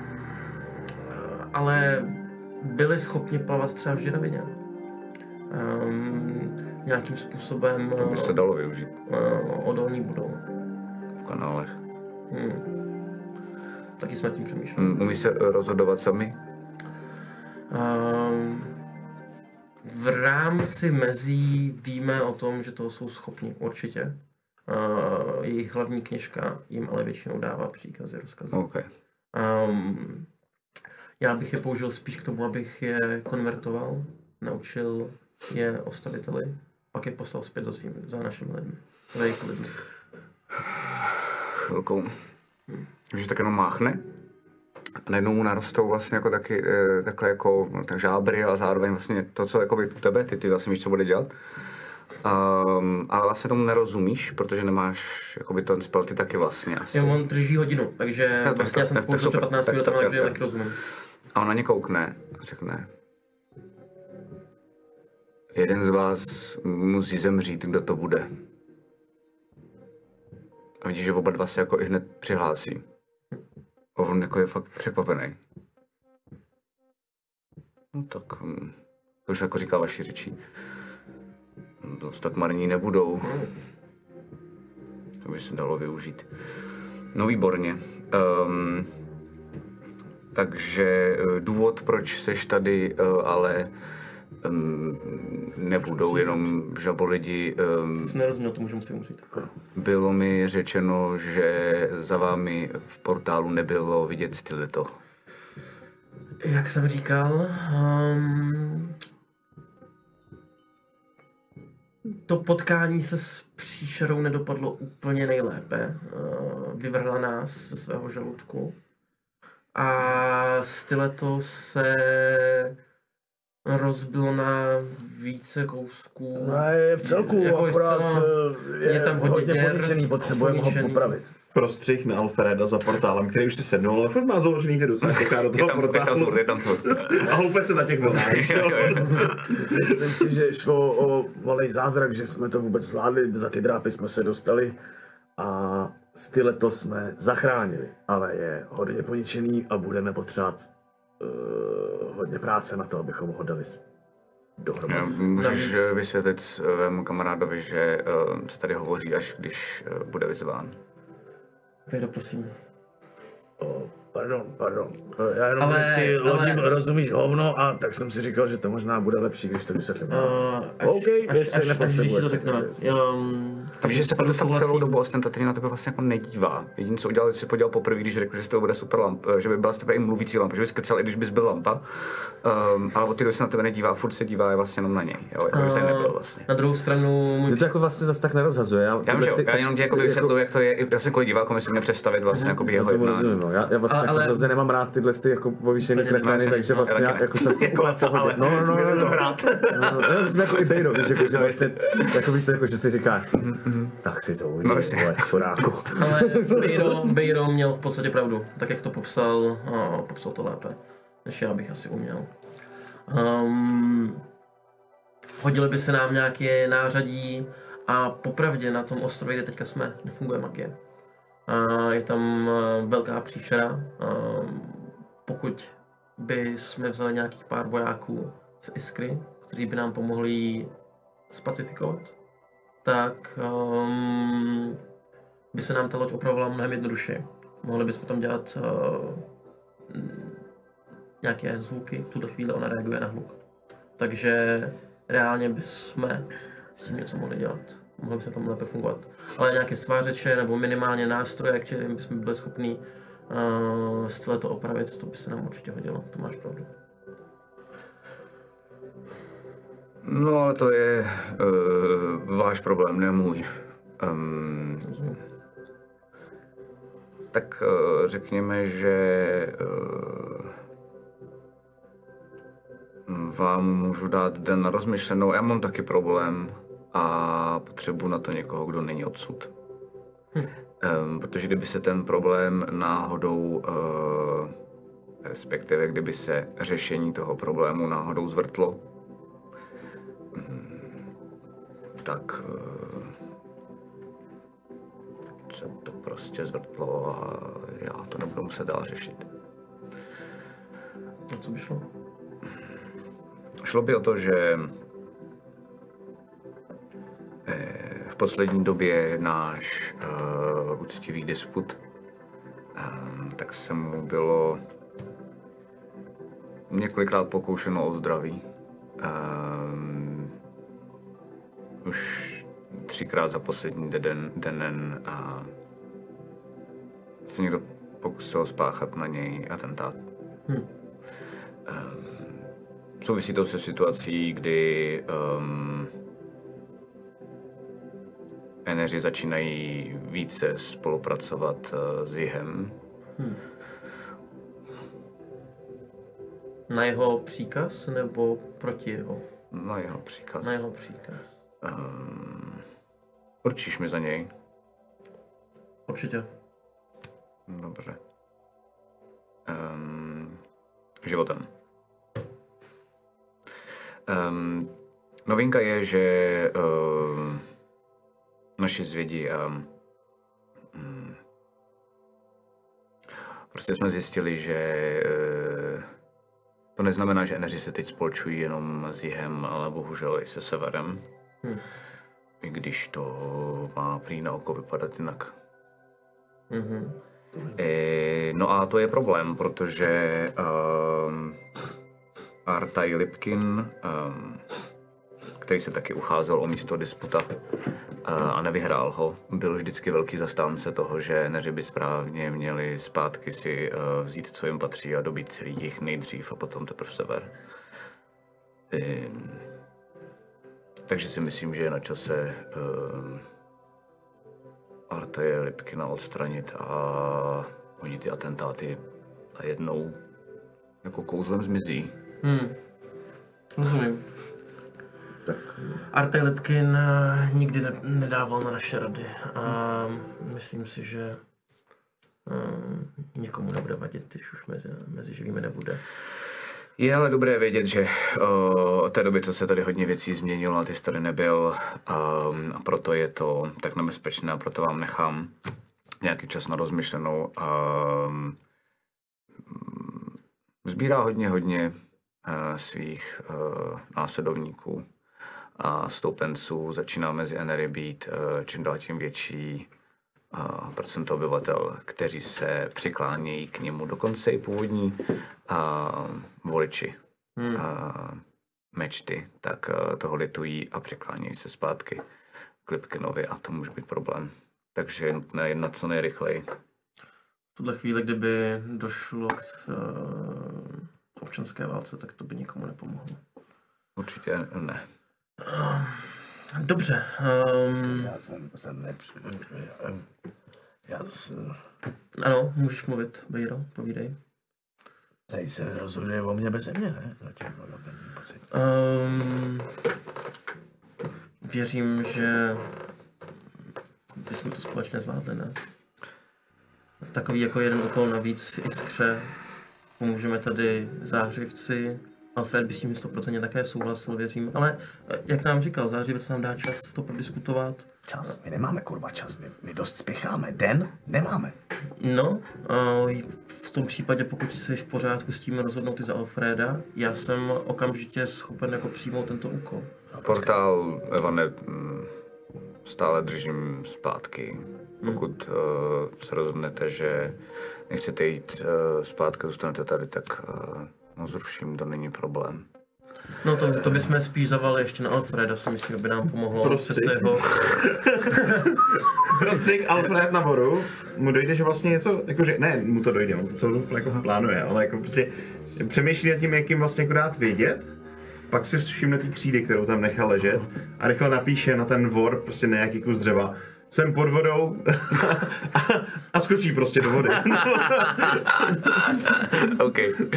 Ale byli schopni plavat třeba v žiravině. Nějakým způsobem... To by se dalo využít. Odolní budou. V kanálech. Taky jsme tím přemýšleli. Umí se rozhodovat sami? V rámci mezí víme o tom, že toho jsou schopni, určitě. Jejich hlavní kněžka jim ale většinou dává příkazy, rozkazy. Okay. Já bych je použil spíš k tomu, abych je konvertoval, naučil je ostaviteli, pak je poslal zpět za našimi lidmi, za jejich lidmi. Chvilkou. Že tak jenom máchne a najednou mu narostou vlastně jako taky takhle jako tak žábry a zároveň vlastně to, co jako u tebe, ty vlastně víš, co bude dělat. Ale vlastně tomu nerozumíš, protože nemáš jakoby ten spell ty taky vlastně asi. Jo, on drží hodinu, takže vlastně já jsem použil před 15 minutami, takže já taky rozumím. A on na ně koukne a řekne: jeden z vás musí zemřít, kdo to bude. A vidíš, že oba dva se jako i hned přihlásí. A on jako je fakt překvapený. No tak, to už jako říká vaši řečí. Dost tak marní nebudou. To by se dalo využít. No výborně. Takže důvod, proč seš tady, ale nebudou jenom žabolidi. Jsem nerozuměl tomu, že musím umřít. Bylo mi řečeno, že za vámi v portálu nebylo vidět styleto. Jak jsem říkal, to potkání se s příšerou nedopadlo úplně nejlépe. Vyvrhla nás ze svého žaludku. A styleto se rozbilo na více kousků. No je v celku, jako akorát je tam hodně poničený, potřebujeme ho popravit. Prostřih na Alfreda za portálem, který už si sednul, ale furt má založený ty ruce, kouká do toho portálu. Je tam furt. A houpe se na těch vlnách. Myslím si, že šlo o malý zázrak, že jsme to vůbec zvládli, za ty drápy jsme se dostali a styleto jsme zachránili, ale je hodně poničený a budeme potřebovat hodně práce na to, abychom ho dali dohromady. Můžeš vysvětlit svému kamarádovi, že se tady hovoří, až když bude vyzván. Vejdo, prosím. Pardon. Já jenom, že ty lodím rozumíš hovno a tak jsem si říkal, že to možná bude lepší, když to vysvětlím. OK, až to řekneme. Takže že se proto tak celou dobu ostentativně na tebe vlastně jako nedívá. Jediné, co udělal, si podíval poprvé, když řekl, že to bude super lampa, že by byla z tebe i mluvící lampa, že bys kecel, i když bys byl lampa. Ale od té doby se na tebe nedívá, furt se dívá vlastně jenom na něj. Jo, jako bys tady nebyl vlastně. Na druhou stranu... Mě to jako vlastně zase tak nerozhazuje. Já jenom ti jako vysvětluji, jak to je, já jsem kvůli divákům si mě představit vlastně jako jeho jednání. No. Já vlastně jako hrozně nemám rád tyhle jako povýšený kretény, takže vlastně jako jsem s tím úplně v pohodě. No, to hrát. No, myslím jako i Bejro, víš, jako, že vlastně, jako víš to, jako, že si říkáš, tak si to uvidí, čuráku. Ale Bejro měl v podstatě pravdu, tak jak to popsal to lépe, než já bych asi uměl. Hodili by se nám nějaké nářadí a popravdě na tom ostrově, kde teďka jsme, nefunguje magie. Je tam velká příšera. Pokud by jsme vzali nějakých pár vojáků z Iskry, kteří by nám pomohli spacifikovat, tak by se nám ta loď opravovala mnohem jednodušeji. Mohli bychom tam dělat nějaké zvuky, v tuto chvíli ona reaguje na hluk. Takže reálně bychom s tím něco mohli dělat. Mohli bychom tam lépe fungovat. Ale nějaké svářeče nebo minimálně nástroje, kterým bychom byli schopni z to opravit, to by se nám určitě hodilo. To máš pravdu. No ale to je váš problém, ne můj. Tak řekněme, že vám můžu dát den na rozmyšlenou. Já mám taky problém a potřebuji na to někoho, kdo není odsud. Protože kdyby se ten problém náhodou, respektive kdyby se řešení toho problému náhodou zvrtlo, tak se to prostě zvrtlo a já to nebudu muset dál řešit. O co by šlo? Šlo by o to, že v poslední době náš úctivý disput, tak se mu bylo několikrát pokoušeno o zdraví. Už 3krát za poslední den se někdo pokusil spáchat na něj atentát. Souvisí to se situací, kdy Eneři začínají více spolupracovat s Jihem. Na jeho příkaz nebo proti jeho? Na jeho příkaz. Na jeho příkaz. Určíš mi za něj? Určitě. Dobře. Životem. Novinka je, že naši zvědi prostě jsme zjistili, že to neznamená, že Eneři se teď spolčují jenom s Jihem, ale bohužel i se severem. I když to má prý na oko vypadat jinak. No a to je problém, protože Artaj Lipkin, který se taky ucházel o místo disputa a nevyhrál ho, byl vždycky velký zastánce toho, že Eneři by správně měli zpátky si vzít, co jim patří a dobít celý jich nejdřív a potom teprve sever. Takže si myslím, že je na čase Artaje Lipkina odstranit a oni ty atentáty najednou jako kouzlem zmizí. Rozumím. Artaj Lipkin nikdy nedával na naše rady a myslím si, že nikomu nebude vadit, když už mezi živými nebude. Je ale dobré vědět, že od té doby, co se tady hodně věcí změnilo a ty jsi tady nebyl a proto je to tak nebezpečné a proto vám nechám nějaký čas na rozmyšlenou. Sbírá hodně svých následovníků a stoupenců. Začíná mezi Enery být čím dál tím větší procento obyvatel, kteří se přiklánějí k němu, dokonce i původní voliči mečty, tak toho litují a přiklánějí se zpátky Klipkinovi a to může být problém. Takže je nutné jednat co nejrychleji. V tuhle chvíli, kdyby došlo k občanské válce, tak to by nikomu nepomohlo. Určitě ne. Dobře. Ano, můžeš mluvit, Bejro, povídej. Tady se rozhoduje o mě beze mě, ne? Zatím mám ten pocit. Věřím, že bychom to společně zvládli, ne? Takový jako jeden úkol navíc Iskře. Pomůžeme tady zářivci. Alfred by s tím 100% také souhlasil, věřím. Ale jak nám říkal, zářivec nám dá čas to prodiskutovat. Čas? My nemáme kurva čas, my dost spěcháme. Den? Nemáme. No, v tom případě, pokud jsi v pořádku s tím rozhodnout i za Alfreda, já jsem okamžitě schopen jako přijmout tento úkol. Portál, Evane, stále držím zpátky. Pokud se rozhodnete, že nechcete jít zpátky, zůstanete tady, tak zruším, to není problém. No to bychom spíš zavali ještě na Alfreda, si myslím, aby nám pomohlo. Prostřih Alfred nahoru, mu dojde, že vlastně něco, jakože, ne, mu to dojde, on to celou jako plánuje, ale jako prostě přemýšlí nad tím, jak jim vlastně jako dát vědět, pak si všimne té křídy, kterou tam nechal ležet a rychle napíše na ten vor prostě nějaký kus dřeva. Jsem pod vodou a skočí prostě do vody. OK.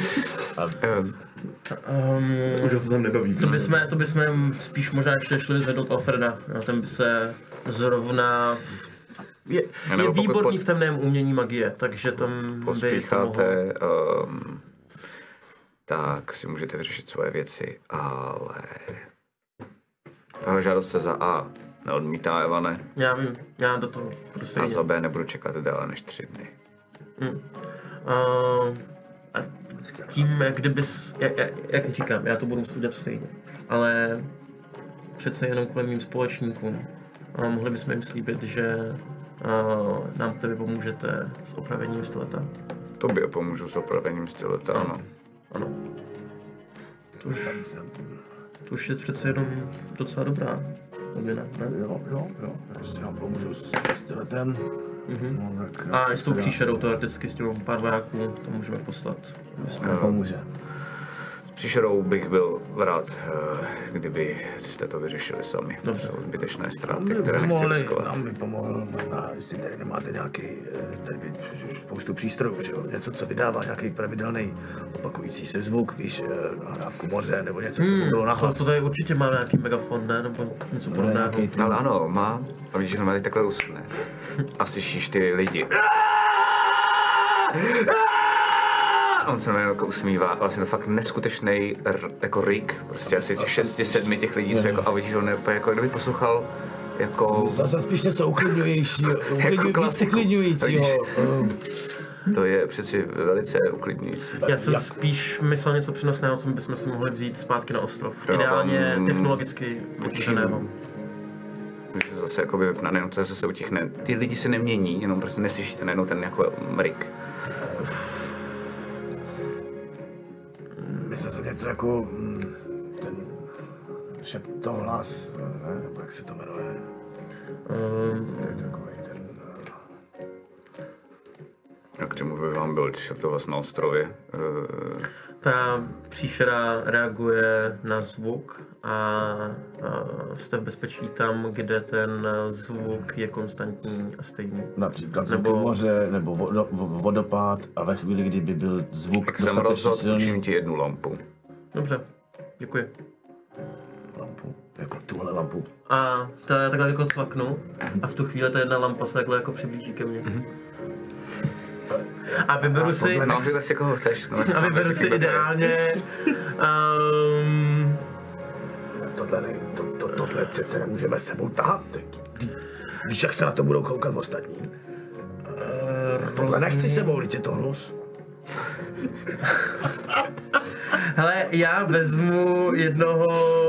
Už ho to tam nebaví. To bychom spíš možná ještě šli zvednout Alfreda. Ten by se zrovna... Je výborný v temném umění magie, takže tam by to mohlo... tak si můžete vyřešit svoje věci, ale žádost se za A neodmítá, Evane. Já vím, já do toho prostě a za B nebudu čekat déle než 3 dny. A tím, kdybys, jak říkám, já to budu muset udělat stejně, ale přece jenom kvůli mým společníkům mohli bychom jim slíbit, že nám tady pomůžete s opravením styleta. Tobě pomůžu s opravením styleta, ano. Ano. To už je přece jenom docela dobrá odměna, ne? Jo, jestli vám pomůžu s styletem. No, a s tou příšerou teoreticky s těmi pár vojáků to můžeme poslat. Pomůže. S příšerou bych byl rád, kdyby jste to vyřešili sami. Dobře. Jsou zbytečné ztráty, které nechci riskovat. Nám by pomohl, jestli tady nemáte nějaký, tady spoustu přístrojů, že jo? Něco, co vydává nějaký pravidelný opakující se zvuk, víš, nahrávku moře, nebo něco, co by bylo nahlas. To tady určitě má nějaký megafon, ne? Nebo něco podobného. Ale ano, má. A vidíš, že to má teď takhle usne. A slyšíš ty lidi. On se jako usmívá, vlastně to fakt neskutečný jako rik, prostě asi těch 6-7 těch lidí, co jako, a vidíš, on jako kdyby poslouchal jako... Zase spíš něco uklidňujícího, uklidňujícího. To je přeci velice uklidňující. Já jsem spíš myslel něco přenosného, co bychom si mohli vzít zpátky na ostrov. Ideálně technologicky vytvořeného. Když to zase jakoby vypne, najednou to zase utichne. Ty lidi se nemění, jenom prostě neslyšíte najednou ten jako rik. Myslel jsem něco jako ten šeptohlas, ne? Nebo jak se to jmenuje? To je takový ten... A k čemu by vám byl šeptohlas na ostrově? Ta příšera reaguje na zvuk a jste v bezpečí tam, kde ten zvuk je konstantní a stejný. Například zvuky moře nebo vodopád a ve chvíli, kdyby byl zvuk dostatečně silný. Učím ti 1 lampu. Dobře, děkuji. Lampu? Jako tuhle lampu? A to je takhle jako cvaknu a v tu chvíli ta 1 lampa se takhle jako přiblíží ke mně. A vyberu si... No, si koho chceš. A vyberu si ideálně... Tohle přece nemůžeme sebou tahat. Víš, jak se na to budou koukat ostatní? Tohle nechci sebou, když je to hnus. Hele, já vezmu jednoho...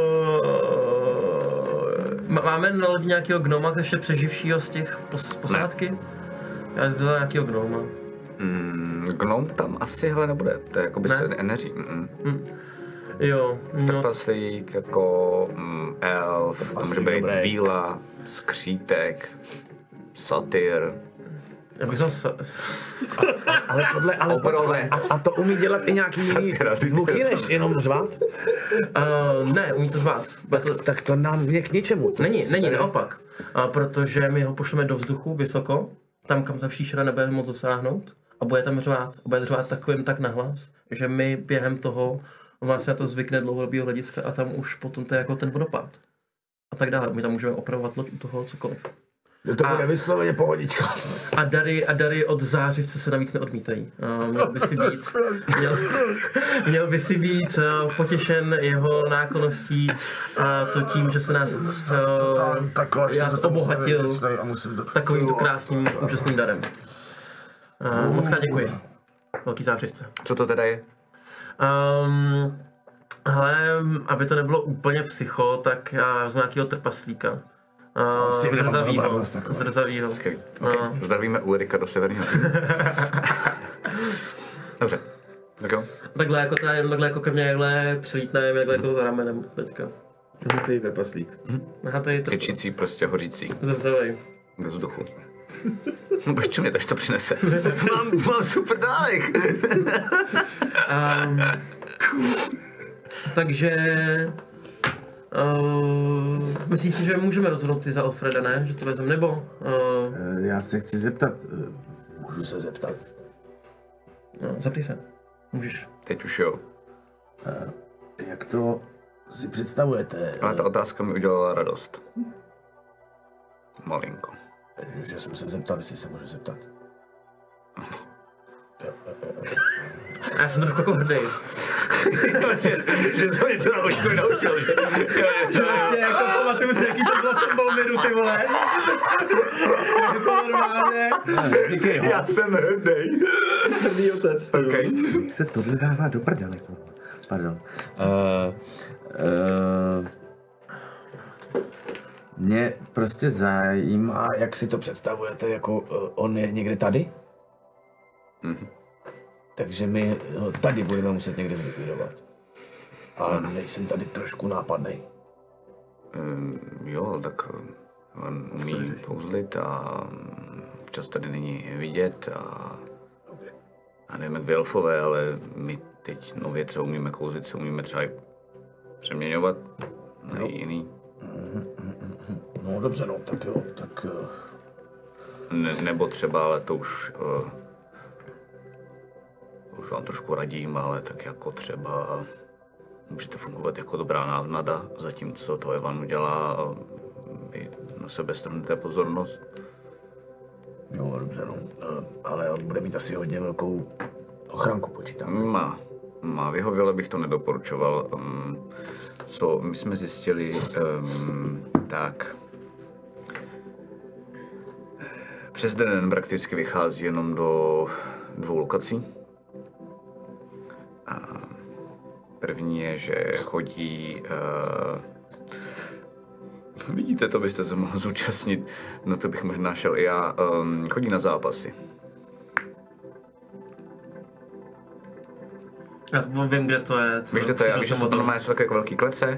Máme na lodi nějakého gnoma, ještě přeživšího z těch posádky? Já jdu do nějakého gnoma. Gnom tam asi hele nebude, to je jakoby se neří. Jo, no. Trpaslík, jako elf, to může být víla, skřítek, satyr. Já bych zase... Ale tohle, ale a to umí dělat i nějaký jiný zvuky, než jenom řvát? Ne, umí to řvát. Tak to nám je k ničemu. Není, naopak. Protože my ho pošleme do vzduchu vysoko, tam, kam ta příšera nebude moc zasáhnout, a bude tam řvát. A bude řvát takovým tak nahlas, že my během toho vlastně na to zvykne dlouhodobého hlediska a tam už potom to je jako ten vodopád. A tak dále. My tam můžeme opravovat loď u toho cokoliv. To bude vysloveně pohodička. A dary od zářivce se navíc neodmítají. Měl by si být potěšen jeho náklonností a to tím, že se nás obohatil takovýmto krásným, úžasným darem. Moc krát děkuji. Velký zářivce. Co to teda je? Ale aby to nebylo úplně psycho, tak já vezmu nějakýho trpaslíka. Zrzavýho. Okay. Zdravíme Ulrika do severního. Dobře. Tak jo. Takhle jako ke mně přilítne, takhle jako za ramenem teďka. Nahatej trpaslík. Křičící, prostě hořící. Zrzavej. Ve vzduchu. No bož, čo mě to přinese? mám super dálek. Takže... myslíš si, že můžeme rozhodnout ty za Alfreda, ne? Že to vezmu, nebo? Já se chci zeptat. Můžu se zeptat? No, zeptej se. Můžeš. Teď už jo. Jak to si představujete? Ale ta otázka mi udělala radost. Malinko. Že jsem se zeptal, jestli se můžu zeptat. Já jsem trošku jako hrdý. že jsem něco na očku naučil. Že vlastně jako pamatuju si, jaký to bylo v tom Balmiru, ty vole. Jako normálně. Já jsem hrdý. Hrdý otec. Okay. Jak se tohle dává do prdele? Pardon. Mě prostě zajímá, jak si to představujete, jako on je někde tady? Mhm. Takže my ho tady budeme muset někde zlikvidovat. Ale nejsem tady trošku nápadnej. Jo, tak on umí kouzlit a občas tady není vidět a nevím jak vy elfové, ale my teď nově co umíme kouzlit, co umíme třeba i přeměňovat na jiný. No dobře, no, tak jo, tak... Nebo třeba, ale to už vám trošku radím, ale tak jako třeba můžete fungovat jako dobrá návnada, zatímco to Evan udělá a vy na sebe strhnete pozornost. No dobře, no, ale on bude mít asi hodně velkou ochranku, počítám. Má. V jeho věle bych to nedoporučoval. Co my jsme zjistili, tak přes den prakticky vychází jenom do 2 lokací. A první je, že chodí, vidíte, to byste se mohl zúčastnit, no to bych možná šel i já, chodí na zápasy. Já vím, kde to je. Víš, kde to je? Víš, že jsou to normálně takové jako velké klece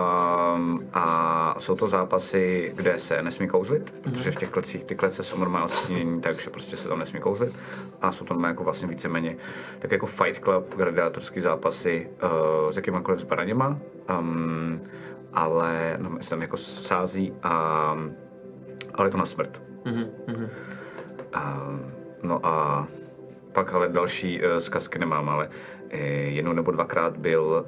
a jsou to zápasy, kde se nesmí kouzlit, protože v těch klecích ty klece jsou normálně odstínění, takže prostě se tam nesmí kouzlit a jsou to normálně jako vlastně víceméně tak jako Fight Club, gladiátorský zápasy s jakýmakoliv zbraněma, ale no, se tam jako sází ale je to na smrt. No a pak ale další zkazky nemám, ale jednou nebo 2krát byl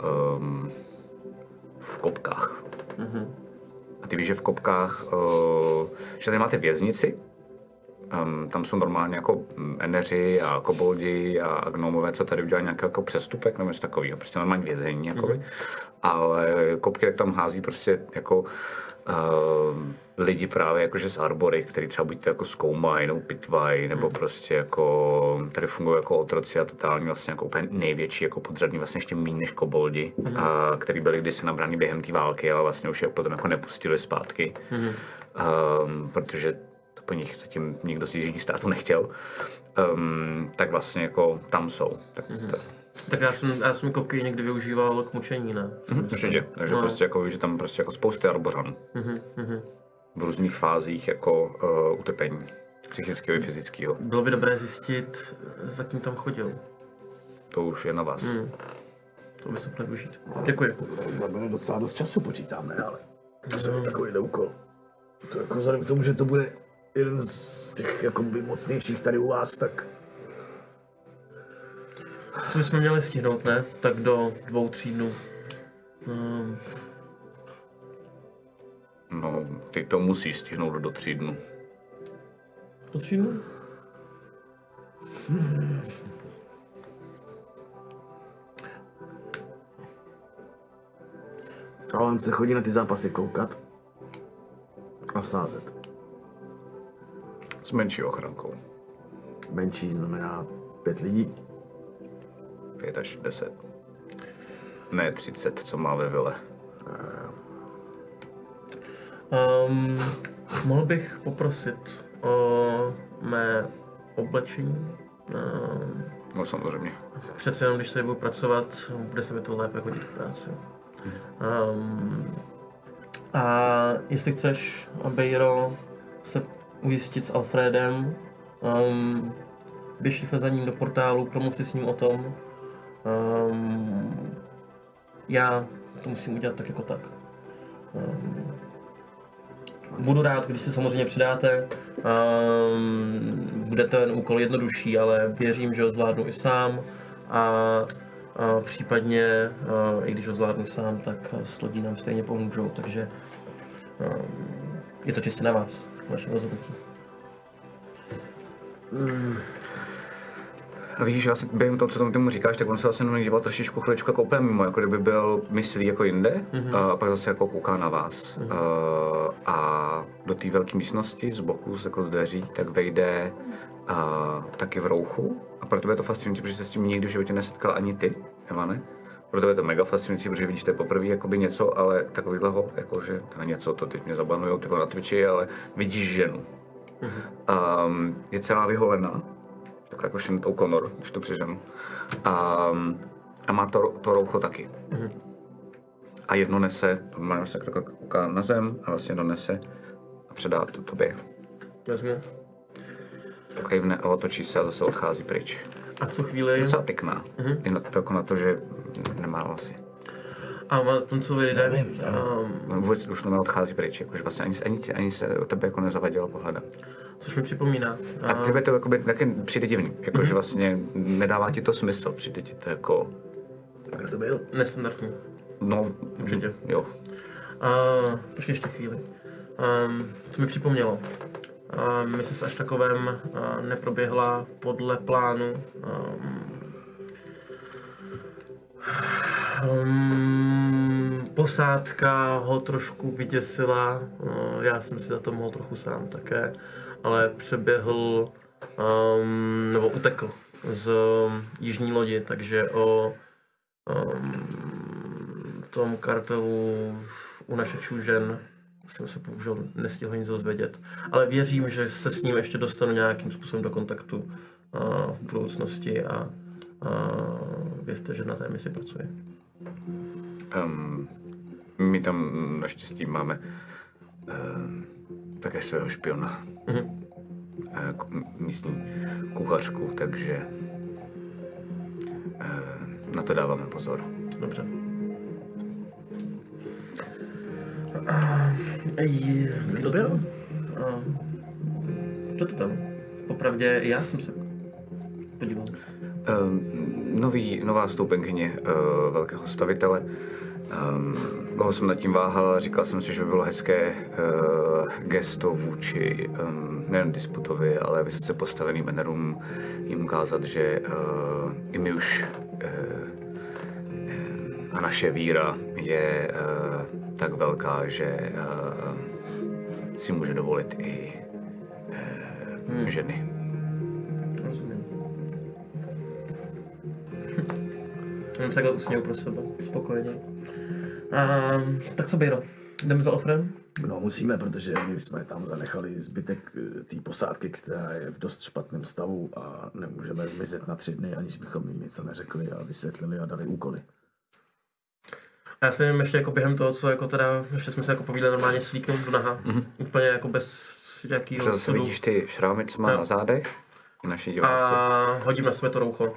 v Kopkách. A ty víš, že v Kopkách, že tady máte věznici, tam jsou normálně jako eneři a koboldi a gnomové, co tady udělají nějaký jako přestupek nebo něco takového, prostě normální vězení, jakoby. Ale Kopky tam hází prostě jako lidi právě jakože z Arbory, který třeba buď to jako zkoumají nebo pitvají, nebo prostě jako tady fungují jako otroci a totální vlastně jako úplně největší jako podřadní, vlastně ještě méně než koboldi, který byli kdysi nabraný během té války, ale vlastně už je potom jako nepustili zpátky, protože to po nich zatím nikdo z jižních států nechtěl, tak vlastně jako tam jsou. Tak Tak já jsem kopky někdy využíval k mučení, ne? Určitě, takže prostě jako, že tam prostě jako spousty arbořan. V různých fázích jako utrpení. Psychického i fyzického. Bylo by dobré zjistit, za kým tam chodil. To už je na vás. To by se mělo využít. Děkuji. Bude docela dost času, počítáme, ale to je takový úkol. To jako vzhledem k tomu, že to bude jeden z těch jakoby mocnějších tady u vás, tak... To bychom měli stihnout, ne? Tak do 2-3 dnů. No, ty to musíš stihnout do 3 dnů. Do 3 dnů? Ale on se chodí na ty zápasy koukat a vsázet. S menší ochrankou. Menší znamená 5 lidí. 5 až 10. Ne 30, co má ve vile. Mohl bych poprosit o mé oblečení? No samozřejmě. Přece jenom, když tady budu pracovat, bude se mi to lépe hodit k práci. A jestli chceš, Bejro, se ujistit s Alfredem, běž rychle za ním do portálu, promluv si s ním o tom. Já to musím udělat tak jako tak. Budu rád, když se samozřejmě přidáte. Bude ten úkol jednodušší, ale věřím, že ho zvládnu i sám. A případně, i když ho zvládnu sám, tak s lodí nám stejně pomůžou, takže je to čistě na vás, vaše rozhodnutí. A víš, vlastně během toho, co tomu říkáš, tak on se vlastně díval trošičku chviličku jako úplně mimo, jako kdyby byl myslí jako jinde, a pak zase jako kouká na vás. A do té velké místnosti z boku, jako z dveří, tak vejde taky v rouchu. A pro tebe je to fascinující, protože se s tím nikdy v životě nesetkal ani ty, Ivane. Pro tebe je to mega fascinující, protože vidíš to poprvé jakoby něco, ale takovýhleho, jakože to není něco, to teď mě zabanujou tyhle na Twitchi, ale vidíš ženu. Je celá vyholená. Takhle jako Sinead O'Connor, když to přeženu. A má to roucho taky. A jedno nese, normálně se kouká na zem a vlastně jedno nese a předá to tobě. Vezmu. Kejvne a otočí se a zase odchází pryč. A v tu chvíli... Je docela pěkná. Je jako na to, že nemá vlasy. A má ten, co vyjde? Vůbec už odchází pryč, jakože vlastně ani se o tebe jako nezavadilo pohledem. Což mi připomíná. A tebe to taky přijde divný, jakože vlastně nedává ti to smysl, přijde ti to jako... Kdo to byl? Nestandardní. No, určitě. Jo. Počkej ještě chvíli. To mi připomnělo. Mise se až takovém neproběhla podle plánu. Posádka ho trošku vyděsila, já jsem si za to mohl trochu sám také, ale přeběhl nebo utekl z jižní lodi, takže o tom kartelu u našich čůžen jsem se bohužel nestihl nic dozvědět, ale věřím, že se s ním ještě dostanu nějakým způsobem do kontaktu v budoucnosti a věřte, že na té misi pracuje. My tam naštěstí máme také svého špiona, místní kuchařku, takže na to dáváme pozor. Dobře. Kdo to byl? Kdo to byl? Popravdě já jsem se podíval. Nová stoupenkyně velkého stavitele. Dlouho jsem nad tím váhal, říkal jsem si, že by bylo hezké gesto vůči nejen Disputovi, ale vysoce postaveným Enerům jim ukázat, že i my už a naše víra je tak velká, že si může dovolit i ženy. Rozumím. Jenom se takhle usměju pro sebe, spokojeně. Tak co, Bejro? Jdeme za Alfredem? No musíme, protože my jsme tam zanechali zbytek té posádky, která je v dost špatném stavu a nemůžeme zmizet na 3 dny, aniž bychom jim něco neřekli a vysvětlili a dali úkoly. A já si nevím, ještě jako během toho, co jako teda, ještě jsme se jako povídali normálně slíknout do naha. Úplně jako bez jakýho Že zase vidíš ty šrámy, co má na zádech? I naši diváci. A hodím na sebe to roucho.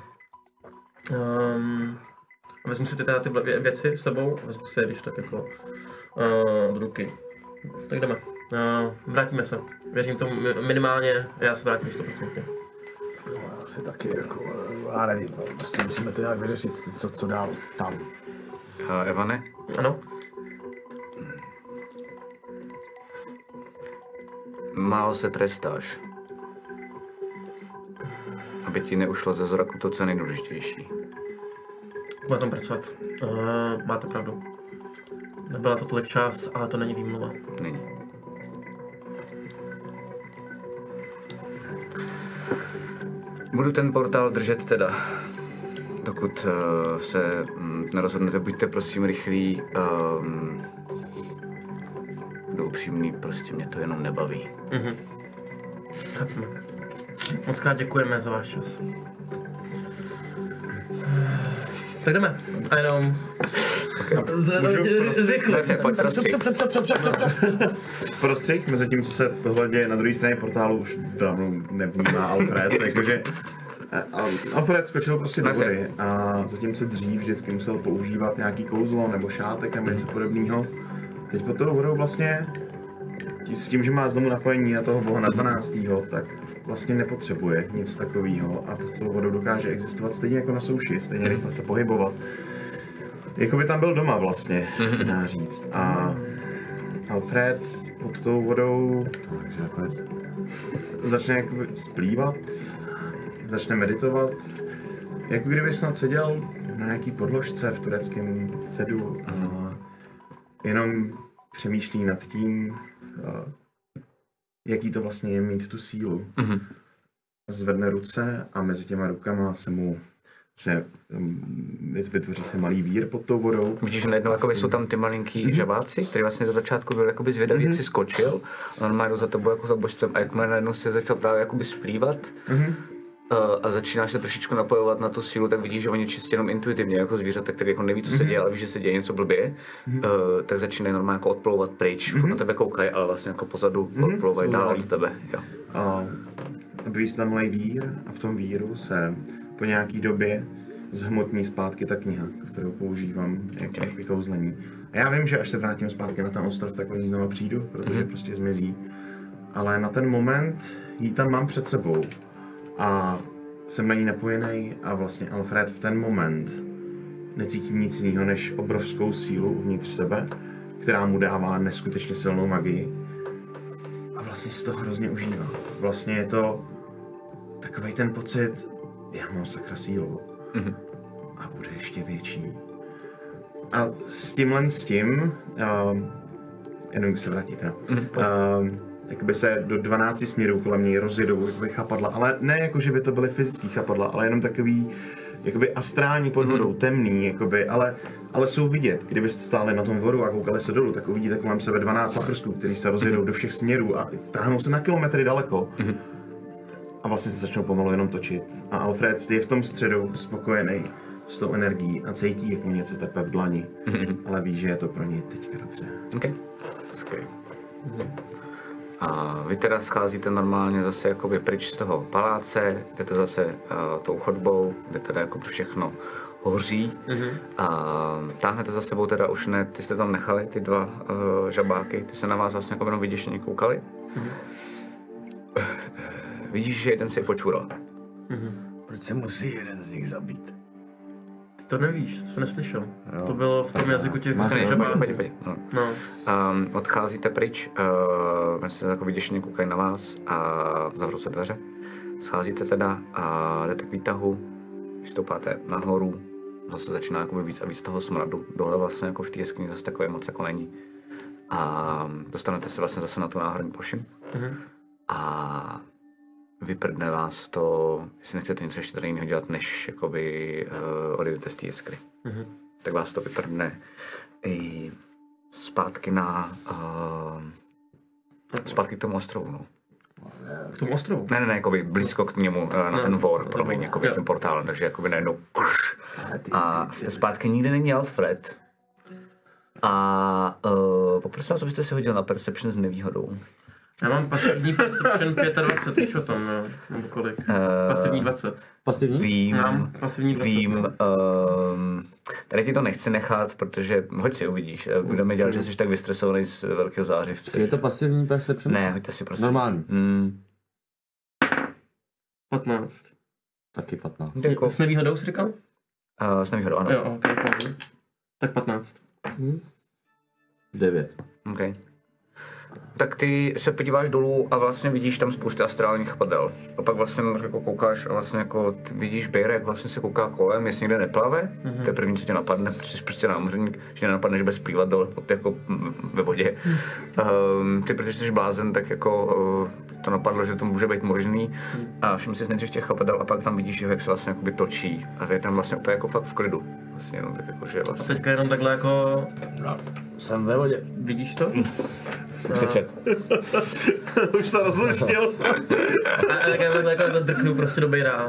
Vezmu si ty věci s sebou a vezmu si je když tak jako do ruky. Tak jdeme. Vrátíme se. Věřím tomu minimálně, já se vrátím 100%. No, asi taky jako, já nevím, prostě musíme to nějak vyřešit, co dál tam. Evane? Ano? Málo se trestáš. Aby ti neušlo ze zraku to, co je nejdůležitější. Bude tam pracovat. Máte pravdu. Nebyla to tolik čas, ale to není výmluva. Není. Budu ten portál držet teda. Dokud se nerozhodnete, buďte prosím rychlí. Budu upřímný, prostě mě to jenom nebaví. Chápeme. Moc krát děkujeme za váš čas. Tak jdeme. A jenom... Prostřih, mezi tím, co se tohle děje na druhé straně portálu, už dávno nevnímá Alfred, takže Alfred skočil prostě do vody a zatímco dřív vždycky musel používat nějaký kouzlo nebo šátek nebo něco podobného, teď pod tou vodou vlastně s tím, že má znovu napojení na toho boha na 12. tak vlastně nepotřebuje nic takového a pod tou vodou dokáže existovat stejně jako na souši, stejně rychle se pohybovat. Jako by tam byl doma vlastně, se dá říct. A Alfred pod tou vodou začne jakoby splývat, začne meditovat, jako kdyby snad seděl na nějaký podložce v tureckém sedu a jenom přemýšlí nad tím, jaký to vlastně je mít tu sílu. Zvedne ruce a mezi těma rukama se mu vytvoří se malý vír pod tou vodou. Vidíš, že najednou jsou tam ty malinký žabáci, který vlastně za začátku byl jakoby zvědavý, jak si skočil. A normálně jdu za tebou jako za božstvem a jakmile najednou se začal právě jakoby splývat a začínáš se trošičku napojovat na tu sílu, tak vidíš, že oni čistě jenom intuitivně jako zvířata, který jako neví, co se děje, ale ví, že se děje něco blbě, tak začínají normálně jako odplouvat pryč. Na tebe koukají, ale vlastně jako pozadu odplouvají dál od tebe. Jo. A objeví se tam malý vír a v tom víru se po nějaký době zhmotní zpátky ta kniha, kterou používám jako vykouzlení. A já vím, že až se vrátím zpátky na ten ostrov, tak o ní znovu přijdu, protože prostě zmizí. Ale na ten moment ji tam mám před sebou a jsem na ní napojený a vlastně Alfred v ten moment necítí nic jiného než obrovskou sílu uvnitř sebe, která mu dává neskutečně silnou magii a vlastně si to hrozně užívá. Vlastně je to takovej ten pocit, já mám sakra sílu a bude ještě větší. A s tímhle jenom se vrátí teda, tak by se do 12 směrů kolem něj rozjedou jakoby chapadla, ale ne jako, že by to byly fyzický chapadla, ale jenom takový jakoby astrální pod vodou, temný, jakoby, ale jsou vidět. Kdybyste stáli na tom vodu a koukali se dolů, tak uvidíte kolem sebe 12 paprsků, který se rozjedou do všech směrů a táhnou se na kilometry daleko. A vlastně se začnou pomalu jenom točit. A Alfred je v tom středu spokojený s tou energií a cítí, jak mu něco tepe v dlani. Ale ví, že je to pro něj teďka dobře. Okay. A vy teda scházíte normálně zase jakoby pryč z toho paláce, jdete zase tou chodbou, kde teda jako všechno hoří. A táhnete za sebou teda už ne, ty jste tam nechali, ty dva žabáky, ty se na vás vlastně jako jenom vyděšeně koukali. Vidíš, že jeden si je počural. Proč se musí jeden z nich zabít? Ty to nevíš, to jsi neslyšel. To bylo v tom jazyku těch žabáků. No. Odcházíte pryč, se jako vyděšeně koukají na vás a zavřou se dveře. Scházíte teda a jdete k výtahu, vystoupáte nahoru, zase začíná jako víc a víc toho smradu. Dole vlastně jako v té jeskyni zase takové moc jako není. A dostanete se vlastně zase na tu náhorní plošinu. A vyprdne vás to, jestli nechcete něco ještě tady jiného dělat, než jakoby odejdete z té jiskry. Tak vás to vyprdne i zpátky zpátky k tomu ostrovu, no. K tomu ostrovu? Ne, jakoby blízko k němu, na ten vor, promiň, jakoby tím portálem, takže jakoby najednou a jste zpátky, nikde není Alfred. A poprosím vás, abyste si hodil na Perception s nevýhodou. Já mám pasivní Perception 25, víš o tom, no? Nebo kolik? Pasivní 20. Pasivní? Vím, Mám pasivní 20. vím, tady ti to nechci nechat, protože, hoď si uvidíš, budeme dělat, že jsi tak vystresovaný z velkého zářivce. Je to pasivní Perception? Ne, hoďte si prosím. Normální. 15. Taky 15. Jako, S nevýhodou jsi říkal? s nevýhodou, ano. Jo, ok. Tak 15. 9. Okay. Tak ty se podíváš dolů a vlastně vidíš tam spoustu astrálních chapadel. A pak vlastně jako koukáš a vlastně jako vidíš Bejra, jak vlastně se kouká kolem, jestli někde neplave. To je první, co tě napadne, protože jsi prostě námořník, že nenapadne, že bez plývat dole jako ve vodě. Ty, protože jsi blázen, tak jako to napadlo, že to může být možný. A všiml jsi nejdřív těch chapadel a pak tam vidíš, jak se vlastně jakoby točí. A je tam vlastně úplně jako fakt v klidu. Vlastně jenom tak jako, že vlastně... A teďka jenom takhle jako... No, jsem ve vodě. Vidíš to? Přečet. Už to rozluštil. A jak já takhle jako drknu prostě do Bejra.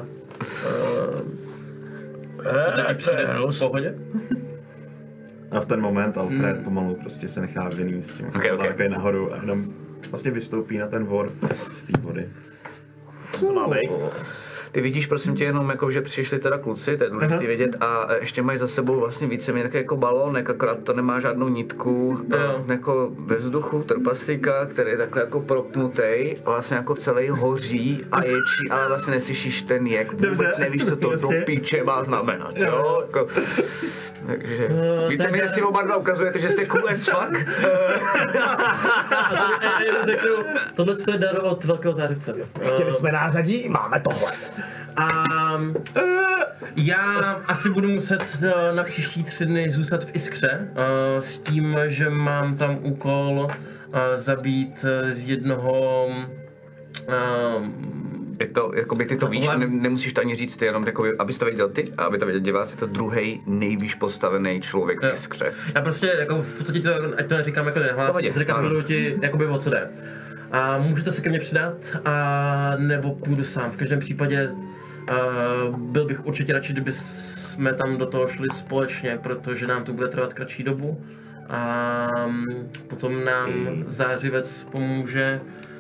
V pohodě? A v ten moment Alfred pomalu prostě se nechá vynést s tím Okay. nahoru a jenom vlastně vystoupí na ten vor z té vody. Co to má být? Ty vidíš, prosím tě, jenom jako, že přišli teda kluci, to je důležité vědět, a ještě mají za sebou vlastně víceméně jako balónek, akorát to nemá žádnou nitku, jako ve vzduchu, trpaslíka, který je takhle jako propnutý, vlastně jako celý hoří a ječí, ale vlastně neslyšíš ten jek, vůbec nevíš, co to do píče má znamenat, jo? Jako, takže víceméně si oba dva ukazujete, že jste cool as fuck. Tohle je dar od velkého zářivce. Chtěli jsme nářadí, máme tohle. A já asi budu muset na příští 3 dny zůstat v Iskře s tím, že mám tam úkol zabít z jednoho Je to, jakoby ty to víš, nemusíš to ani říct, jenom jakoby, abys to věděl ty a aby to věděl diváci, je to druhý nejvýš postavený člověk v Iskře. Já prostě, jako v podstatě to, ať to neříkám jako nehlas, zrekapituluju ti, jakoby o co jde. A můžete se ke mně přidat, a nebo půjdu sám. V každém případě byl bych určitě radši, kdyby jsme tam do toho šli společně, protože nám to bude trvat kratší dobu. A potom nám zářivec pomůže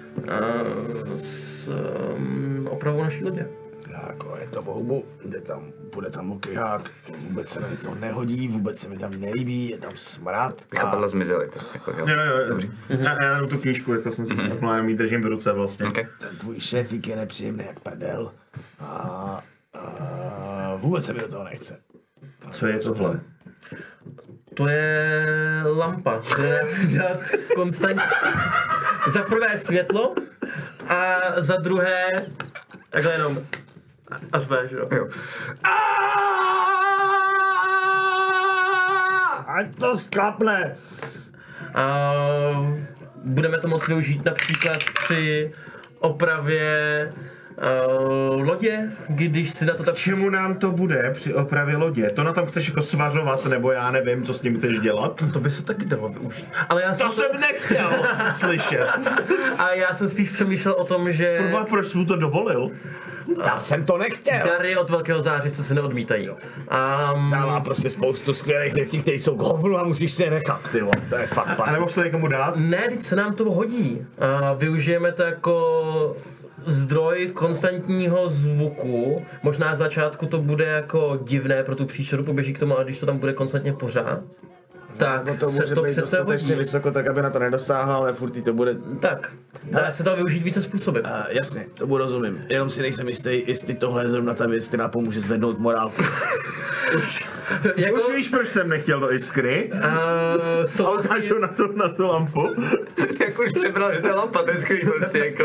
s opravou naší lodě. Jako je to v houbu, bude tam okryhák, vůbec se mi to nehodí, vůbec se mi tam nelíbí, je tam smrad. Chapadla zmizely, tak jako jo. Dobrý. Já jenom tu knížku, jako jsem si strapnul, jenom ji držím v ruce vlastně. Okay. Ten tvůj šéfík je nepříjemný jak prdel a vůbec se mi do toho nechce. Co je tohle? To je lampa, která dát konstantně za prvé světlo a za druhé takhle jenom až ve, že jo. Ať to sklapne! Budeme to moct využít například při opravě lodě, když si na to tak... Čemu nám to bude při opravě lodě? To na tom chceš jako svařovat, nebo já nevím, co s tím chceš dělat? To by se taky dalo využít. Ale já To jsem nechtěl slyšet. A já jsem spíš přemýšlel o tom, že... Kurva, proč jsi mu to dovolil? Já jsem to nechtěl! Dary od velkého zářivce se neodmítají. Tam má prostě spoustu skvělých věcí, které jsou k hovnu a musíš si je nechat, ty vole, to je fakt A nebo to někomu dát? Ne, teď se nám to hodí. Využijeme to jako zdroj konstantního zvuku. Možná z začátku to bude jako divné pro tu příšeru, poběží k tomu, ale když to tam bude konstantně pořád, tak no, to se může to být přece dostatečně hodí. vysoko, tak aby na to nedosáhla, ale furt to bude... Tak, dá se to využít více způsoby. Jasně, to rozumím. Jenom si nejsem jistý, jestli tohle je zrovna ta věc, která pomůže zvednout morálku. Už víš, proč jsem nechtěl do Iskry? A ukážu na tu lampu. Jak už přebral, že to je lampa, ten skvělý jako.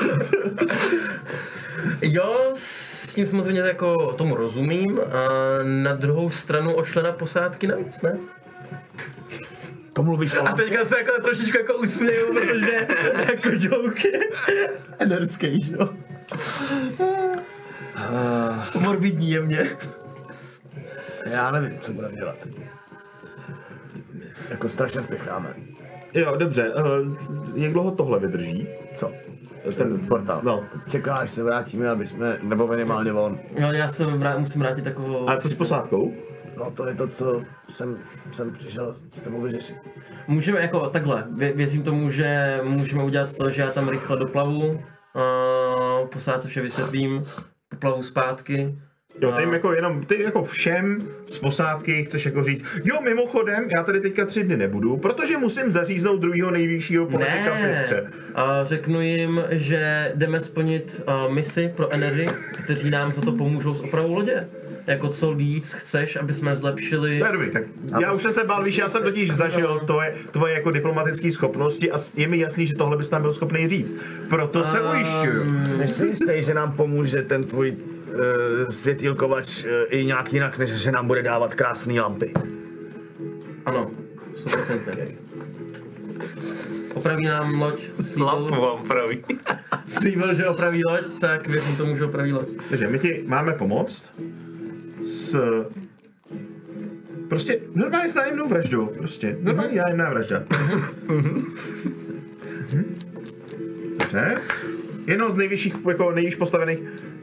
Jo, s tím samozřejmě jako tomu rozumím. A na druhou stranu o člena posádky navíc, ne? To mluvíš o A lampě? teďka se jako trošičku jako usměju, protože jako joke je enerský, že jo? Morbidní jemně. Já nevím, co budeme dělat. jako strašně spěcháme. Jo, dobře. Jak dlouho tohle vydrží? Co? Ten portál. No. Čeká, až se vrátíme, aby jsme, nebo minimálně on. No, já se musím vrátit takovou... A co s posádkou? No to je to, co jsem přišel s tebou vyřešit. Můžeme jako takhle, věřím tomu, že můžeme udělat to, že já tam rychle doplavu, posádce vše vysvětlím, poplavu zpátky. Jo, ty jako všem z posádky chceš jako říct, jo, mimochodem, já tady teďka 3 dny nebudu, protože musím zaříznout druhého nejvyššího politika v Fiskře. Řeknu jim, že jdeme splnit misi pro Energy, kteří nám za to pomůžou s opravou lodě. Jako co víc chceš, aby jsme zlepšili... To je dobrý, tak já už jsem se bál, víš, já jsem totiž zažil tvoje jako diplomatické schopnosti a je mi jasný, že tohle bys tam byl schopný říct. Proto se ujišťuju. Jsi si jistý, že nám pomůže ten tvůj světýlkovač i nějak jinak, než že nám bude dávat krásné lampy? Ano, 100%. Opraví nám loď. Lampu vám opraví. Slíbil, že opraví loď, tak věřím tomu, že opraví loď. Takže my ti máme pomoct s... Prostě normálně s nájemnou vraždou, prostě. Normální nájemná vražda. Dobře. Jednou z nejvyšších, jako nejvíc postavených.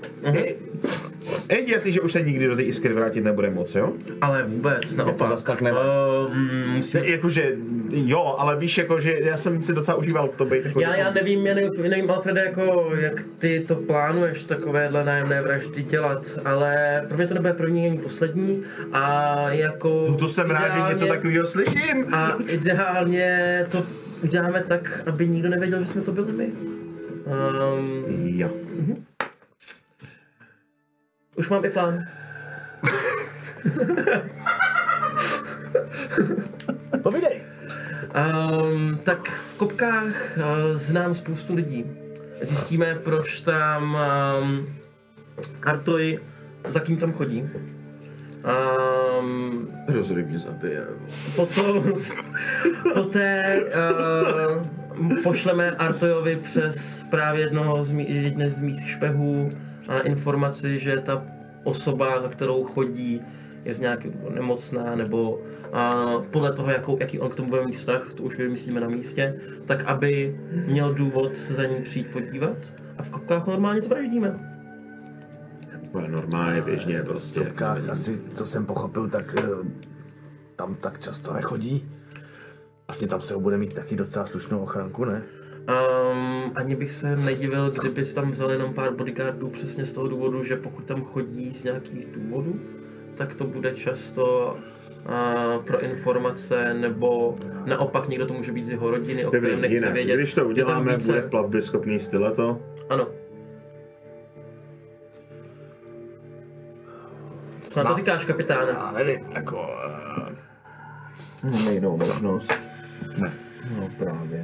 Je jasný, že už se nikdy do té Iskry vrátit nebude moc, jo? Ale vůbec, naopak. To zas tak Ne, jakože, jo, ale víš, jako, že já jsem si docela užíval to být jako... Já nevím, Alfrede, jako, jak ty to plánuješ takovéhle nájemné vraždy dělat, ale pro mě to nebude první ani poslední a jako... No to jsem rád, že něco takového slyším. A ideálně to uděláme tak, aby nikdo nevěděl, že jsme to byli my. Jo. Už mám i plán. Povídej. Tak v Kopkách znám spoustu lidí. Zjistíme, proč tam Artoj, za kým tam chodí. Rozhodně mě zabije. Poté pošleme Artojovi přes právě jedné z mých špehů informaci, že ta osoba, za kterou chodí, je z nějakého nemocná, nebo podle toho, jaký on k tomu bude mít vztah, to už vymyslíme na místě, tak aby měl důvod se za ní přijít podívat a v Kopkách normálně zvraždíme. Normálně, běžně prostě. V Kopkách asi, co jsem pochopil, tak tam tak často nechodí. Asi tam se bude mít taky docela slušnou ochranku, ne? Ani bych se nedivil, kdyby si tam vzali jenom pár bodyguardů přesně z toho důvodu, že pokud tam chodí z nějakých důvodů, tak to bude často pro informace, nebo naopak někdo to může být z jeho rodiny, o kterém nechce vědět. Když to uděláme, bude plavby schopný styleto? Ano. Snad to říkáš, kapitáne. Já nevím, jako... Jinou možnost. Ne. No právě.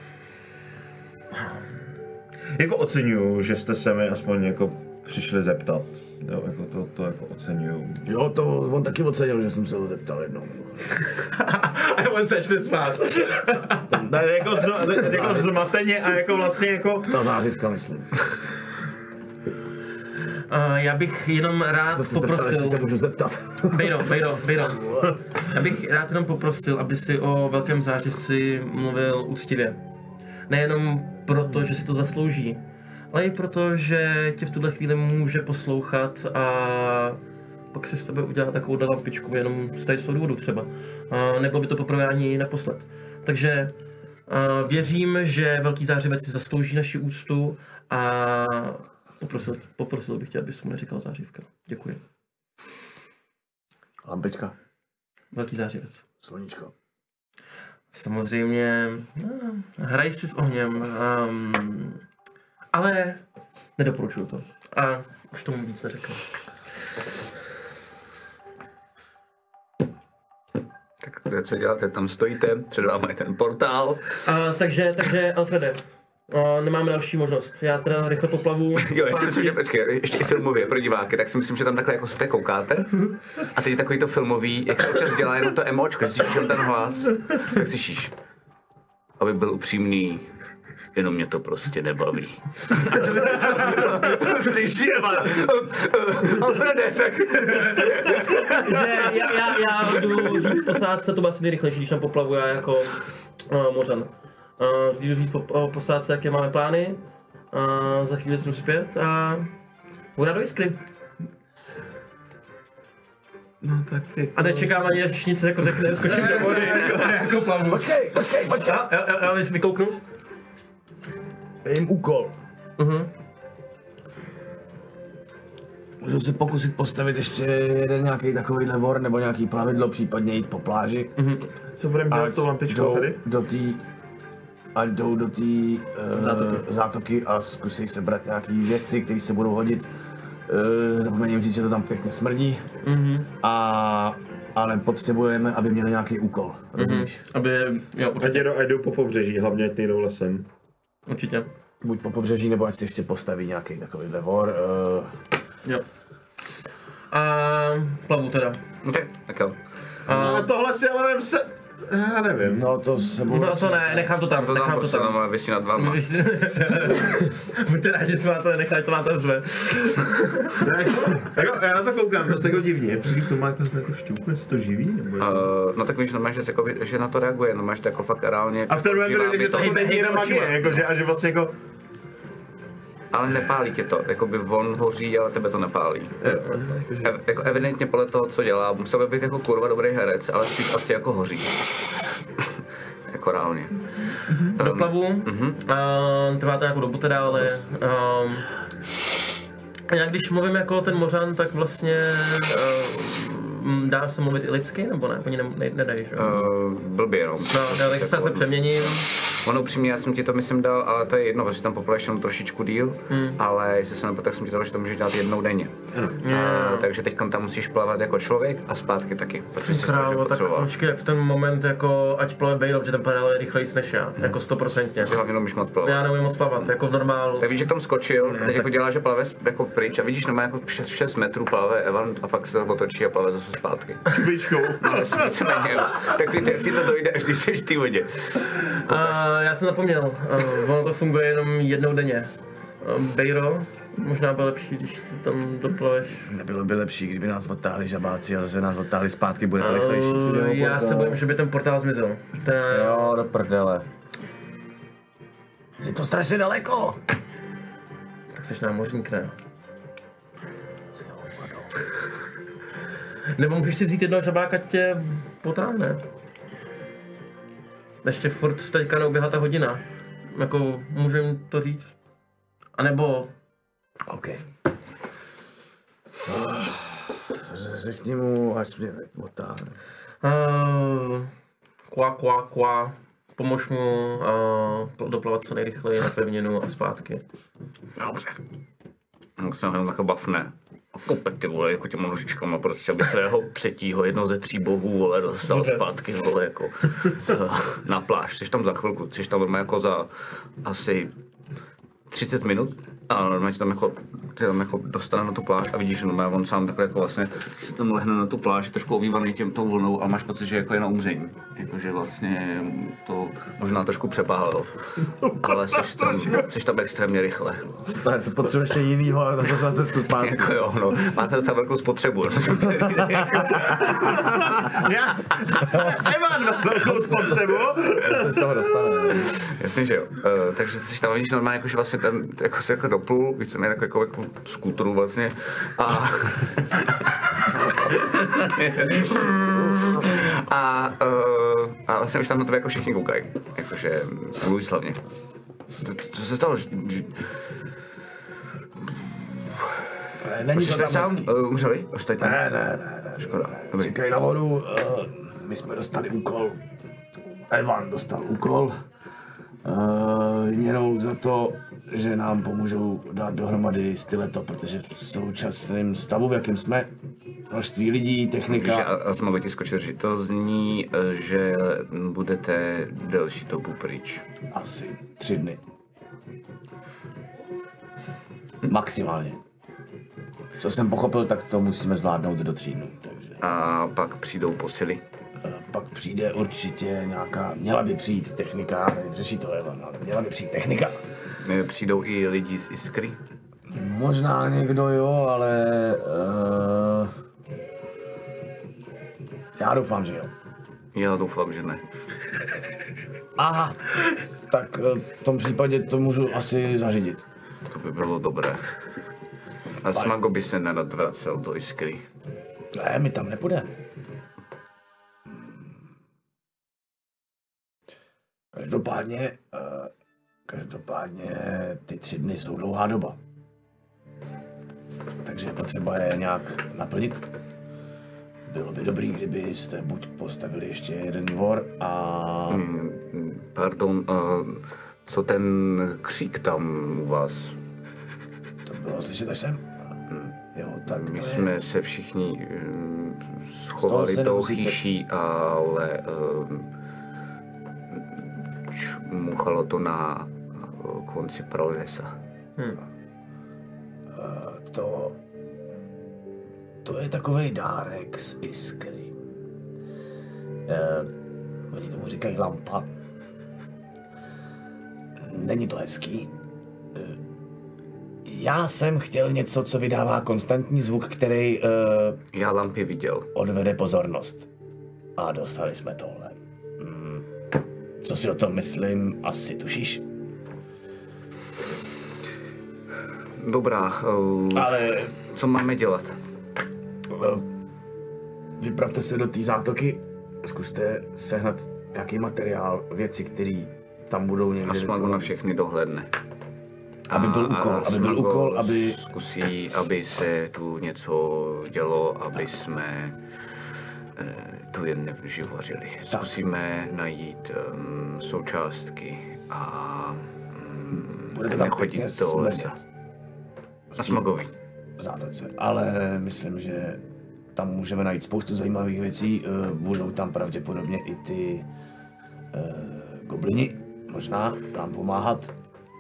Jako oceňuju, že jste se mi aspoň jako přišli zeptat. Jo, jako to jako oceňuju. Jo, to on taky ocenil, že jsem se ho zeptal jednou. A on se začne smát. Ne, jako zmateně a jako vlastně jako... Ta zářivka, myslím. Já bych jenom rád poprosil... Jestli se můžu zeptat. Bejdo. Já bych rád jenom poprosil, aby si o velkém zářivci mluvil úctivě. Nejenom proto, že si to zaslouží, ale i proto, že tě v tuhle chvíli může poslouchat a pak si s tebe udělá takovou lampičku, jenom z toho důvodu třeba. Nebylo by to poprvé ani naposled. Takže věřím, že velký zářivec si zaslouží naši úctu a poprosil bych tě, abys mu neříkal zářivka. Děkuji. Lampička. Velký zářivec. Sluníčko. Samozřejmě, hraj si s ohněm, ale nedoporučuju to. A už tomu víc neřeknu. Tak co děláte? Tam stojíte, před vámi je ten portál. Takže Alfrede, nemáme další možnost. Já teda rychle poplavu. Jo, ještě filmově pro diváky, tak si myslím, že tam takhle jako se koukáte a teď takový to filmový, jak se občas dělá jenom to emočko, slyšíš ten hlas, tak slyšíš. Aby byl upřímný, jenom mě to prostě nebaví. Slyším, ale... Alfrede, tak... já jdu říct posádce, to bude asi nejrychlejší, když tam poplavu já jako mořan. Jdu říct posádce, jaké máme plány. Za chvíli jsem zpět a hurá do Jiskry. No tak jako... A nečekám ani, až nic jako řekne, skočím do vody, jako plavu. Počkej! Já bych vykouknu. Jím úkol. Můžu se pokusit postavit ještě jeden nějaký takovýhle vor nebo nějaký plavidlo, případně jít po pláži. Co budeme dělat s tou lampičkou tady? Jdou do té zátoky a zkusí sebrat nějaký věci, které se budou hodit. Zapomením říct, že to tam pěkně smrdí. Ale potřebujeme, aby měli nějaký úkol, rozumíš? Ať jdou po pobřeží, hlavně ať nejdou lesem. Určitě. Buď po pobřeží, nebo ať si ještě postaví nějaký takovýhle vor. Jo. A plavu teda. OK, tak jo. A tohle si ale vem se... Já nevím. No to se bude... No to ne, nechám to tam, nechám to tam. Tam vysí nad váma. Buďte rádi, že máte, nechaj to máte zve. Jako, já na to koukám, to jako divně. Přijď to má jako šťouku, jestli to živí? Nebo no tak víš, normálně, že na to reaguje, normálně, že to jako fakt reálně... A v ten moment, že to není jenom magie, jakože, a že vlastně jako... Ale nepálí tě to, jakoby on hoří, ale tebe to nepálí. Jako evidentně podle toho, co dělá, musel by být jako kurva dobrý herec, ale spíš asi jako hoří. Jako reálně. Do plavu, trvá to jako dobu teda, ale... Já když mluvím jako ten mořan, tak vlastně dá se mluvit i lidsky, nebo ne? Oni nedají, že? Blbě, no. No, tak se přeměním. Ono upřímně, já jsem ti to myslím dal, ale to je jedno, protože tam popluješ jenom trošičku díl, ale jestli se nepletu, tak jsem ti dal, že to můžeš dát jednou denně. Takže teď tam musíš plavat jako člověk a zpátky taky. Krávo, tak počkej, v ten moment jako, ať plave Bejlo, protože ten padal je rychlejc než já, jako 100%. Ty hlavně neumíš moc plavat. Já neumím moc plavat, jako v normálu. Tak víš, že tam skočil, teď jako dělá, že plave jako pryč a vidíš, no má jako 6 metrů plave Evan a pak se to otočí a plave zase zpátky. Čubičkou. No, víceméně, tak ty to dojde, až když seš v té vodě. Já jsem zapomněl, ono to funguje jenom jednou denně. Bejro, možná bylo lepší, když se tam doplaveš. Nebylo by lepší, kdyby nás odtáhli žabáci a zase nás odtáhli zpátky, bude to rychlejší. Já se bojím, že by ten portál zmizel. Jo, do prdele. Je to strašně daleko. Tak seš námořník, ne? Nebo můžeš si vzít jednoho žabáka, tě potáhne. Ještě furt teďka neuběhla ta hodina. Jako, můžu jim to říct? A nebo... OK. Řekni mu, ať mě potáhne. Kvá. Pomož mu doplavat co nejrychleji na pevninu a zpátky. Dobře. Tak se jenom jako bafne. Kope ty vole, jako těma nožičkama prostě, aby svého třetího, jednoho ze 3 bohů, vole, dostal zpátky, vole, jako na pláž. Jsi tam za chvilku, jsi tam normálně jako za asi 30 minut a normálně tě tam jako dostane na tu pláž a vidíš, že normálně on sám takhle jako vlastně si tam lehne na tu pláž, je trošku ovývaný tou vlnou a máš pocit, že jako je na umření. Jakože vlastně to možná trošku přepálilo, ale jsi tam extrémně rychle. To potřebuješ ještě jinýho a zase na cestu zpátky. Jako jo, no, máte docela velkou spotřebu. Já mám velkou spotřebu. Se z toho dostane. Jasně, že jo. Takže jsi tam vidíš normálně, jakože vlastně ten jako doplul, víc mě jako skútru vlastně. A vlastně už tam na tebe jako všichni koukají. Jakože Luis hlavně. Co se stalo? Není to tam sám? Umřeli? Ostatní? Ne. Škoda. Čekaj nahoru, my jsme dostali úkol. Evan dostal úkol. Jenom za to, že nám pomůžou dát dohromady styleto, protože v současném stavu, v jakém jsme, množství lidí, technika... Takže já jsem mohl ti skočit, že to zní, že budete delší dobu pryč. Asi 3 dny. Maximálně. Co jsem pochopil, tak to musíme zvládnout do 3 dnů, takže... A pak přijdou posily. pak přijde určitě nějaká, měla by přijít technika, tady řeší to Evan, ale měla by přijít technika. Přijdou i lidi z Iskry? Možná někdo jo, ale já doufám, že jo. Já doufám, že ne. Aha, tak v tom případě to můžu asi zařídit. To by bylo dobré. A Smago by se nerad vracel do Iskry. Ne, my tam nepůjdeme. Každopádně ty 3 dny jsou dlouhá doba. Takže je potřeba je nějak naplnit. Bylo by dobrý, kdybyste buď postavili ještě jeden dvor a... Pardon, co ten křík tam u vás? To bylo slyšet až sem. Jo, tak My to jsme je... se všichni schovali se do nemusíte- chýší, ale muchalo to na konci pralesa. To je takovej dárek z Iskry. Oni tomu říkají lampa. Není to hezký. Já jsem chtěl něco, co vydává konstantní zvuk, který Já lampy viděl. odvede pozornost. A dostali jsme tohle. Co si o tom myslím, asi tušíš. Dobrá, Ale co máme dělat? vypravte se do té zátoky, zkuste sehnat nějaký materiál, věci, které tam budou A někde. Smago na všechny dohlédne. Aby byl úkol, aby... Zkusí, aby se tu něco dělo, aby jsme tu jen nevživořili. Zkusíme najít součástky a Budete tam nechodit pěkně do lesa. smrdět. A Smagovi. V zátoce. Ale myslím, že tam můžeme najít spoustu zajímavých věcí. Budou tam pravděpodobně i ty goblini. Možná nám pomáhat.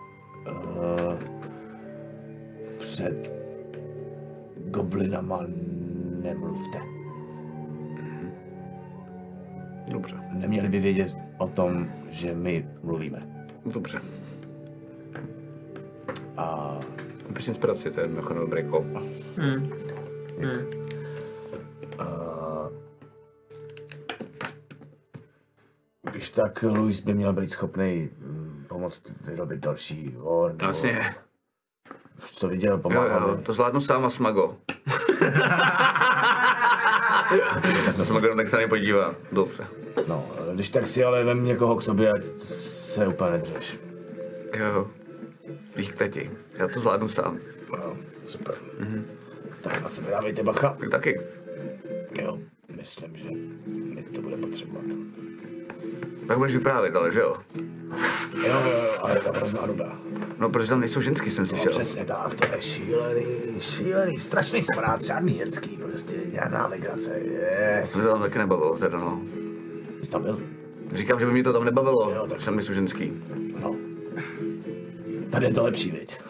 Před goblinama nemluvte. Dobře. Neměli by vědět o tom, že my mluvíme. Dobře. A Prosím inspiraci, to je mimochodem dobrý kol. když tak Luis by měl být schopný pomoct vyrobit další vor. Vlastně. Už to viděl, Jo, pomáhal. to zvládnu sám a Smago. Na Smago tak se nepodívá. Dobře. No, když tak si ale vem někoho k sobě, ať se úplně nedřeš. Jo. Víš k teti. Já to zvládnu sám. No, super. Tak na sebe dávejte bacha. Ty taky. Jo, myslím, že mi to bude potřebovat. Tak budeš vyprávět, ale že jo? Jo, ale je tam hrozná nuda. No, protože tam nejsou ženský, jsem No, slyšel. přesně tak, to je šílený, strašný smrát, žádný ženský, prostě žádná legrace, Mě to tam taky nebavilo, teda no. Jsi tam byl? Říkám, že by mě to tam nebavilo, Jo, tak- že tam nejsou ženský. No. Tady je to lepší, viď?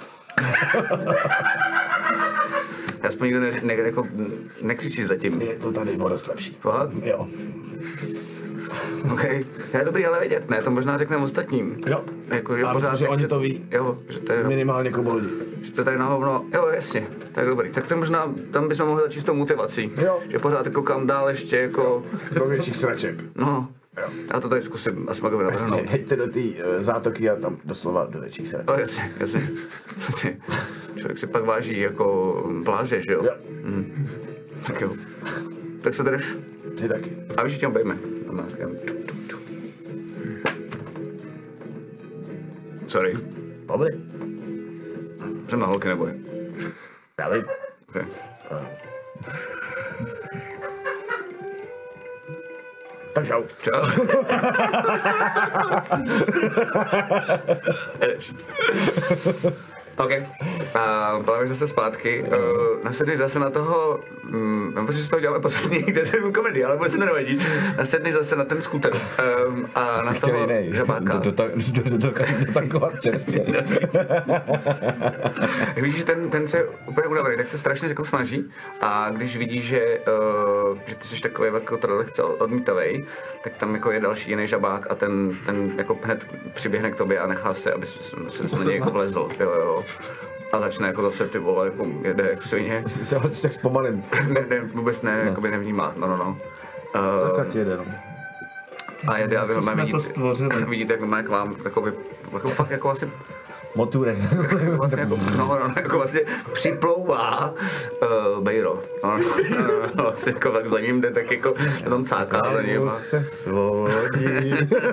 Já aspoň nikdo jako nekřičí zatím. Je to tady o dost lepší. Fakt? Jo. OK. Já je dobrý ale vědět, ne? To možná řekneme ostatním. Jo. Jako, Já myslím, že oni to ví. Jo, že to je, Minimálně koboldi. že to je tady na hovno. Jo, jasně. Tak dobrý. Tak to možná, tam bychom mohli začít s tou motivací. Jo. Že pořád jako kam dál ještě jako, Do větších sraček. no. Jo. Já to tady zkusím a Smagovi Jasně, navrhnout. jeďte do té zátoky a tam doslova do větších sraček. No jasně, jasně. Člověk si pak váží jako pláže, že jo? Jo. Tak jo. Tak se drž. Ty taky. A víš, že tě obejme. Sorry. Dobrý. Jsem na holky, neboj. Já vím. Okay. Tak čau. Čau. Jdeš. OK. Pláváš zase zpátky. Nasedneš zase na toho, protože si to děláme poslední, kde se v komedii, ale bude se to nevadí. Nasedneš zase na ten skuter a na toho žabáka. Dotankovat čerstvě. Vidíš, že ten se úplně unavený, tak se strašně jako snaží a když vidí, že ty jsi takový jako lehce odmítavej, tak tam jako je další jiný žabák a ten jako hned přiběhne k tobě a nechá se, aby se na něj jako vlezl. Jo. A začne jako zase ty vole, jako jede jak svině. Se hodíš tak zpomalím. Ne, vůbec ne, jakoby nevnímá, no. Tak ať jede, no. A jede a vy normálně vidíte, jak normálně k vám, jako fakt jako asi Motůrek. Vlastně jako vlastně připlouvá Bejro. Vlastně jako tak za ním jde, tak jako tam cáká za ním. Se svodí.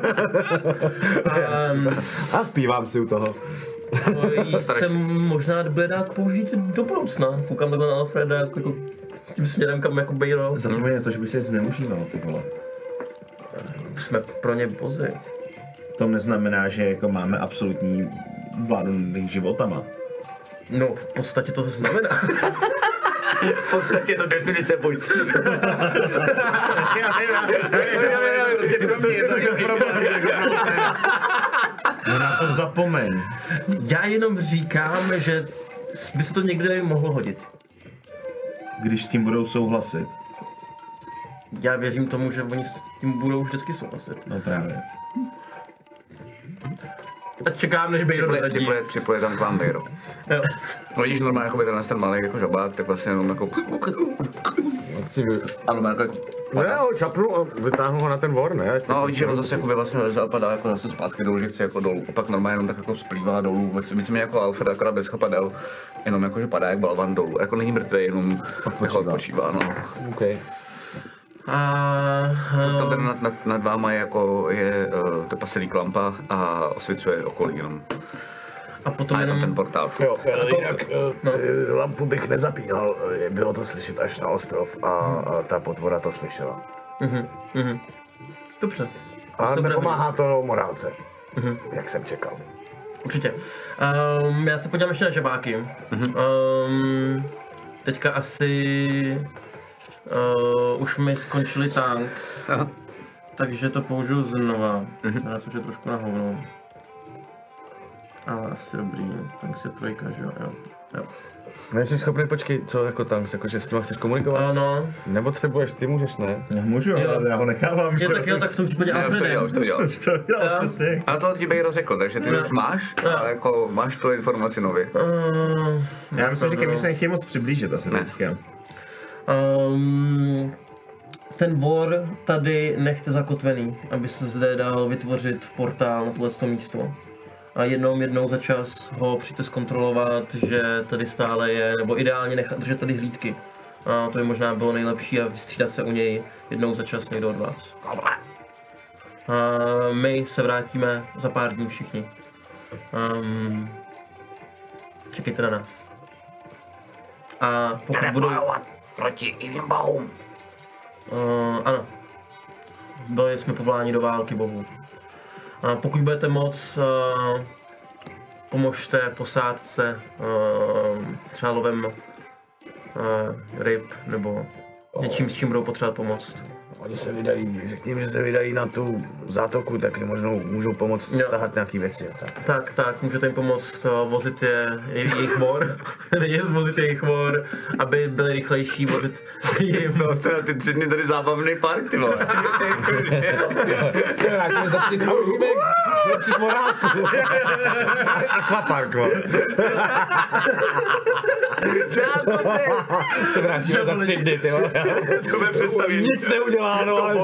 A zpívám si u toho. Se možná bude dát použít do budoucna. Koukám takhle na Alfreda jako tím směrem, kam jako Bejro. Zapomeň na to, že by se zneužíval, ty vole. Jsme pro ně bozy. To neznamená, že jako máme absolutní vládu nad životama. No, v podstatě to znamená. V podstatě je to definice pojistí. No na to zapomeň. Já jenom říkám, že by se to někde mohlo hodit. Když s tím budou souhlasit. Já věřím tomu, že oni s tím budou vždycky souhlasit. No právě. A čekám, než Bejro dodradí. Připojuje tam k vám Bejro. Vidíš normálně jako ten malý jako žabák, tak vlastně jenom jako... Ano, jako... Já ho čapnu a vytáhnu ho na ten vor, ne? No vidíš, že on zase jako vlastně leze a padá jako zase zpátky dolů, že chce jako dolů. A pak normálně jenom tak jako splývá dolů, víceméně jako Alfred, akorát bez chapadel. Jenom jako, že padá jak balvan dolů. Jako není mrtvý, jenom jako odpočívá, no. Okay. Tam ten nad váma je trpasilý klampa a osvěcuje okolí jenom. A potom jenom ten portál. Jo, jinak lampu bych nezapínal, bylo to slyšet až na ostrov a ta potvora to slyšela. Dobře. A pomáhá to morálce, jak jsem čekal. Určitě. Já se podívám ještě na žabáky. Teďka asi už mi skončili tanks, takže to použiju znova. Já jsem trošku na hovno. Ale asi dobrý, tanks je 3, že jo. Nejsi schopný, počkej, co jako tanks, jakože s tím chceš komunikovat? Ano. Nepotřebuješ, ty můžeš, ne? Já můžu, ale já ho nechávám. Tak v tom případě Alfred. Už to dělal, přesně. A to ti Bejro řekl, takže ty už máš, ale jako máš tu informaci nově. Já myslím, že mi se nechtějí moc přiblížit asi teďka. Ten vor tady nechte zakotvený, aby se zde dal vytvořit portál na tohleto místo. A jednou za čas ho přijďte zkontrolovat, že tady stále je, nebo ideálně nechat držet tady hlídky. A to by možná bylo nejlepší a vystřídat se u něj jednou za čas někdo od vás. A my se vrátíme za pár dní všichni. Čekejte na nás. A pokud budou... proti jiným bohům. Ano. Byli jsme povoláni do války bohů. A pokud budete moc, pomožte posádce třeba lovem ryb nebo něčím, s čím budou potřebovat pomoct. Oni se vydají, řekněme, že se vydají na tu zátoku, tak můžou pomoct tahat nějaký věci. Tak, můžete jim pomoct vozit jejich vor, vozit jejich vor, aby byli rychlejší, vozit jim. Ty 3 dny tady zábavný park, ty vole. Se vrátíme za 3 dny, už víme, zlepšit morálku. Aquapark, vole. Se vrátíme za 3 dny, ty vole. To bude představit. Nic neuděláno, ale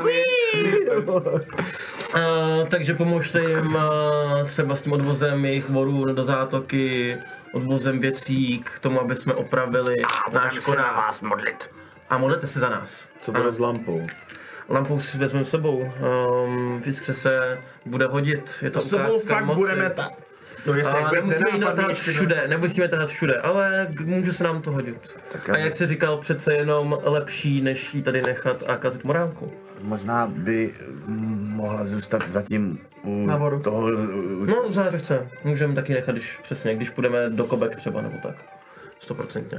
takže pomožte jim třeba s tím odvozem jejich vorů do zátoky, odvozem věcí k tomu, aby jsme opravili náš korál. Vás modlit. A modlete se za nás. Co bude s lampou? Lampou si vezmeme s sebou. V jiskře se bude hodit. Je to sebou fakt moci. Budeme nemusíme ji tahat všude, nemusíme tahat všude, ale může se nám to hodit. A jak jsi říkal, přece jenom lepší, než ji tady nechat a kazit morálku. možná by mohla zůstat zatím u Navoru. toho... No, v zářivce. Můžeme taky nechat, když půjdeme do Kobek třeba, nebo tak. 100%.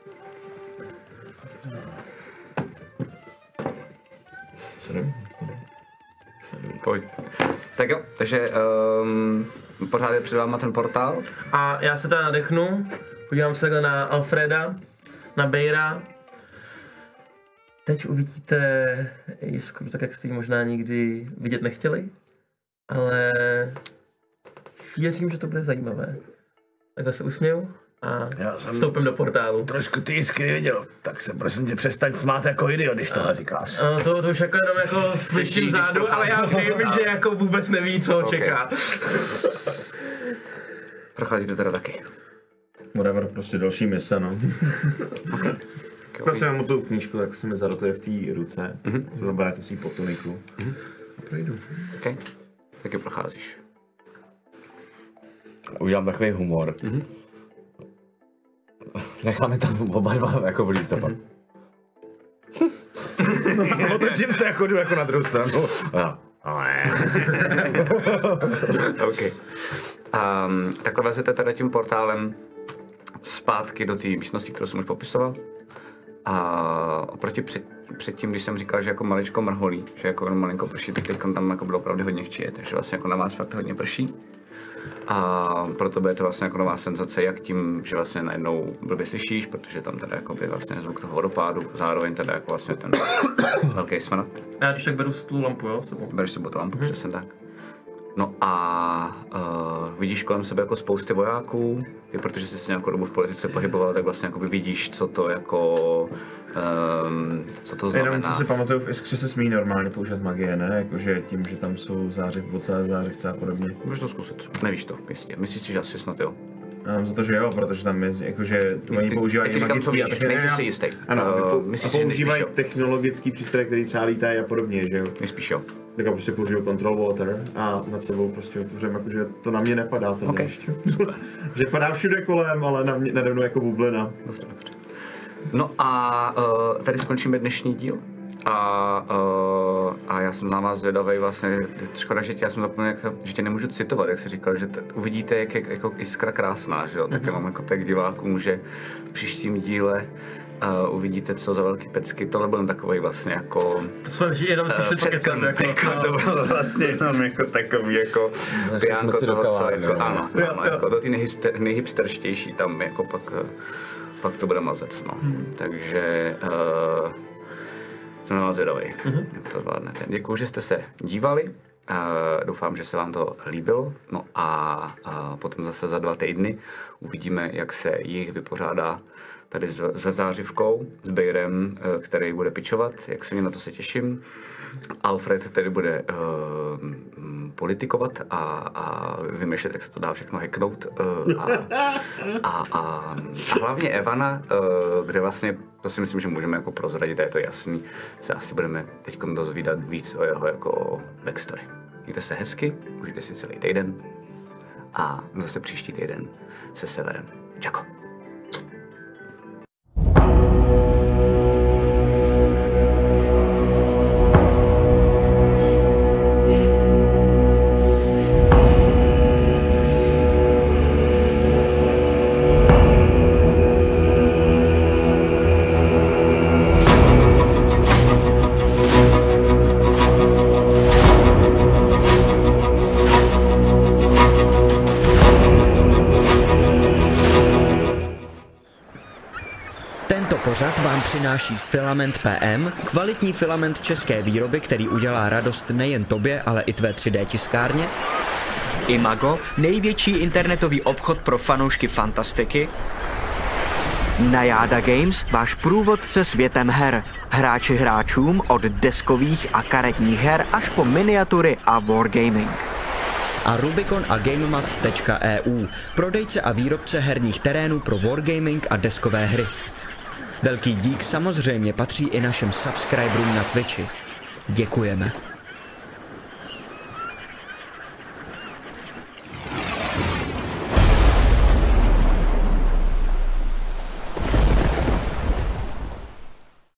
Pojď. Tak jo, takže pořád je před váma ten portál. A já se teda nadechnu, podívám se takhle na Alfreda, na Bejra. Teď uvidíte jiskru, tak jak jste ji možná nikdy vidět nechtěli, ale věřím, že to bude zajímavé. Takhle se usměju a vstoupím do portálu. Trošku ty jiskry viděl, tak se prosím tě přestaň smát jako idiot, když tohle říkáš. To už jako jenom jako slyším zádu, ale já vím, že jako vůbec neví, co ho čeká. Procházíte teda taky. Whatever, prostě další mise, no. Tak si vezmu tu knížku, tak se mi zarotuje v té ruce, se zabrátím si po tuniku a projdu. OK, taky procházíš. Udělám takový humor. Necháme tam oba dva jako v listopad. Otočím se jako jdu jako na druhou stranu. OK. Tak lezete teda tím portálem zpátky do té místnosti, kterou jsem už popisoval. A oproti předtím, když jsem říkal, že jako maličko mrholí, že jako malinko prší, tak teď tam jako bylo opravdu hodně chčije, takže vlastně jako na vás fakt hodně prší. A proto bude to vlastně jako nová senzace, jak tím, že vlastně najednou blbě slyšíš, protože tam teda jako by vlastně zvuk toho vodopádu, zároveň teda jako vlastně ten velký smrad. Já když tak beru tu lampu, jo? Bereš si tu lampu, přesně tak. No a vidíš kolem sebe jako spousty vojáků, ty, protože jsi se nějakou dobu v politice pohyboval, tak vlastně jako vidíš, co to jako, co to znamená. Jenom co si pamatuju, v Iskře se smí normálně používat magie, ne? Jakože tím, že tam jsou zářivce a podobně. Můžeš to zkusit, nevíš to, jistě. Myslíš si, že asi snad jo? Já mám za to, že jo, protože tam je, jakože oni používají magický a taky nejsi si jistý. Ano, myslíš, a používají technologický přístroje, který třeba lítají a podobně, že jo? Nejspíš jo. Tak prostě použiju Control Water a nad sebou prostě otvořím, jakože to na mě nepadá ten déšť. Že padá všude kolem, ale nade mnou jako bublina. Dobře. No a tady skončíme dnešní díl. A já jsem na vás zvědavej vlastně, škoda, že já jsem zapomněl, že tě nemůžu citovat, jak jsi říkal, že uvidíte, jak je jako Iskra krásná, že jo, tak já mám jako tak divákům, že v příštím díle uvidíte, co za velký pecky, tohle byl takový vlastně jako... To jsme jenom slyšeli pokecat, jako to bylo vlastně jenom jako takový jako pijánko toho, co jako, ano, jako do ty nejhipsterštější tam jako pak to bude mazec, no. Takže jsem na vás zvědavej, jak to zvládnete. Děkuju, že jste se dívali. Doufám, že se vám to líbilo. No a potom zase za 2 týdny uvidíme, jak se jich vypořádá tady se zářivkou, s Bejrem, který bude pičovat, jak se mě na to se těším. Alfred tedy bude politikovat a vymýšlet, jak se to dá všechno hacknout. A hlavně Evana, kde vlastně, to si myslím, že můžeme jako prozradit, a je to jasný, se asi budeme teď dozvídat víc o jeho jako backstory. Mějte se hezky, užijte si celý týden a zase příští týden se Severem. Čako. Pořad vám přináší Filament PM, kvalitní filament české výroby, který udělá radost nejen tobě, ale i tvé 3D tiskárně. Imago, největší internetový obchod pro fanoušky fantastiky. Najada Games, váš průvodce světem her. Hráči hráčům od deskových a karetních her až po miniatury a wargaming. A Rubicon a GameMat.eu, prodejce a výrobce herních terénů pro wargaming a deskové hry. Velký dík samozřejmě patří i našim subscriberům na Twitchi. Děkujeme.